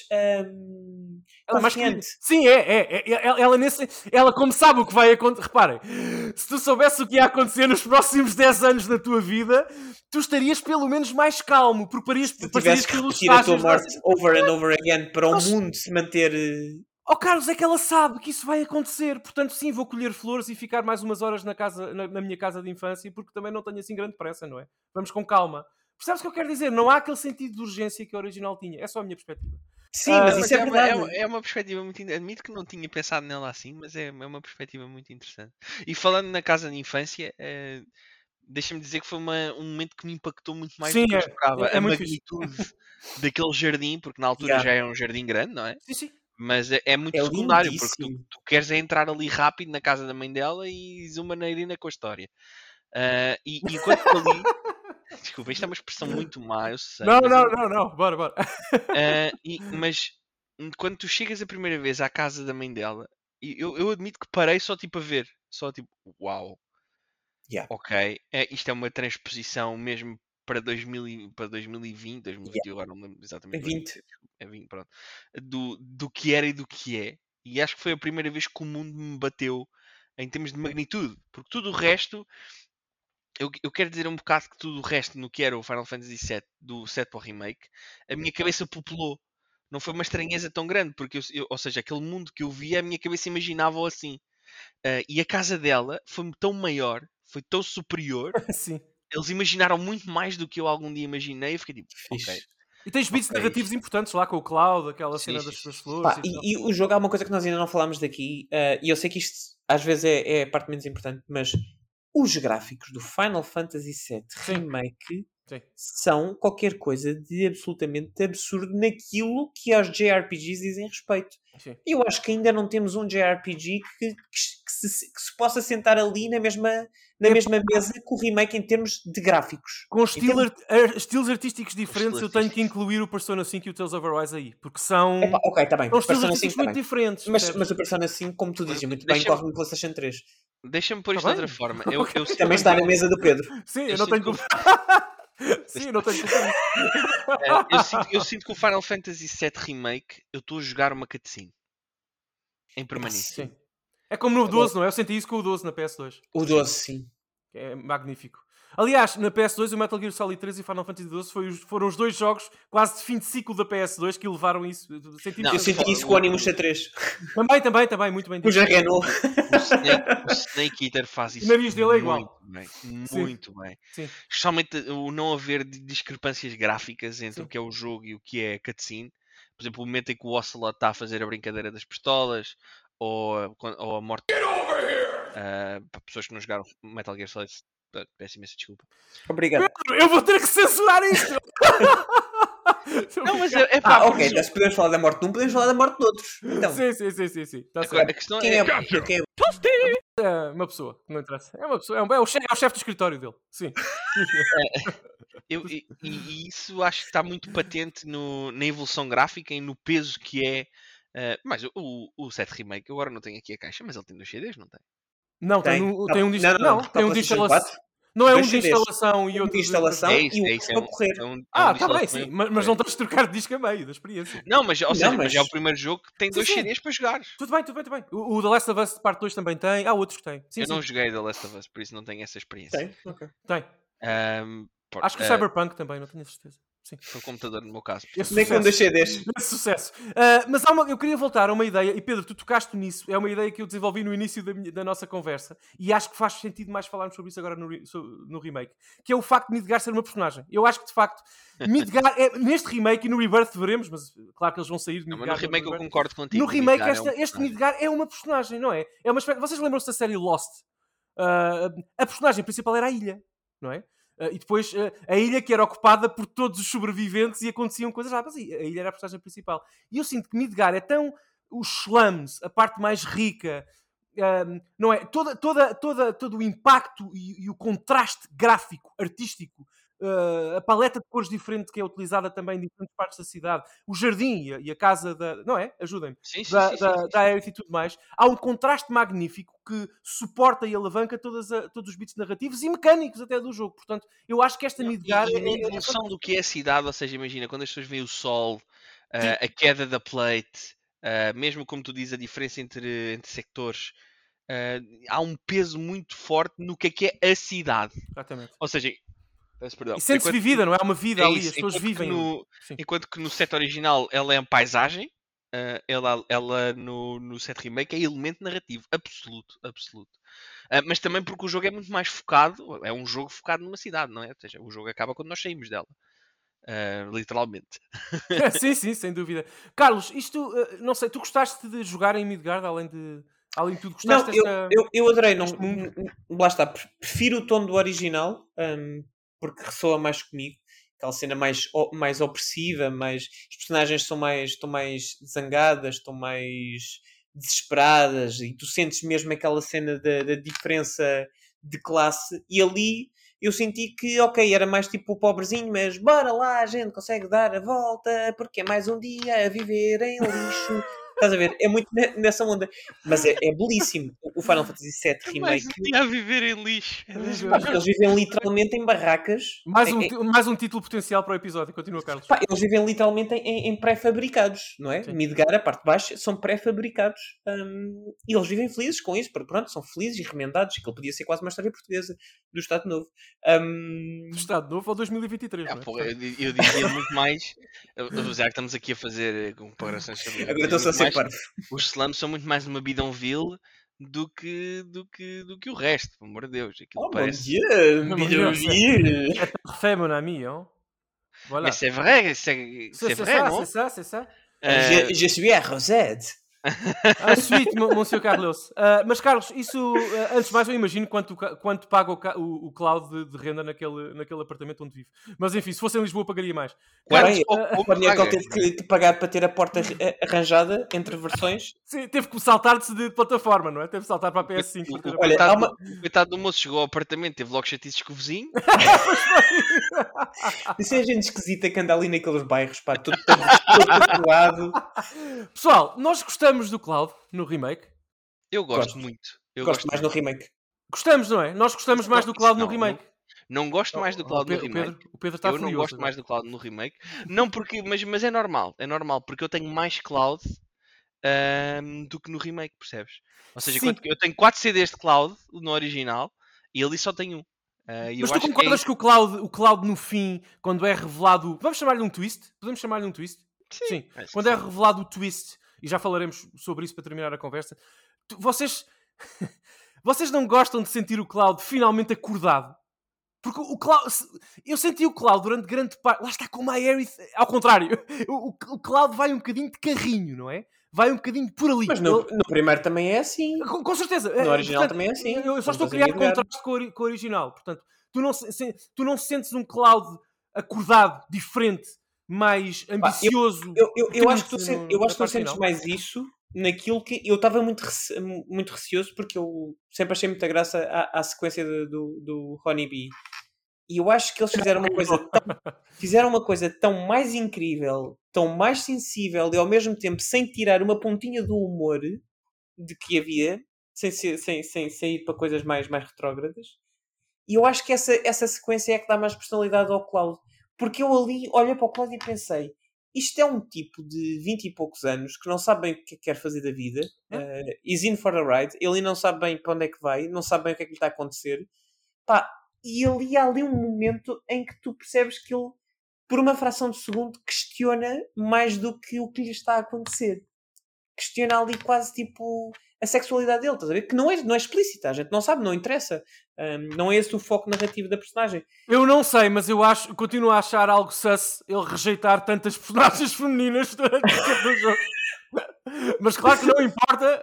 confiante. Sim, ela como sabe o que vai acontecer. Reparem, se tu soubesse o que ia acontecer nos próximos 10 anos da tua vida, tu estarias pelo menos mais calmo, porque se tivesse que repetir a tua morte over and over again para o mundo se manter... Carlos, é que ela sabe que isso vai acontecer. Portanto, sim, vou colher flores e ficar mais umas horas na minha casa de infância, porque também não tenho assim grande pressa, não é? Vamos com calma. Percebes o que eu quero dizer? Não há aquele sentido de urgência que a original tinha. É só a minha perspectiva. Sim, mas isso é verdade. É uma perspectiva muito interessante. Admito que não tinha pensado nela assim, mas é uma perspectiva muito interessante. E falando na casa de infância, deixa-me dizer que foi um momento que me impactou muito mais do que eu esperava. A magnitude daquele jardim, porque na altura já era um jardim grande, não é? Sim. Mas é muito secundário, porque tu queres entrar ali rápido na casa da mãe dela e zuma na irina com a história. E enquanto ali... Desculpa, isto é uma expressão muito má, eu sei. Não, bora. Mas quando tu chegas a primeira vez à casa da mãe dela, eu admito que parei só tipo a ver. Só tipo, uau. Ok, isto é uma transposição mesmo para 2020, 2020 agora não lembro exatamente. É 20, pronto. Do que era e do que é. E acho que foi a primeira vez que o mundo me bateu em termos de magnitude. Porque tudo o resto... Eu quero dizer um bocado que tudo o resto no que era o Final Fantasy VII, do 7 para o remake, a minha cabeça populou. Não foi uma estranheza tão grande, porque ou seja, aquele mundo que eu via, a minha cabeça imaginava-o assim. E a casa dela foi tão maior, foi tão superior. Sim. Eles imaginaram muito mais do que eu algum dia imaginei. Eu fiquei tipo, ok. E tens bits narrativos importantes lá com o Cloud, aquela cena das flores. E o jogo há uma coisa que nós ainda não falámos daqui, e eu sei que isto às vezes é a parte menos importante, mas os gráficos do Final Fantasy VII Remake são qualquer coisa de absolutamente absurdo naquilo que aos JRPGs dizem respeito. E eu acho que ainda não temos um JRPG que se possa sentar ali na mesma mesa que o remake em termos de gráficos. Com estilos artísticos diferentes, eu tenho que incluir o Persona 5 e o Tales of Arise aí, porque são tá bem. São estilos artísticos muito diferentes. Mas o Persona 5, como tu dizes, muito bem corre no PlayStation 3. Deixa-me pôr isto de outra forma. Eu também está na mesa do Pedro. Sim, eu não tenho como... Sim, não tenho eu sinto que o Final Fantasy VII Remake, eu estou a jogar uma cutscene em permanência. Sim. É como no 12, não é? Eu senti isso com o 12 na PS2. O 12, sim. É magnífico. Aliás, na PS2, o Metal Gear Solid 3 e Final Fantasy XII foram os dois jogos quase de fim de ciclo da PS2 que levaram isso. Eu senti isso com o Onimusha 3. Também, muito bem. O Renault. O Snake Eater faz isso. O nariz dele é igual. Muito bem. Sim. Especialmente o não haver discrepâncias gráficas entre o que é o jogo e o que é a cutscene. Por exemplo, o momento em que o Ocelot está a fazer a brincadeira das pistolas ou a morte. Para pessoas que não jogaram Metal Gear Solid, peço imensa desculpa. Obrigado. Pedro, eu vou ter que censurar isto! Não, mas ok, então se podemos falar da morte de um, podemos falar da morte de outros. Então. Sim. Tá a questão quem é uma pessoa, não interessa. É uma pessoa, é o chefe do escritório dele. Sim. E isso acho que está muito patente na evolução gráfica e no peso que é. Mas o 7 Remake, eu agora não tenho aqui a caixa, mas ele tem 2 CDs, não tem? Não, tem um de instalação. Não é um de instalação e outro de instalação e o a correr. Tá bem, sim. Mas não estás a trocar de disco a meio da experiência. Não, mas é o primeiro jogo que tem 2 CDs para jogar. Tudo bem. O The Last of Us Part 2 também tem. Há outros que têm. Eu não joguei The Last of Us, por isso não tenho essa experiência. Tem. Acho que o Cyberpunk também, não tenho a certeza. Sim. Foi o computador no meu caso. Nem com 2 CDs. Esse sucesso. Mas eu queria voltar a uma ideia, e Pedro, tu tocaste nisso, é uma ideia que eu desenvolvi no início da nossa conversa, e acho que faz sentido mais falarmos sobre isso agora no remake, que é o facto de Midgar ser uma personagem. Eu acho que, de facto, Midgar, neste remake e no Rebirth veremos, mas claro que eles vão sair de Midgar. Mas no remake eu concordo contigo. No remake, este Midgar é uma personagem, não é? Vocês lembram-se da série Lost? A personagem principal era a ilha, não é? E depois a ilha que era ocupada por todos os sobreviventes e aconteciam coisas lá, mas a ilha era a personagem principal. E eu sinto que Midgar é tão os slums, a parte mais rica, não é? Todo o impacto e o contraste gráfico, artístico, a paleta de cores diferente que é utilizada também em diferentes partes da cidade, o jardim e a casa da... Não é? Ajudem-me. Da Aerith e tudo mais. Há um contraste magnífico que suporta e alavanca todos os bits narrativos e mecânicos até do jogo. Portanto, eu acho que esta Midgar... E a evolução do que é a cidade, ou seja, imagina, quando as pessoas veem o sol, a queda da plate, mesmo como tu dizes, a diferença entre sectores... há um peso muito forte no que é a cidade. Exatamente. Ou seja... E sente-se vivida, não é? Há uma vida ali, as pessoas vivem. Enquanto que no set original ela é uma paisagem, ela no set remake é elemento narrativo, absoluto. Mas também porque o jogo é muito mais focado, é um jogo focado numa cidade, não é? Ou seja, o jogo acaba quando nós saímos dela. Literalmente. Sim, sem dúvida. Carlos, isto, não sei, tu gostaste de jogar em Midgard, além de tudo, gostaste eu adorei, lá está, prefiro o tom do original, porque ressoa mais comigo, aquela cena mais opressiva, as personagens estão mais zangadas, estão mais desesperadas, e tu sentes mesmo aquela cena da diferença de classe, e ali eu senti que, ok, era mais tipo o pobrezinho, mas bora lá, a gente consegue dar a volta, porque é mais um dia a viver em lixo. Estás a ver? É muito nessa onda. Mas é belíssimo. O Final Fantasy VII Remake. Mais um dia a viver em lixo. Eles vivem literalmente em barracas. Mais um título potencial para o episódio. Continua, Carlos. Eles vivem literalmente em pré-fabricados, não é? Sim. Midgar, a parte de baixo, são pré-fabricados. E eles vivem felizes com isso. Pronto, são felizes e remendados. Aquilo podia ser quase uma história portuguesa do Estado Novo. Do Estado Novo ou 2023, não é? Eu dizia muito mais... Já que estamos aqui a fazer comparações sobre... Agora estou-se a ser parvo. Os slums são muito mais uma bidonville do que o resto, pelo amor de Deus. Aquilo parece... Bidonville! É parfait, mon ami, hein? Voilà. Mais c'est vrai, non? C'est ça. Je suis à Rosette. Suite, Monsieur Carlos. Mas, Carlos, isso, antes de mais, eu imagino quanto paga o cloud de renda naquele apartamento onde vive. Mas, enfim, se fosse em Lisboa, pagaria mais. Carlos, o dinheiro que ele teve que pagar para ter a porta arranjada entre versões. Sim, teve que saltar-se de plataforma, não é? Teve que saltar para a PS5. O coitado do moço chegou ao apartamento, teve logo chatices com o vizinho. Isso é gente esquisita que anda ali naqueles bairros, pá, todo tatuado. Pessoal, nós gostamos do cloud no remake? Eu gosto muito. Gosto mais no remake. Gostamos, não é? Nós gostamos mais do cloud no remake. Não gosto mais do cloud no remake. O Pedro está furioso. Eu não gosto mais do cloud no remake. Não porque, mas é normal. É normal, porque eu tenho mais cloud do que no remake, percebes? Ou seja, eu tenho 4 CDs de cloud no original e ali só tenho um. Mas tu concordas que o cloud no fim, quando é revelado... Vamos chamar-lhe um twist? Podemos chamar-lhe um twist? Sim. Quando é revelado o twist, e já falaremos sobre isso para terminar a conversa, vocês não gostam de sentir o cloud finalmente acordado? Porque o cloud... Eu senti o cloud durante grande parte... Lá está com a Aerith... Ao contrário. O cloud vai um bocadinho de carrinho, não é? Vai um bocadinho por ali. Mas no primeiro também é assim. Com certeza. No original também é assim. Eu só estou a criar contraste com o original. Portanto, tu não sentes um cloud acordado, diferente, mais ambicioso. Eu acho que tu sentes mais isso naquilo que... Eu estava muito receoso porque eu sempre achei muita graça à sequência do Honeybee. E eu acho que eles fizeram uma coisa tão mais incrível, tão mais sensível e ao mesmo tempo sem tirar uma pontinha do humor de que havia, sem ir para coisas mais retrógradas. E eu acho que essa sequência é que dá mais personalidade ao Cloud. Porque eu ali olhei para o Cloud e pensei, isto é um tipo de 20 e poucos anos que não sabe bem o que quer fazer da vida. Is in for the ride. Ele não sabe bem para onde é que vai, não sabe bem o que é que lhe está a acontecer. Pá, e há ali um momento em que tu percebes que ele, por uma fração de segundo, questiona mais do que o que lhe está a acontecer. Questiona ali quase tipo a sexualidade dele, estás a ver? Que não é explícita, a gente não sabe, não interessa. Não é esse o foco narrativo da personagem. Eu não sei, mas continuo a achar algo sus ele rejeitar tantas personagens femininas durante o jogo. Mas claro que não importa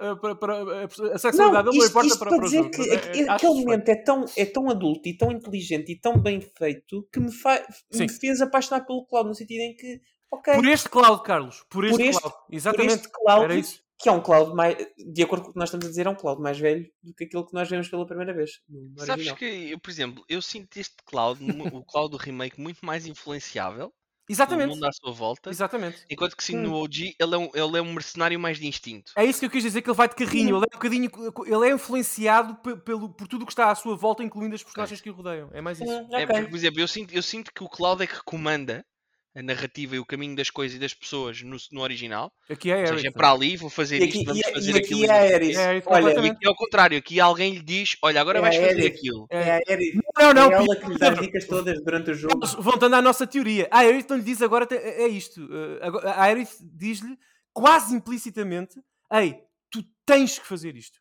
a sexualidade dele, não importa para o jogo. Que aquele momento é tão adulto e tão inteligente e tão bem feito que me fez apaixonar pelo Cloud, no sentido em que por este Cloud, Carlos. Por este Cloud. Exatamente. Por este Cloud, era isso. Que é um Cloud mais... De acordo com o que nós estamos a dizer, é um Cloud mais velho do que aquilo que nós vemos pela primeira vez. Sabes que, por exemplo, eu sinto este Cloud, o Cloud do remake, muito mais influenciável. Exatamente. O mundo à sua volta. Exatamente. Enquanto que sim, no OG ele é um mercenário mais de instinto. É isso que eu quis dizer, que ele vai de carrinho. Ele é influenciado por tudo o que está à sua volta, incluindo as personagens que o rodeiam. É mais isso. Porque, por exemplo, eu sinto que o Cloud é que comanda a narrativa e o caminho das coisas e das pessoas no original. Aqui é Aerith. Ou seja, é para ali, vou fazer isto, vamos fazer aquilo. Olha, aqui é ao contrário, aqui alguém lhe diz, olha, agora vais fazer aquilo. É a Aerith. Não, é ela que lhe dá as dicas todas durante o jogo. Voltando à nossa teoria, a Aerith não lhe diz agora é isto. A Aerith diz-lhe quase implicitamente, ei, tu tens que fazer isto.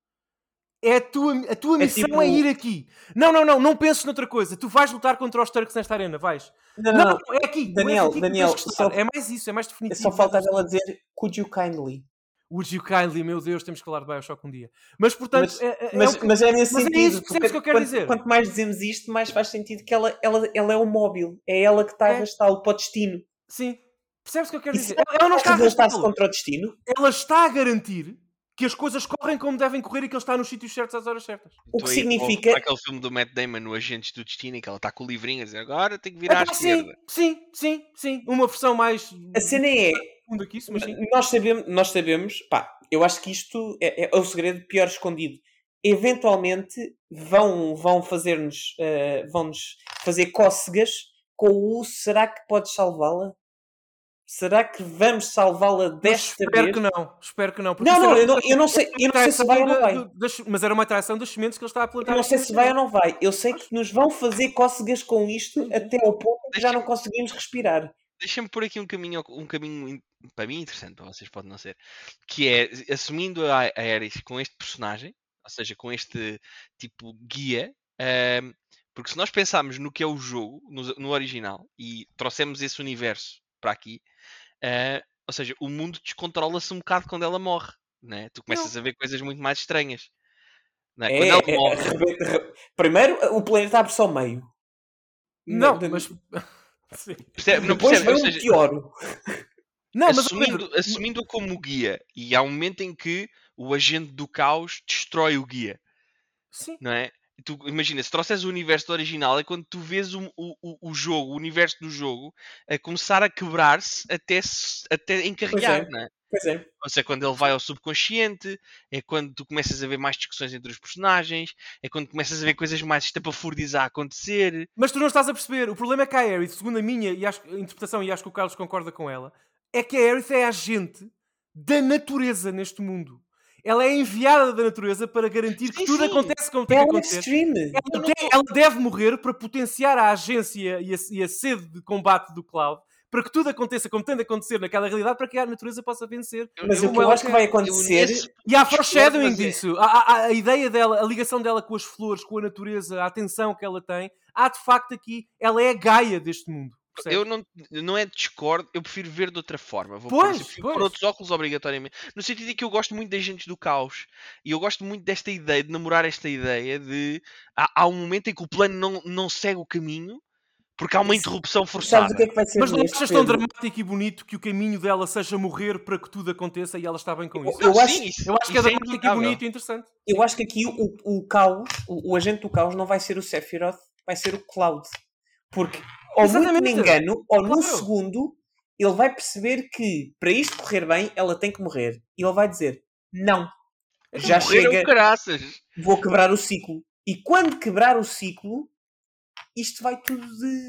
A tua missão é ir aqui. Não penses noutra coisa. Tu vais lutar contra os Turks nesta arena, vais. Não, é aqui. Daniel, é mais isso, é mais definitivo. Só falta ela dizer, could you kindly? Would you kindly, meu Deus, temos que falar de Bioshock um dia. Mas portanto, mas é nesse sentido. É isso, percebes o que eu quero dizer? Quanto mais dizemos isto, mais faz sentido que ela é o móvel. É ela que está a arrastá-lo para o destino. Sim. Percebes o que eu quero dizer? Ela não está a arrastá-lo contra o destino. Ela está a garantir que as coisas correm como devem correr e que ele está nos sítios certos às horas certas. O que significa... Aquele filme do Matt Damon, no Agentes do Destino, em que ela está com o livrinho a dizer agora tem que virar à esquerda. Sim. Uma versão mais... A cena é... Que isso, mas sim. Nós sabemos... Pá, eu acho que isto é o segredo pior escondido. Eventualmente vão fazer-nos... vão-nos fazer cócegas com o será que podes salvá-la? Será que vamos salvá-la desta vez? Espero que não. Eu não sei se vai ou não vai. Mas era uma traição das sementes que ele está a plantar. Eu não sei se vai ou não vai. Eu sei que nos vão fazer cócegas com isto até ao ponto que já não conseguimos respirar. Deixa-me pôr aqui um caminho para mim interessante, para vocês pode não ser, que é assumindo a Aerith com este personagem, ou seja, com este tipo guia, porque se nós pensarmos no que é o jogo, no original, e trouxemos esse universo para aqui, ou seja, o mundo descontrola-se um bocado quando ela morre, né? Tu começas a ver coisas muito mais estranhas. Não é? Quando ela morre... Primeiro, o planeta abre só ao meio. Não, mas... Sim. Percebe? Não depois percebe? vem um meteoro. Não, mas assumindo-a como guia, e há um momento em que o agente do caos destrói o guia. Sim. Não é? Tu, imagina, se trouxeres o universo original, é quando tu vês o jogo, o universo do jogo, a começar a quebrar-se até encarregar, não é? Pois é. Ou seja, quando ele vai ao subconsciente, é quando tu começas a ver mais discussões entre os personagens, é quando começas a ver coisas mais estapafúrdias a acontecer. Mas tu não estás a perceber. O problema é que a Aerith, segundo a minha interpretação, e acho que o Carlos concorda com ela, é que a Aerith é agente da natureza neste mundo. Ela é enviada da natureza para garantir que tudo acontece como tem que acontecer. Ela deve morrer para potenciar a agência e a sede de combate do Cloud, para que tudo aconteça como tem de acontecer naquela realidade, para que a natureza possa vencer. Mas o que eu acho que vai acontecer... E há foreshadowing disso. A ideia dela, a ligação dela com as flores, com a natureza, a atenção que ela tem. Há de facto aqui, ela é a Gaia deste mundo. Eu não é discordo, eu prefiro ver de outra forma. Vou pôr outros óculos obrigatoriamente. No sentido de que eu gosto muito de agentes do caos. E eu gosto muito desta ideia, de namorar esta ideia de... Há um momento em que o plano não segue o caminho, porque há uma interrupção forçada. Sabes o que é que vai ser? Mas não achas tão dramático e bonito que o caminho dela seja morrer para que tudo aconteça e ela está bem com isso? Eu acho que é dramático e bonito e interessante. Eu acho que aqui o caos, o agente do caos não vai ser o Sephiroth, vai ser o Cloud. Porque, ou muito me engano, ou num segundo, ele vai perceber que para isto correr bem, ela tem que morrer. E ele vai dizer, não, já chega, vou quebrar o ciclo. E quando quebrar o ciclo, isto vai tudo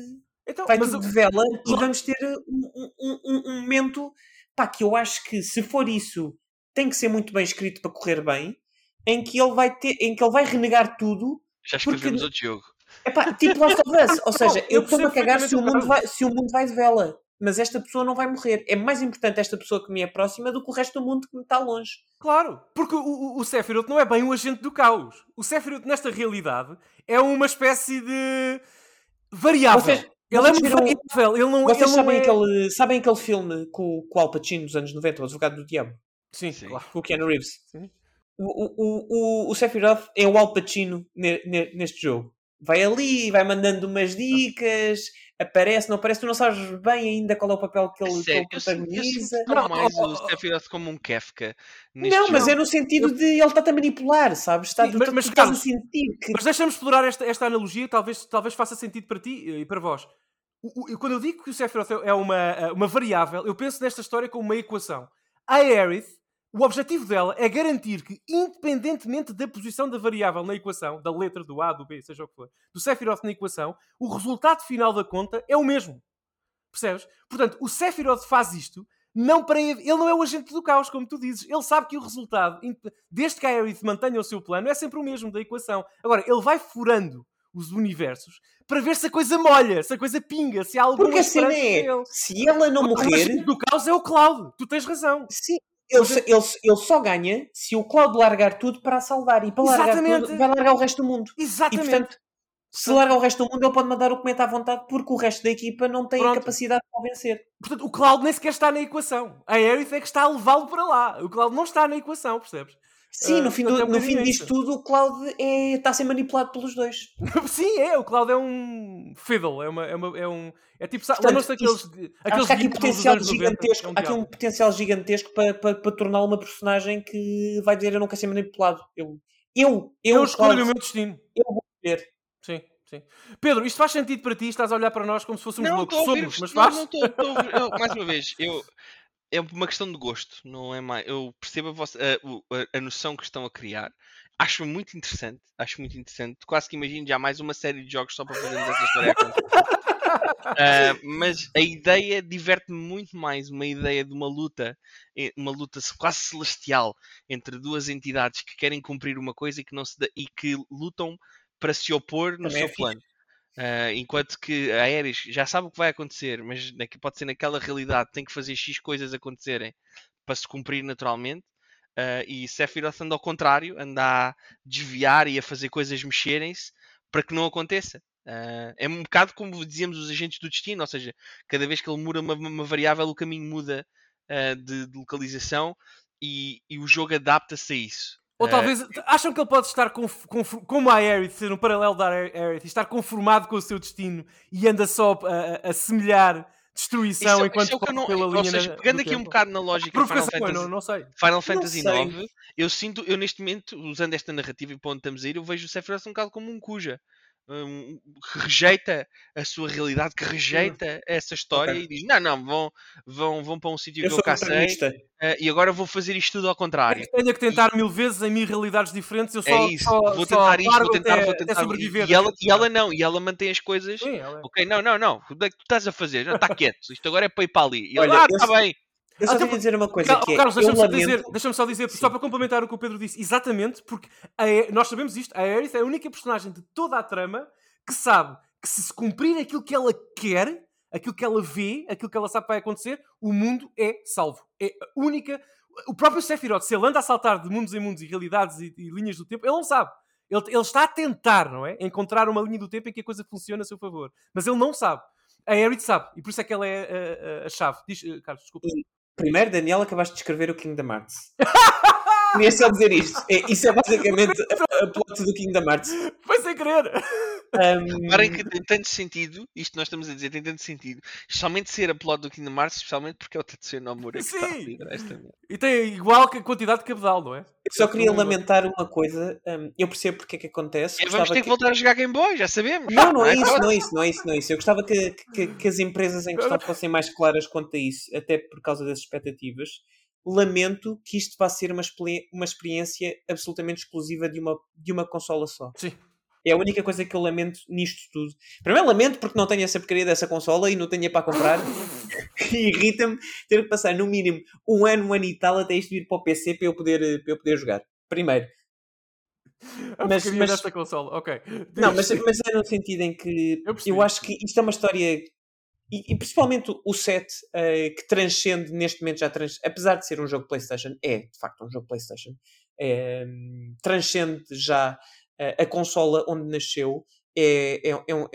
de vela e vamos ter um momento que eu acho que, se for isso, tem que ser muito bem escrito para correr bem, em que ele vai renegar tudo. Já escrevemos outro jogo. Tipo Last of Us. Ou seja, eu estou-me a cagar se o mundo vai de vela. Mas esta pessoa não vai morrer. É mais importante esta pessoa que me é próxima do que o resto do mundo que me está longe. Claro, porque o Sephiroth não é bem um agente do caos. O Sephiroth, nesta realidade, é uma espécie de variável. Ele é muito variável. Ele não, vocês sabem aquele filme com o Al Pacino dos anos 90, O Advogado do Diabo? Sim, claro. Com o Keanu Reeves. Sim. O Sephiroth é o Al Pacino neste jogo. Vai ali, vai mandando umas dicas, aparece, não aparece, tu não sabes bem ainda qual é o papel que ele protagoniza. Não mais o Sephiroth como um Kefka. Não, mas é no sentido de ele está-te a manipular, sabes? Tu estás a sentir que... Mas deixa-me explorar esta analogia, talvez faça sentido para ti e para vós. Quando eu digo que o Sephiroth é uma variável, eu penso nesta história como uma equação. A Aerith, o objetivo dela é garantir que, independentemente da posição da variável na equação, da letra do A, do B, seja o que for, do Sephiroth na equação, o resultado final da conta é o mesmo. Percebes? Portanto, o Sephiroth faz isto, ele não é o agente do caos, como tu dizes. Ele sabe que o resultado, desde que a Aerith mantenha o seu plano, é sempre o mesmo da equação. Agora, ele vai furando os universos para ver se a coisa molha, se a coisa pinga, se há alguma esperança nele. Se ela não morrer... O agente do caos é o Cloud. Tu tens razão. Sim. Ele só ganha se o Cloud largar tudo para a salvar. E para largar tudo, vai largar o resto do mundo. Exatamente. E, portanto, se larga o resto do mundo, ele pode mandar o cometa à vontade, porque o resto da equipa não tem a capacidade de vencer. Portanto, o Cloud nem sequer está na equação. A Aerith é que está a levá-lo para lá. O Cloud não está na equação, percebes? Sim, no fim disto tudo, o Cloud está a ser manipulado pelos dois. Sim, o Cloud é um fiddle. É tipo... Lembram-se daqueles... Acho que há aqui potencial gigantesco. Há aqui um potencial gigantesco para torná-lo uma personagem que vai dizer: eu não quero ser manipulado. Eu escolho o meu destino. Eu vou ver. Sim. Pedro, isto faz sentido para ti? Estás a olhar para nós como se fôssemos loucos? Somos, mas faz? Não estou a ouvir. Mais uma vez, é uma questão de gosto, não é mais. Eu percebo a noção que estão a criar. Acho muito interessante. Quase que imagino já mais uma série de jogos só para fazermos essa história acontecer. Mas a ideia diverte-me muito mais. Uma ideia de uma luta quase celestial entre duas entidades que querem cumprir uma coisa e que lutam para se opor no seu plano. Enquanto que a Aerith já sabe o que vai acontecer, mas pode ser naquela realidade, tem que fazer X coisas acontecerem para se cumprir naturalmente. E Sephiroth anda ao contrário, anda a desviar e a fazer coisas mexerem-se para que não aconteça. É um bocado como dizíamos os agentes do destino, ou seja, cada vez que ele muda uma variável, o caminho muda de localização e o jogo adapta-se a isso. Ou talvez, acham que ele pode estar como a Aerith, ser um paralelo da Aerith, estar conformado com o seu destino e anda só a semelhar destruição enquanto corre pela linha. Ou seja, pegando aqui um bocado na lógica Final Fantasy IX, eu neste momento, usando esta narrativa e para onde estamos a ir, eu vejo o Sephiroth um bocado como um Kuja. Que rejeita a sua realidade, que rejeita essa história e diz, não, vão para um sítio que eu cá sei e agora vou fazer isto tudo ao contrário. Tenho que tentar 1000 vezes em 1000 realidades diferentes, eu vou tentar isto, vou tentar sobreviver. E ela mantém as coisas. Sim, ok, não, o que é que tu estás a fazer? Já está quieto, isto agora é para ir para ali. E olha, está bem. Eu só queria dizer uma coisa que Carlos, deixa-me só dizer, só para complementar o que o Pedro disse, exatamente, porque nós sabemos isto, a Aerith é a única personagem de toda a trama que sabe que se cumprir aquilo que ela quer, aquilo que ela vê, aquilo que ela sabe que vai acontecer, o mundo é salvo. É a única... O próprio Sephiroth, se ele anda a saltar de mundos em mundos e realidades e linhas do tempo, ele não sabe. Ele está a tentar, não é? Encontrar uma linha do tempo em que a coisa funciona a seu favor. Mas ele não sabe. A Aerith sabe. E por isso é que ela é a chave. Diz, Carlos, desculpa. Primeiro, Daniel, acabaste de escrever o Kingdom Hearts. Queria só dizer isto. Isso é basicamente a plot do Kingdom Hearts. Foi sem querer. Reparem que tem tanto sentido, isto nós estamos a dizer, tem tanto sentido, especialmente ser a plot do Kingdom Hearts, especialmente porque é o Tetsuya Nomura que está a liderar esta. E tem igual que a quantidade de cabedal, não é? Eu só queria lamentar uma coisa, eu percebo porque é que acontece. Vamos ter que voltar a jogar Game Boy, já sabemos. Não é isso. Eu gostava que as empresas em questão fossem mais claras quanto a isso, até por causa das expectativas. Lamento que isto vá ser uma experiência absolutamente exclusiva de uma consola só. Sim. É a única coisa que eu lamento nisto tudo. Primeiro lamento porque não tenho essa porcaria dessa consola e não tenho para comprar. E irrita-me ter que passar no mínimo um ano e tal até isto vir para o PC para eu poder jogar. Primeiro. Mas desta consola, ok. Não, mas é no sentido em que eu acho que isto é uma história... E principalmente o 7 que transcende neste momento, apesar de ser um jogo PlayStation, é de facto um jogo PlayStation, transcende já a consola onde nasceu, é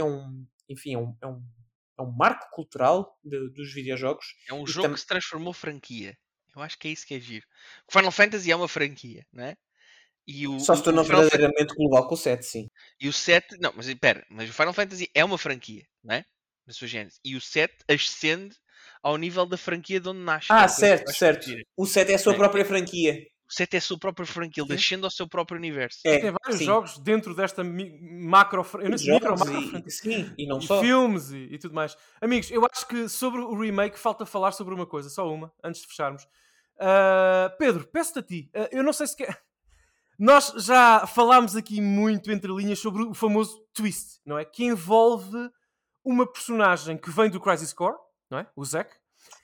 um marco cultural dos videojogos. É um jogo que se transformou franquia. Eu acho que é isso que é giro. Final Fantasy é uma franquia, não é? Só se tornou verdadeiramente global com o 7, sim. E o 7, não, mas espera, mas o Final Fantasy é uma franquia, não é? Na sua gênese. E o 7 ascende ao nível da franquia de onde nasce. Certo. O 7 é a sua própria franquia. O 7 é a sua própria franquia, ele ascende ao seu próprio universo. Tem vários jogos dentro desta macro franquia. Sim, e não só. Filmes e tudo mais. Amigos, eu acho que sobre o remake falta falar sobre uma coisa, só uma, antes de fecharmos. Pedro, peço-te a ti. Eu não sei se quer... Nós já falámos aqui muito entre linhas sobre o famoso twist, não é? Que envolve uma personagem que vem do Crisis Core, não é? O Zack.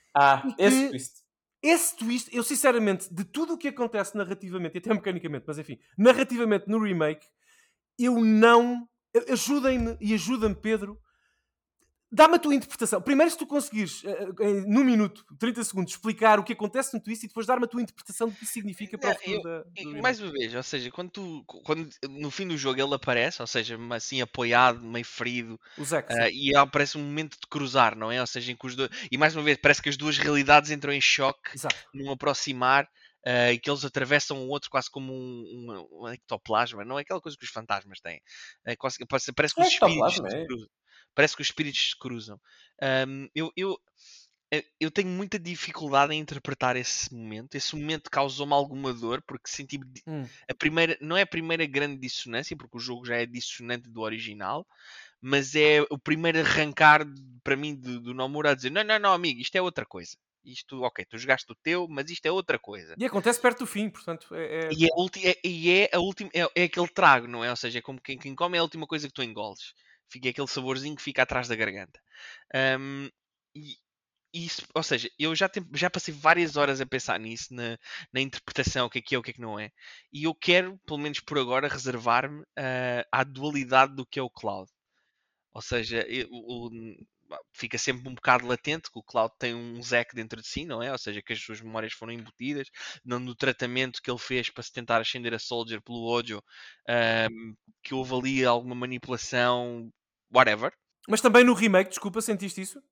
Esse twist, eu sinceramente, de tudo o que acontece narrativamente, e até mecanicamente, mas enfim, narrativamente no remake, eu não... Ajudem-me e ajuda-me, Pedro. Dá-me a tua interpretação. Primeiro, se tu conseguires, num minuto, 30 segundos, explicar o que acontece no twist e depois dar-me a tua interpretação do que isso significa para o futuro do mais uma vez, ou seja, quando no fim do jogo ele aparece, ou seja, assim apoiado, meio ferido, o Zack, e aparece um momento de cruzar, não é? Ou seja, em que os dois, e mais uma vez, parece que as duas realidades entram em choque, num aproximar, e que eles atravessam o outro quase como um ectoplasma, não é aquela coisa que os fantasmas têm. Parece que os espíritos se cruzam. Parece que os espíritos se cruzam. Eu tenho muita dificuldade em interpretar esse momento. Esse momento causou-me alguma dor, porque senti não é a primeira grande dissonância, porque o jogo já é dissonante do original, mas é o primeiro arrancar para mim do Nomura a dizer: não, amigo, isto é outra coisa. Isto, ok, tu jogaste o teu, mas isto é outra coisa. E acontece perto do fim, portanto. É aquele trago, não é? Ou seja, é como quem come é a última coisa que tu engoles. Fica aquele saborzinho que fica atrás da garganta. Isso, ou seja, eu já passei várias horas a pensar nisso, na interpretação, o que é o que não é. E eu quero, pelo menos por agora, reservar-me à dualidade do que é o Cloud. Ou seja, fica sempre um bocado latente que o Cloud tem um Zack dentro de si, não é? Ou seja, que as suas memórias foram embutidas no tratamento que ele fez para se tentar ascender a Soldier pelo Ojo, que houve ali alguma manipulação, whatever. Mas também no remake, desculpa, sentiste isso?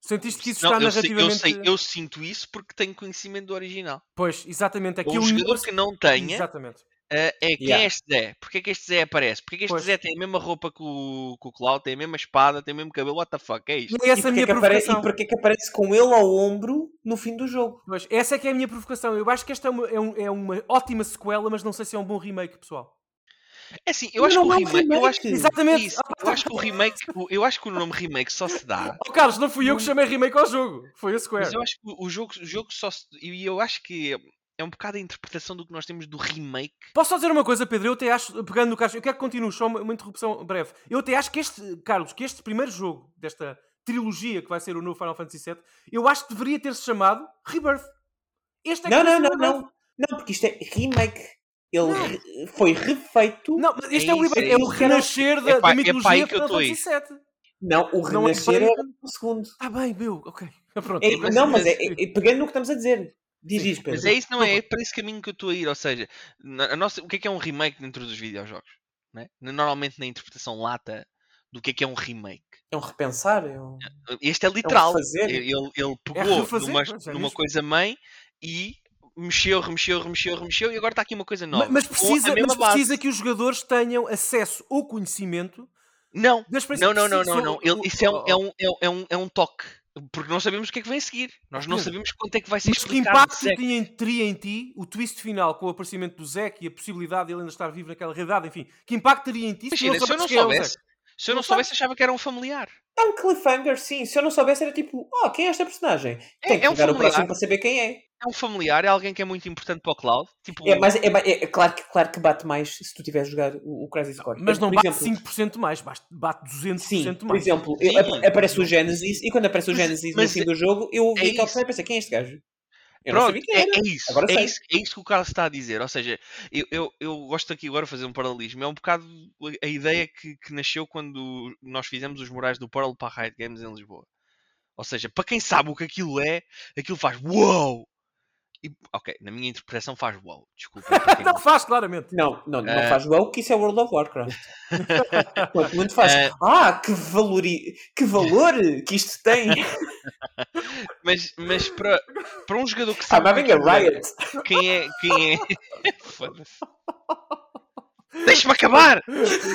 Sentiste que isso está narrativamente... Eu sinto isso porque tenho conhecimento do original. Pois, exatamente. Um jogador que não tenha... Exatamente. Quem é este Zé? Porquê é que este Zé aparece? Porquê é que este Zé tem a mesma roupa que o Cloud, tem a mesma espada, tem o mesmo cabelo? What the fuck? É isto? E essa é a minha provocação. E porquê que aparece com ele ao ombro no fim do jogo? Pois, essa é que é a minha provocação. Eu acho que esta é uma ótima sequela, mas não sei se é um bom remake, pessoal. É assim, eu acho que o remake... Exatamente. Isso, eu acho que o remake... Eu acho que o nome remake só se dá... Carlos, não fui eu que chamei remake ao jogo. Foi a Square. Mas eu acho que o jogo só se... E eu acho que... É um bocado a interpretação do que nós temos do remake. Posso só dizer uma coisa, Pedro? Eu até acho, pegando no Carlos, eu quero que continue, só uma interrupção breve. Eu até acho que este primeiro jogo desta trilogia que vai ser o novo Final Fantasy VII, eu acho que deveria ter-se chamado Rebirth. Este é Não, porque isto é remake. Ele foi refeito. Não, mas este é o renascer da mitologia de Final Fantasy VII. Não, o renascer é o segundo. Ah, bem, meu, ok. Pronto. Mas pegando no que estamos a dizer. Diz, Pedro. Mas é isso, não é? É para esse caminho que eu estou a ir. Ou seja, o que é um remake dentro dos videojogos? Não é? Normalmente na interpretação lata do que é um remake. É um repensar. Este é literal. Refazer. Ele pegou numa coisa mãe e remexeu e agora está aqui uma coisa nova. Mas precisa que os jogadores tenham acesso ao conhecimento. Não. Isso é um toque. Porque não sabemos o que é que vem a seguir. Nós não sabemos quanto é que vai ser explicado. Mas que impacto teria em ti o twist final com o aparecimento do Zack e a possibilidade de ele ainda estar vivo naquela realidade? Enfim, que impacto teria em ti se eu não soubesse, achava que era um familiar. É um cliffhanger, sim. Se eu não soubesse, era tipo, quem é esta personagem? Tem que jogar o próximo para saber quem é. É um familiar, é alguém que é muito importante para o Cloud. Tipo... É claro que bate mais se tu tiveres a jogar o Crisis Core. Mas não bate 5% mais, bate 200% mais. Por exemplo, aparece o Genesis e quando aparece o Genesis no fim do jogo, eu vi aquela pessoa e pensei, quem é este gajo? Eu não sabia quem era. É isso que o Carlos está a dizer. Ou seja, eu gosto aqui agora de fazer um paralelismo. É um bocado a ideia que nasceu quando nós fizemos os murais do Pearl para a Riot Games em Lisboa. Ou seja, para quem sabe o que aquilo é, aquilo faz uou! Ok, na minha interpretação faz uou. Desculpa. Não faz, claramente. Não faz uou, que isso é World of Warcraft. Quanto muito faz. Que valor que isto tem. Mas para um jogador que sabe. I'm having a riot. Quem é. Foda-se. Deixa-me acabar!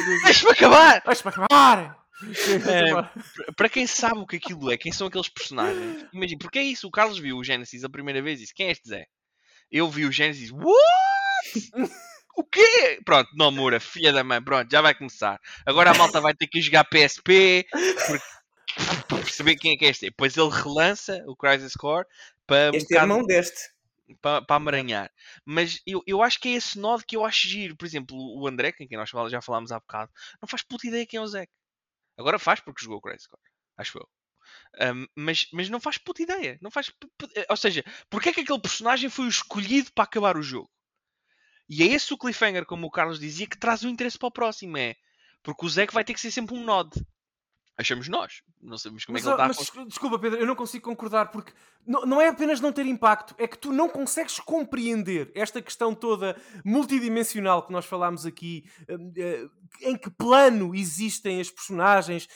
Para quem sabe o que aquilo é, quem são aqueles personagens, imagina, porque é isso, o Carlos viu o Genesis a primeira vez e disse, quem é este Zé? Eu vi o Genesis, what? O quê? Pronto, Nomura, filha da mãe, pronto, já vai começar. Agora a malta vai ter que jogar PSP para perceber quem é que é este. Depois ele relança o Crisis Core para este é irmão deste. Para amaranhar. Mas eu acho que é esse nó que eu acho giro. Por exemplo, o André, com quem nós já falámos há bocado, não faz puta ideia quem é o Zack. Agora faz porque jogou o Crisis Core, acho eu. Mas não faz puta ideia. Não faz ou seja, porque é que aquele personagem foi o escolhido para acabar o jogo? E é esse o cliffhanger, como o Carlos dizia, que traz o interesse para o próximo. Porque o Zack vai ter que ser sempre um nod. Achamos nós. Não sabemos como é que ele está. Desculpa, Pedro, eu não consigo concordar porque não é apenas não ter impacto, é que tu não consegues compreender esta questão toda multidimensional que nós falámos aqui, em que plano existem as personagens,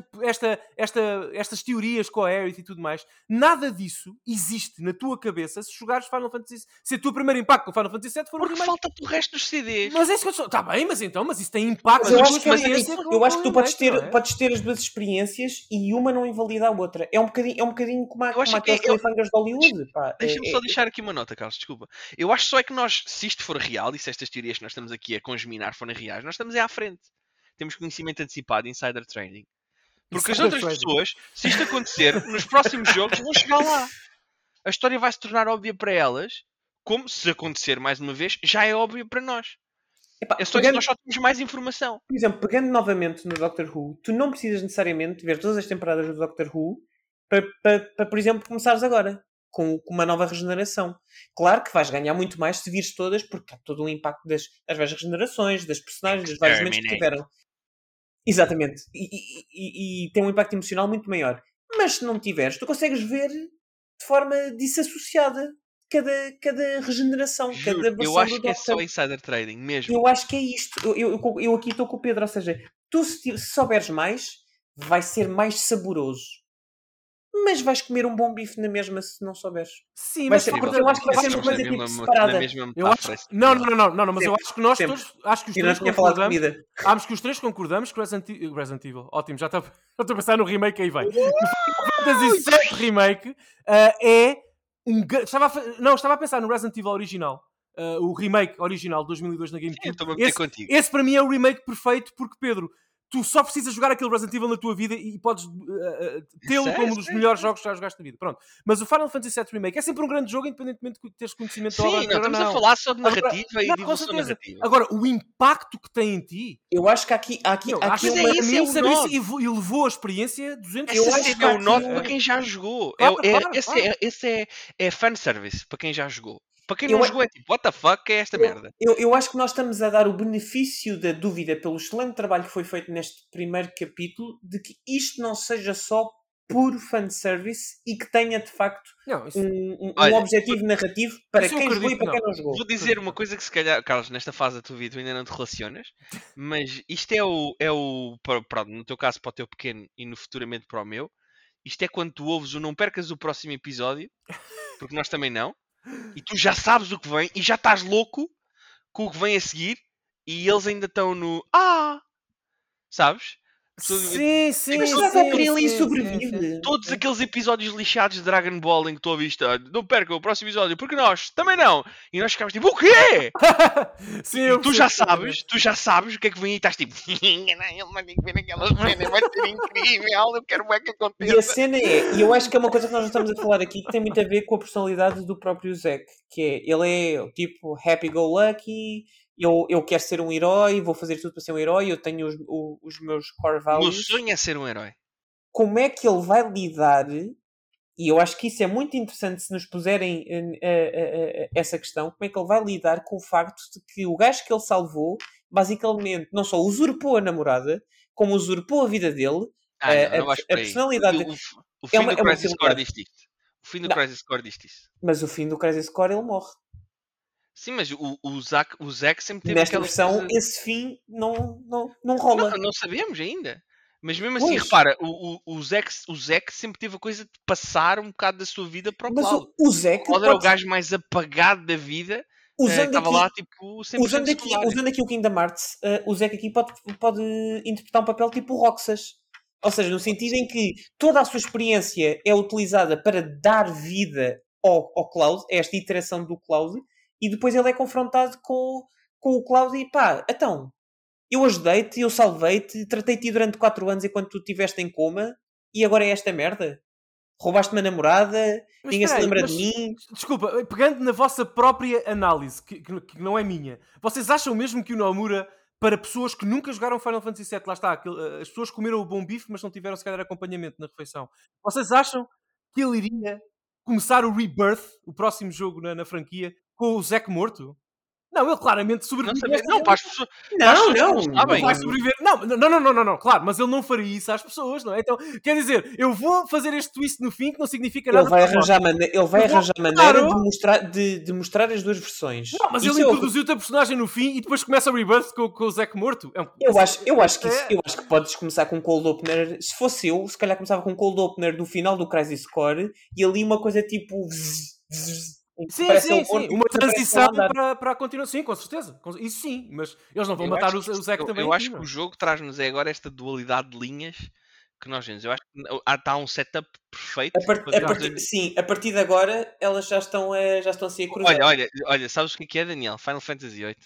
estas teorias com a Aerith e tudo mais. Nada disso existe na tua cabeça se jogares Final Fantasy. Se o teu primeiro impacto com Final Fantasy VII for um remake. Falta-te o resto dos CDs. Mas é isso que eu estou. Está bem, mas isso tem impacto. Eu acho que tu podes ter as duas experiências e uma não invalida a outra. É um bocadinho como aqueles cliffhangers de Hollywood. Deixa-me só deixar aqui uma nota, Carlos, desculpa. Eu acho só é que nós, se isto for real, e se estas teorias que nós estamos aqui a congeminar forem reais, nós estamos à frente. Temos conhecimento antecipado, insider trading. Porque as outras pessoas, se isto acontecer, nos próximos jogos vão chegar lá. A história vai se tornar óbvia para elas, como se acontecer mais uma vez, já é óbvio para nós. É só isso, nós só temos mais informação. Por exemplo, pegando novamente no Doctor Who, tu não precisas necessariamente ver todas as temporadas do Doctor Who para por exemplo, começares agora com uma nova regeneração. Claro que vais ganhar muito mais se vires todas, porque há todo o impacto das várias regenerações, das personagens, dos vários momentos que tiveram. Exatamente. E tem um impacto emocional muito maior. Mas se não tiveres, tu consegues ver de forma desassociada cada regeneração, Juro, cada versão eu acho do que é Doctor. só insider trading mesmo. Eu acho que é isto. Eu aqui estou com o Pedro, ou seja, tu se souberes mais, vai ser mais saboroso. mas vais comer um bom bife na mesma se não souberes. Sim, Vai mas ser, porque eu acho que vai ser uma coisa tipo separada. Não, mas eu acho que nós todos, acho que os três concordamos, acho que os três concordamos que Resident Evil, ótimo, já estou a pensar no remake aí vem. O Final Fantasy VII Remake é estava a pensar no Resident Evil original. O remake original de 2002 na GameCube. Esse para mim é o remake perfeito porque, Pedro, tu só precisas jogar aquele Resident Evil na tua vida e podes tê-lo como um dos melhores jogos que já jogaste na vida. Pronto. Mas o Final Fantasy VII Remake é sempre um grande jogo, independentemente de teres conhecimento da obra. Sim, não estamos a falar só de narrativa e de evolução narrativa. Agora, o impacto que tem em ti... Eu acho que aqui e levou a experiência 200 Eu acho que é o noto para quem já jogou. Esse é fanservice para quem já jogou. Para quem não jogou é tipo, what the fuck é esta merda? Eu acho que nós estamos a dar o benefício da dúvida pelo excelente trabalho que foi feito neste primeiro capítulo de que isto não seja só puro fanservice e que tenha de facto um objetivo narrativo para quem jogou e para quem não jogou. Vou dizer uma coisa que se calhar, Carlos, nesta fase da tua vida tu ainda não te relacionas, mas isto no teu caso para o teu pequeno e no futuramente para o meu, isto é quando tu ouves o não percas o próximo episódio, porque nós também não, e tu já sabes o que vem e já estás louco com o que vem a seguir e eles ainda estão no sabes? Sim. Todos aqueles episódios lixados de Dragon Ball em que estou a vista, não percam o próximo episódio, porque nós também não. E nós ficamos tipo, o quê? Sim, tu já sabes o que é que vem e estás tipo, ele vai ter que ver aquela cena, vai ser incrível, eu quero ver que aconteça. E a cena e eu acho que é uma coisa que nós já estamos a falar aqui que tem muito a ver com a personalidade do próprio Zack, que é, ele é tipo happy-go-lucky. Eu quero ser um herói, vou fazer tudo para ser um herói, eu tenho os meus core values. O meu sonho é ser um herói. Como é que ele vai lidar, e eu acho que isso é muito interessante se nos puserem essa questão, como é que ele vai lidar com o facto de que o gajo que ele salvou, basicamente, não só usurpou a namorada, como usurpou a vida dele, a personalidade... O fim do Crisis Core diz isto. O fim do Crisis Core diz isto. Mas o fim do Crisis Core ele morre. Sim, mas o Zack sempre teve nesta versão, esse fim não rola. Não sabemos ainda. Mas mesmo assim, repara, o Zack sempre teve a coisa de passar um bocado da sua vida para o Cloud. O Zack era o gajo mais apagado da vida. Estava lá, tipo, usando aqui o Kingdom Hearts, o Zack aqui pode interpretar um papel tipo o Roxas. Ou seja, no sentido em que toda a sua experiência é utilizada para dar vida ao Cloud, esta iteração do Cloud, e depois ele é confrontado com o Cloud e então, eu ajudei-te, eu salvei-te, tratei-te durante 4 anos enquanto tu estiveste em coma e agora é esta merda? Roubaste-me a namorada, ninguém se lembra de mim. Desculpa, pegando na vossa própria análise, que não é minha, vocês acham mesmo que o Nomura, para pessoas que nunca jogaram Final Fantasy VII, lá está, as pessoas comeram o bom bife, mas não tiveram sequer acompanhamento na refeição, vocês acham que ele iria começar o Rebirth, o próximo jogo na franquia, com o Zack morto? Não, ele claramente sobrevive. Não, para as pessoas. Não vai sobreviver. Não, claro, mas ele não faria isso às pessoas, não é? Então, quer dizer, eu vou fazer este twist no fim que não significa nada. Ele vai arranjar maneira de mostrar as duas versões. Não, mas ele introduziu-te a personagem no fim e depois começa a Rebirth com o Zack morto. Eu acho que podes começar com um cold opener. Se fosse eu, se calhar começava com um cold opener do final do Crisis Core e ali uma coisa tipo. Sim. Uma transição para a continuação. Sim, com certeza. Isso sim, mas eles não vão matar o Zack também. Eu acho que o jogo traz-nos agora esta dualidade de linhas que nós vemos. Eu acho que está um setup perfeito. A partir de agora elas já estão a ser cruzadas. Olha, sabes o que é, Daniel? Final Fantasy VIII.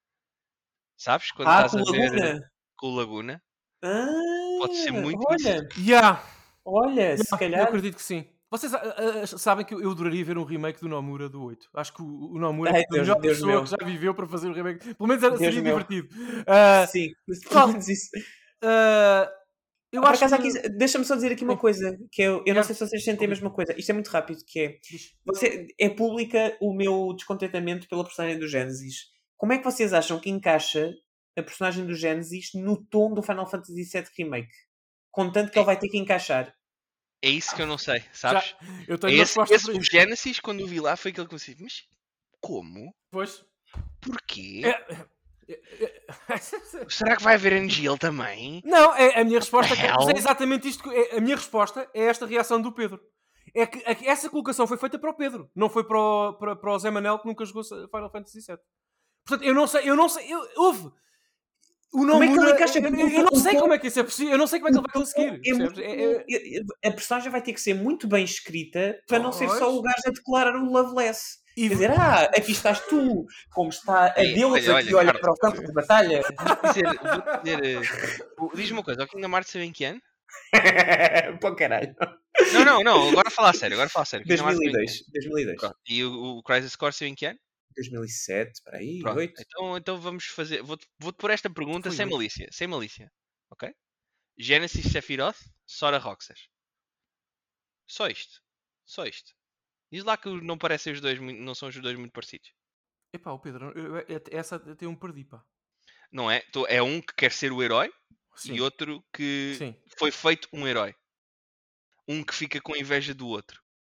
Sabes? Quando estás a ver com o Laguna. Pode ser muito Olha, se calhar. Eu acredito que sim. Vocês sabem que eu adoraria ver um remake do Nomura do 8. Acho que o Nomura é a melhor pessoa que já viveu para fazer o remake. Pelo menos seria divertido. Sim, pelo menos isso. Eu acho que... Deixa-me só dizer aqui uma coisa, que eu não sei se vocês sentem a mesma coisa. Isto é muito rápido, que é pública o meu descontentamento pela personagem do Genesis. Como é que vocês acham que encaixa a personagem do Genesis no tom do Final Fantasy VII Remake? Contanto que ele vai ter que encaixar. É isso que eu não sei, sabes? Eu tenho o Genesis, quando eu vi lá, foi aquele que eu disse, mas como? Pois. Porquê? Será que vai haver Angel também? Não, a minha resposta é exatamente isto. A minha resposta é esta reação do Pedro. É que essa colocação foi feita para o Pedro, não foi para o Zé Manel, que nunca jogou Final Fantasy VII. Portanto, eu não sei, houve. O nome como é que ele encaixa? Eu não sei como é que isso é possível. Eu não sei como é que ele vai conseguir. A personagem vai ter que ser muito bem escrita para não ser só o gajo a declarar o Loveless. Quer dizer, aqui estás tu, como está a Deus aqui, olha para o campo de batalha. Diz-me uma coisa, o Kingdom Hearts saiu em que ano? Pô, caralho. Não, agora a falar sério. 2002. E o Crisis Core saiu em que ano? 2007, espera aí, 8. Então vamos fazer. Vou-te pôr esta pergunta sem malícia. Ok? Genesis Sephiroth, Sora Roxas. Só isto. Diz lá que não parecem os dois, não são os dois muito parecidos. Epá, o Pedro, essa até um perdi, pá. Não é? É um que quer ser o herói. Sim. E outro que foi feito um herói. Um que fica com inveja do outro.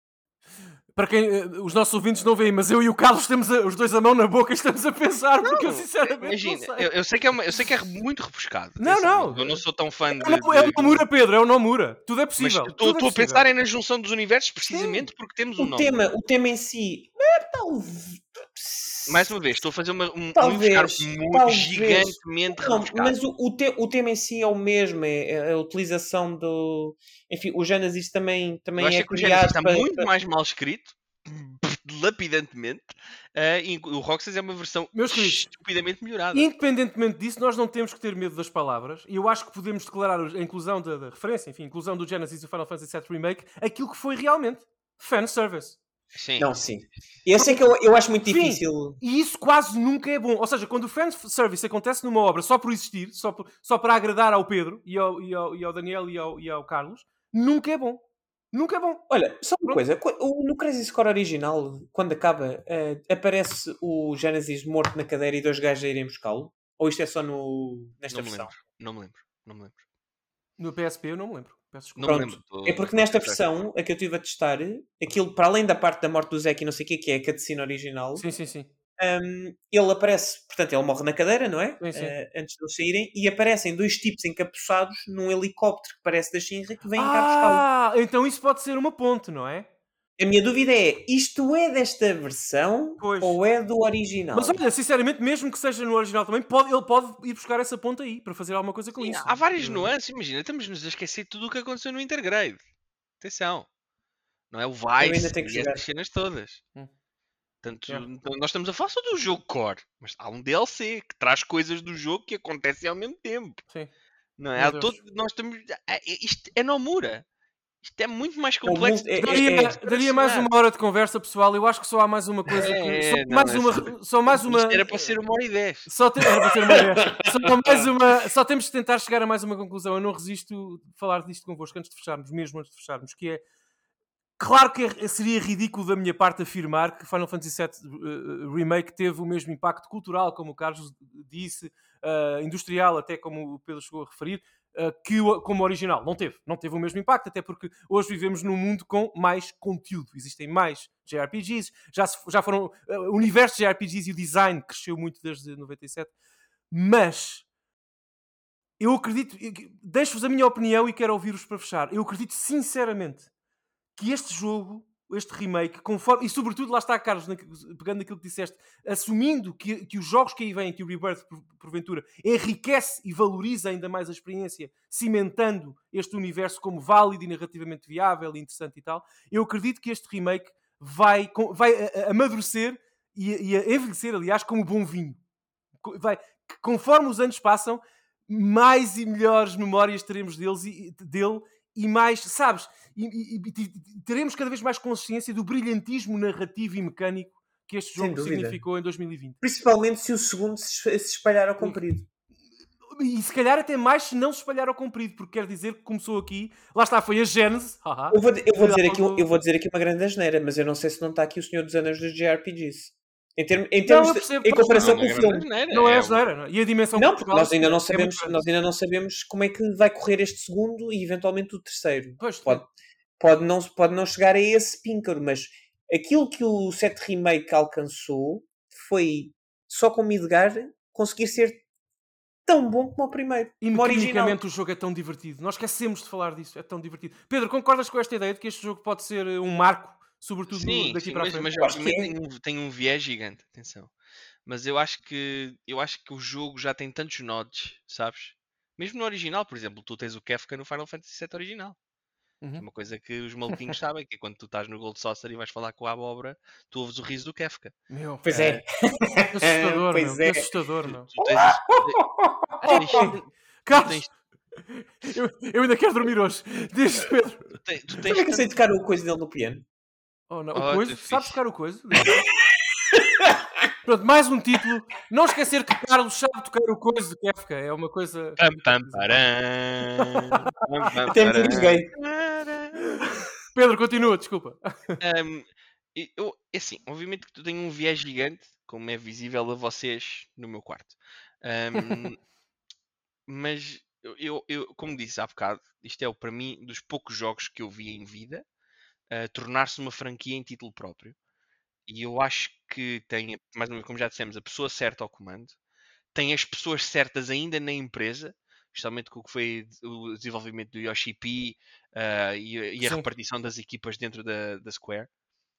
Para quem os nossos ouvintes não veem, mas eu e o Carlos temos os dois a mão na boca e estamos a pensar, porque eu sinceramente imagina, não sei. Eu sei que é muito rebuscado. Não. Eu não sou tão fã É o Nomura, Pedro, é o Nomura. Tudo é possível. Mas estou a pensar na junção dos universos precisamente porque temos um nome. O tema em si, talvez... Mais uma vez, estou a fazer um talvez, gigantemente rebuscado. Mas o tema em si é o mesmo, é a utilização do... Enfim, o Genesis também é criado. O Genesis está muito mais mal escrito, lapidantemente, e o Roxas é uma versão estupidamente melhorada. Independentemente disso, nós não temos que ter medo das palavras, e eu acho que podemos declarar a inclusão da referência, enfim, a inclusão do Genesis e do Final Fantasy VII Remake, aquilo que foi realmente fanservice. Sim. Não, sim. Esse é que eu acho muito difícil. E isso quase nunca é bom. Ou seja, quando o fanservice acontece numa obra só por existir, só para agradar ao Pedro e ao Daniel e ao Carlos, nunca é bom. Nunca é bom. Olha, só uma coisa. No Crisis Core original, quando acaba, aparece o Genesis morto na cadeira e dois gajos a irem buscá-lo? Ou isto é só nesta versão? Não me lembro. No PSP eu não me lembro. Não me lembro. É porque nesta versão, a que eu estive a testar, aquilo, para além da parte da morte do Zack e não sei o que é a cutscene original. Sim. Ele aparece, portanto, ele morre na cadeira, não é? Sim. Antes de eles saírem, e aparecem dois tipos encapuçados num helicóptero que parece da Shinra que vêm cá buscá-lo. Então isso pode ser uma ponte, não é? A minha dúvida é, isto é desta versão ou é do original? Mas olha, sinceramente, mesmo que seja no original também, ele pode ir buscar essa ponta aí, para fazer alguma coisa com isso. Há várias nuances, imagina, estamos-nos a esquecer tudo o que aconteceu no Intergrade. Atenção. Não é o Vice e essas cenas todas. Portanto, nós estamos a falar só do jogo core, mas há um DLC que traz coisas do jogo que acontecem ao mesmo tempo. Sim. Não é? Nós estamos... Isto é Nomura. Isto é muito mais complexo. Daria mais uma hora de conversa, pessoal. Eu acho que só há mais uma coisa. Só mais uma. Isto era para ser 1h10. Era para ser 1h10. Só temos que tentar chegar a mais uma conclusão. Eu não resisto a falar disto convosco antes de fecharmos, que é. Claro que seria ridículo da minha parte afirmar que Final Fantasy VII Remake teve o mesmo impacto cultural, como o Carlos disse, industrial, até como o Pedro chegou a referir, como o original. Não teve o mesmo impacto, até porque hoje vivemos num mundo com mais conteúdo. Existem mais JRPGs, já foram... o universo de JRPGs e o design cresceu muito desde 97. Mas eu acredito... Deixo-vos a minha opinião e quero ouvir-vos para fechar. Eu acredito sinceramente que este jogo, este remake, conforme, e sobretudo, lá está, Carlos, pegando aquilo que disseste, assumindo que os jogos que aí vêm, que o Rebirth, porventura, enriquece e valoriza ainda mais a experiência, cimentando este universo como válido e narrativamente viável e interessante e tal, eu acredito que este remake vai amadurecer e envelhecer, aliás, como bom vinho. Conforme os anos passam, mais e melhores memórias teremos dele e mais, sabes, e teremos cada vez mais consciência do brilhantismo narrativo e mecânico que este jogo significou em 2020. Principalmente se o segundo se espalhar ao comprido. E se calhar até mais se não se espalhar ao comprido, porque quer dizer que começou aqui, lá está, foi a Gênese. Eu vou dizer aqui uma grande asneira, mas eu não sei se não está aqui o Senhor dos Anéis dos JRPGs. Em comparação com o filme. Não é asneira. E a dimensão não, porque nós ainda não sabemos como é que vai correr este segundo e eventualmente o terceiro. Pode não chegar a esse píncaro, mas aquilo que o 7 Remake alcançou foi só com Midgar conseguir ser tão bom como o primeiro. E mecanicamente o jogo é tão divertido. Nós esquecemos de falar disso. É tão divertido. Pedro, concordas com esta ideia de que este jogo pode ser um marco, sobretudo daqui para a frente? Mas obviamente tem um viés gigante, atenção. Mas eu acho que o jogo já tem tantos nods, sabes? Mesmo no original, por exemplo, tu tens o Kefka no Final Fantasy VII original. Que é uma coisa que os maluquinhos sabem, que é quando tu estás no Gold Saucer e vais falar com a abóbora, tu ouves o riso do Kefka. Meu, pois é. Que assustador, pois meu. É. Que assustador, meu. Tu tens Carlos, eu ainda quero dormir hoje. Diz, Pedro. Tu tens que eu sei tocar o coisa dele no piano. Oh, não. O coisa? Sabes tocar o coisa? Pronto, mais um título. Não esquecer que Carlos sabe tocar o coisa de Kefka. É uma coisa... Até me desliguei. Pedro, continua, desculpa. Assim, obviamente que tu tens um viés gigante, como é visível a vocês no meu quarto. Mas eu, como disse há bocado, isto é para mim dos poucos jogos que eu vi em vida tornar-se uma franquia em título próprio. E eu acho que tem, mais uma vez, como já dissemos, a pessoa certa ao comando, tem as pessoas certas ainda na empresa, especialmente com o que foi o desenvolvimento do Yoshi P e a repartição das equipas dentro da Square.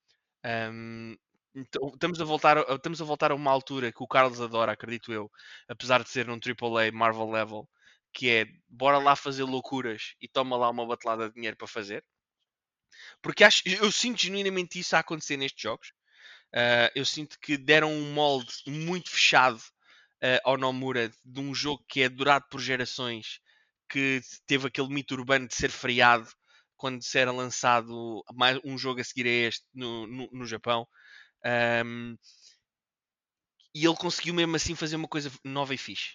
Então, estamos a voltar a uma altura que o Carlos adora, acredito eu, apesar de ser num AAA Marvel level, que é bora lá fazer loucuras e toma lá uma batelada de dinheiro para fazer. Porque eu sinto genuinamente isso a acontecer nestes jogos. Eu sinto que deram um molde muito fechado ao Nomura de um jogo que é durado por gerações, que teve aquele mito urbano de ser freado quando se era lançado mais um jogo a seguir a este no Japão. E ele conseguiu mesmo assim fazer uma coisa nova e fixe.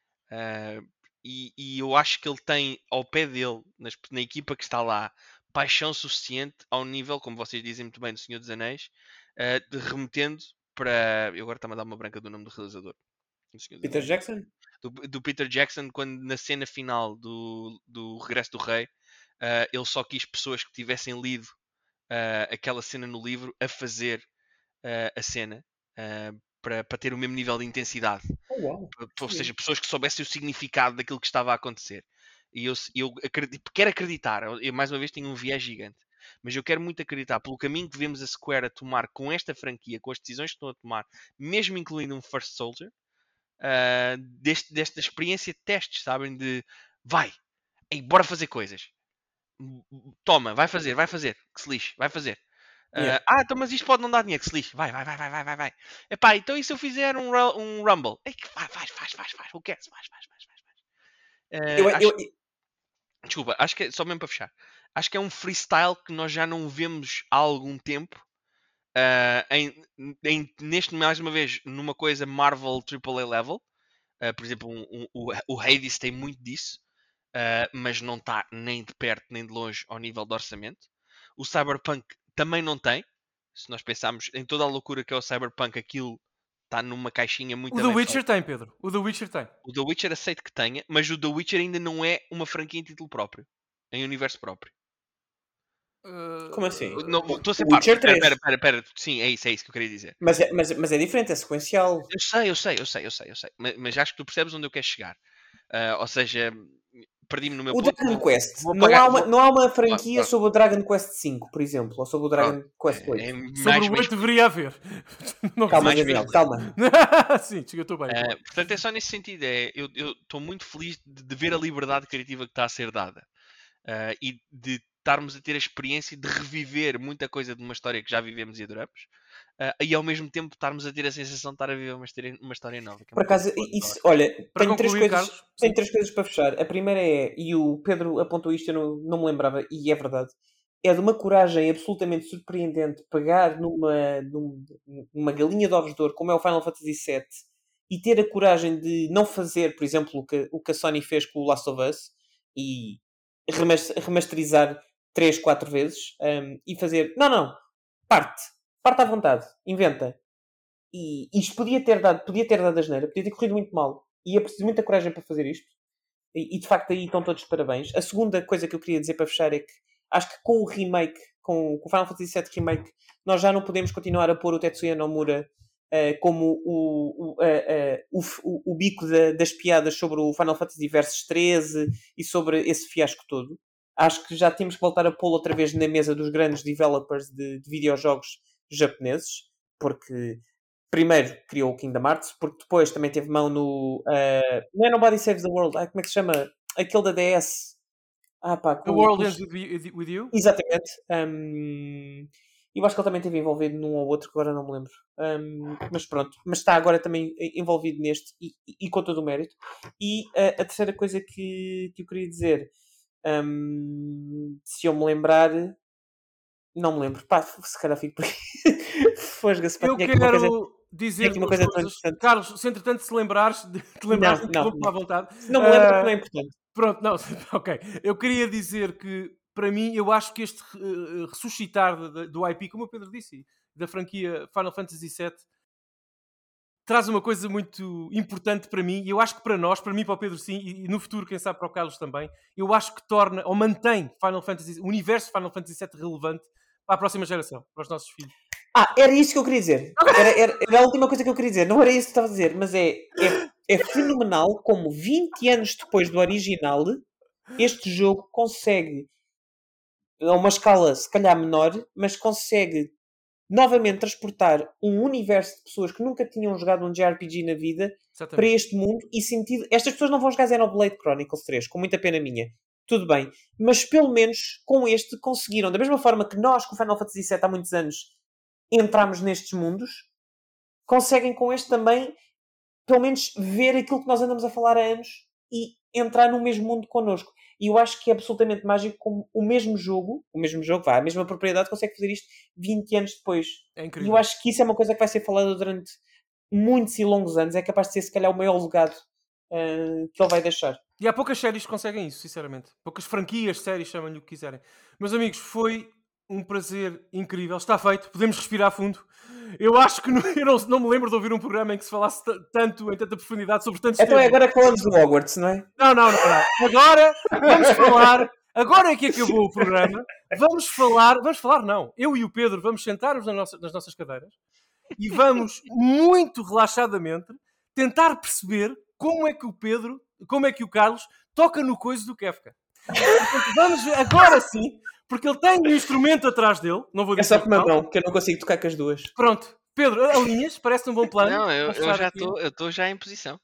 E eu acho que ele tem ao pé dele, na equipa que está lá, paixão suficiente ao nível, como vocês dizem muito bem, do Senhor dos Anéis, de remetendo para... Eu agora está-me a dar uma branca do nome do realizador. Peter Jackson? Do Peter Jackson, quando na cena final do Regresso do Rei, ele só quis pessoas que tivessem lido aquela cena no livro a fazer a cena para ter o mesmo nível de intensidade. Ou seja, pessoas que soubessem o significado daquilo que estava a acontecer. E eu quero acreditar, eu mais uma vez tenho um viés gigante, mas eu quero muito acreditar pelo caminho que vemos a Square a tomar com esta franquia, com as decisões que estão a tomar, mesmo incluindo um First Soldier, desta experiência de testes, sabem? De vai, bora fazer coisas. Toma, vai fazer, que se lixe, vai fazer. Então, mas isto pode não dar dinheiro, que se lixe. Vai. Epá, então e se eu fizer um Rumble? Faz. Who cares? Faz. Desculpa, acho que é, só mesmo para fechar. Acho que é um freestyle que nós já não vemos há algum tempo. Neste, mais uma vez, numa coisa Marvel AAA level. Por exemplo, o Hades tem muito disso. Mas não está nem de perto nem de longe ao nível de orçamento. O Cyberpunk também não tem. Se nós pensarmos em toda a loucura que é o Cyberpunk, aquilo está numa caixinha muito bem. O The Witcher tem, Pedro. O The Witcher tem. O The Witcher aceito que tenha, mas o The Witcher ainda não é uma franquia em título próprio, em universo próprio. Como assim? Estou a ser parvo. Espera. Sim, é isso que eu queria dizer. Mas é diferente, é sequencial. Eu sei. Mas acho que tu percebes onde eu quero chegar. Ou seja, perdi-me no meu ponto. O Dragon Quest. Não há uma franquia sobre o Dragon Quest V, por exemplo. Ou sobre o Dragon Quest 8. Sobre o 8 deveria haver. Calma, Gabriel, calma. Sim, eu estou bem. Portanto, é só nesse sentido. Eu estou muito feliz de ver a liberdade criativa que está a ser dada. E de estarmos a ter a experiência de reviver muita coisa de uma história que já vivemos e adoramos. E ao mesmo tempo estarmos a ter a sensação de estar a viver uma história nova. Por acaso, isso, olha, tenho três coisas para fechar. A primeira é, e o Pedro apontou isto, eu não me lembrava, e é verdade, é de uma coragem absolutamente surpreendente pegar numa galinha de ovos de ouro, como é o Final Fantasy VII, e ter a coragem de não fazer, por exemplo, o que a Sony fez com o Last of Us, e remasterizar 3, 4 vezes, e fazer, não, parte à vontade, inventa. E isto podia ter dado asneira, podia ter corrido muito mal. E é preciso muita coragem para fazer isto. E de facto aí estão todos de parabéns. A segunda coisa que eu queria dizer para fechar é que acho que com o remake, com o Final Fantasy VII Remake, nós já não podemos continuar a pôr o Tetsuya Nomura como o bico das piadas sobre o Final Fantasy Versus 13 e sobre esse fiasco todo. Acho que já temos que voltar a pô-lo outra vez na mesa dos grandes developers de videojogos japoneses, porque primeiro criou o Kingdom Hearts, porque depois também teve mão no... não é Nobody Saves the World, como é que se chama? Aquele da DS. The World Ends With You? Exatamente. Eu acho que ele também esteve envolvido num ou outro, que agora não me lembro. Mas pronto. Mas está agora também envolvido neste e com todo o mérito. E a terceira coisa que eu queria dizer, se eu me lembrar... Não me lembro. Se calhar fico por aqui. Fosga-se. Eu quero dizer uma coisa tão importante. Carlos, se entretanto se lembrares, te lembrares de vou à vontade. Não me lembro porque não é importante. Pronto, não, ok. Eu queria dizer que, para mim, eu acho que este ressuscitar do IP, como o Pedro disse, da franquia Final Fantasy VII, traz uma coisa muito importante para mim, e eu acho que para nós, para mim, para o Pedro sim, e no futuro, quem sabe, para o Carlos também, eu acho que torna, ou mantém o universo Final Fantasy VII relevante para a próxima geração, para os nossos filhos. Era isso que eu queria dizer. Era a última coisa que eu queria dizer. Não era isso que estava a dizer, mas é fenomenal como 20 anos depois do original, este jogo consegue, a uma escala se calhar menor, mas consegue novamente transportar um universo de pessoas que nunca tinham jogado um JRPG na vida. Exatamente. Para este mundo e sentido. Estas pessoas não vão jogar Xenoblade Chronicles 3, com muita pena minha. Tudo bem. Mas pelo menos com este conseguiram, da mesma forma que nós com o Final Fantasy VII há muitos anos entramos nestes mundos, conseguem com este também pelo menos ver aquilo que nós andamos a falar há anos e entrar no mesmo mundo connosco. E eu acho que é absolutamente mágico como a mesma propriedade consegue fazer isto 20 anos depois. É incrível. E eu acho que isso é uma coisa que vai ser falada durante muitos e longos anos. É capaz de ser, se calhar, o maior legado que ele vai deixar. E há poucas séries que conseguem isso, sinceramente. Poucas franquias, séries, chamem-lhe o que quiserem. Meus amigos, foi um prazer incrível. Está feito. Podemos respirar fundo. Eu acho que eu não me lembro de ouvir um programa em que se falasse tanto, em tanta profundidade sobre tantos temas. Então agora que falamos do Hogwarts, não é? Não. Agora vamos falar... Agora é que acabou o programa. Vamos falar não. Eu e o Pedro vamos sentar-nos nas nossas cadeiras e vamos, muito relaxadamente, tentar perceber como é que o Carlos toca no coiso do Kefka. Portanto, vamos ver, agora sim... Porque ele tem um instrumento atrás dele. Não vou dizer é só com uma mão, porque eu não consigo tocar com as duas. Pronto. Pedro, alinhas? Parece um bom plano. Não, eu estou já em posição.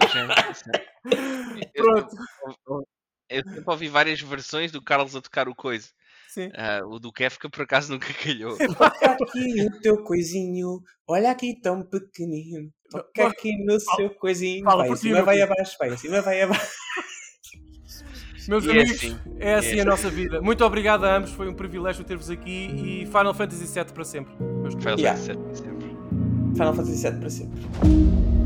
Pronto. Eu sempre ouvi várias versões do Carlos a tocar o coiso. Sim. O do Kefka, por acaso, nunca calhou. Toca aqui o teu coisinho. Olha aqui tão pequenino. Toca aqui no seu coisinho. Vai acima, vai abaixo. Vai acima, vai abaixo. Meus amigos, é assim a nossa vida. Muito obrigado a ambos, foi um privilégio ter-vos aqui e Final Fantasy VII para sempre. Final Fantasy VII para sempre. Final Fantasy VII para sempre.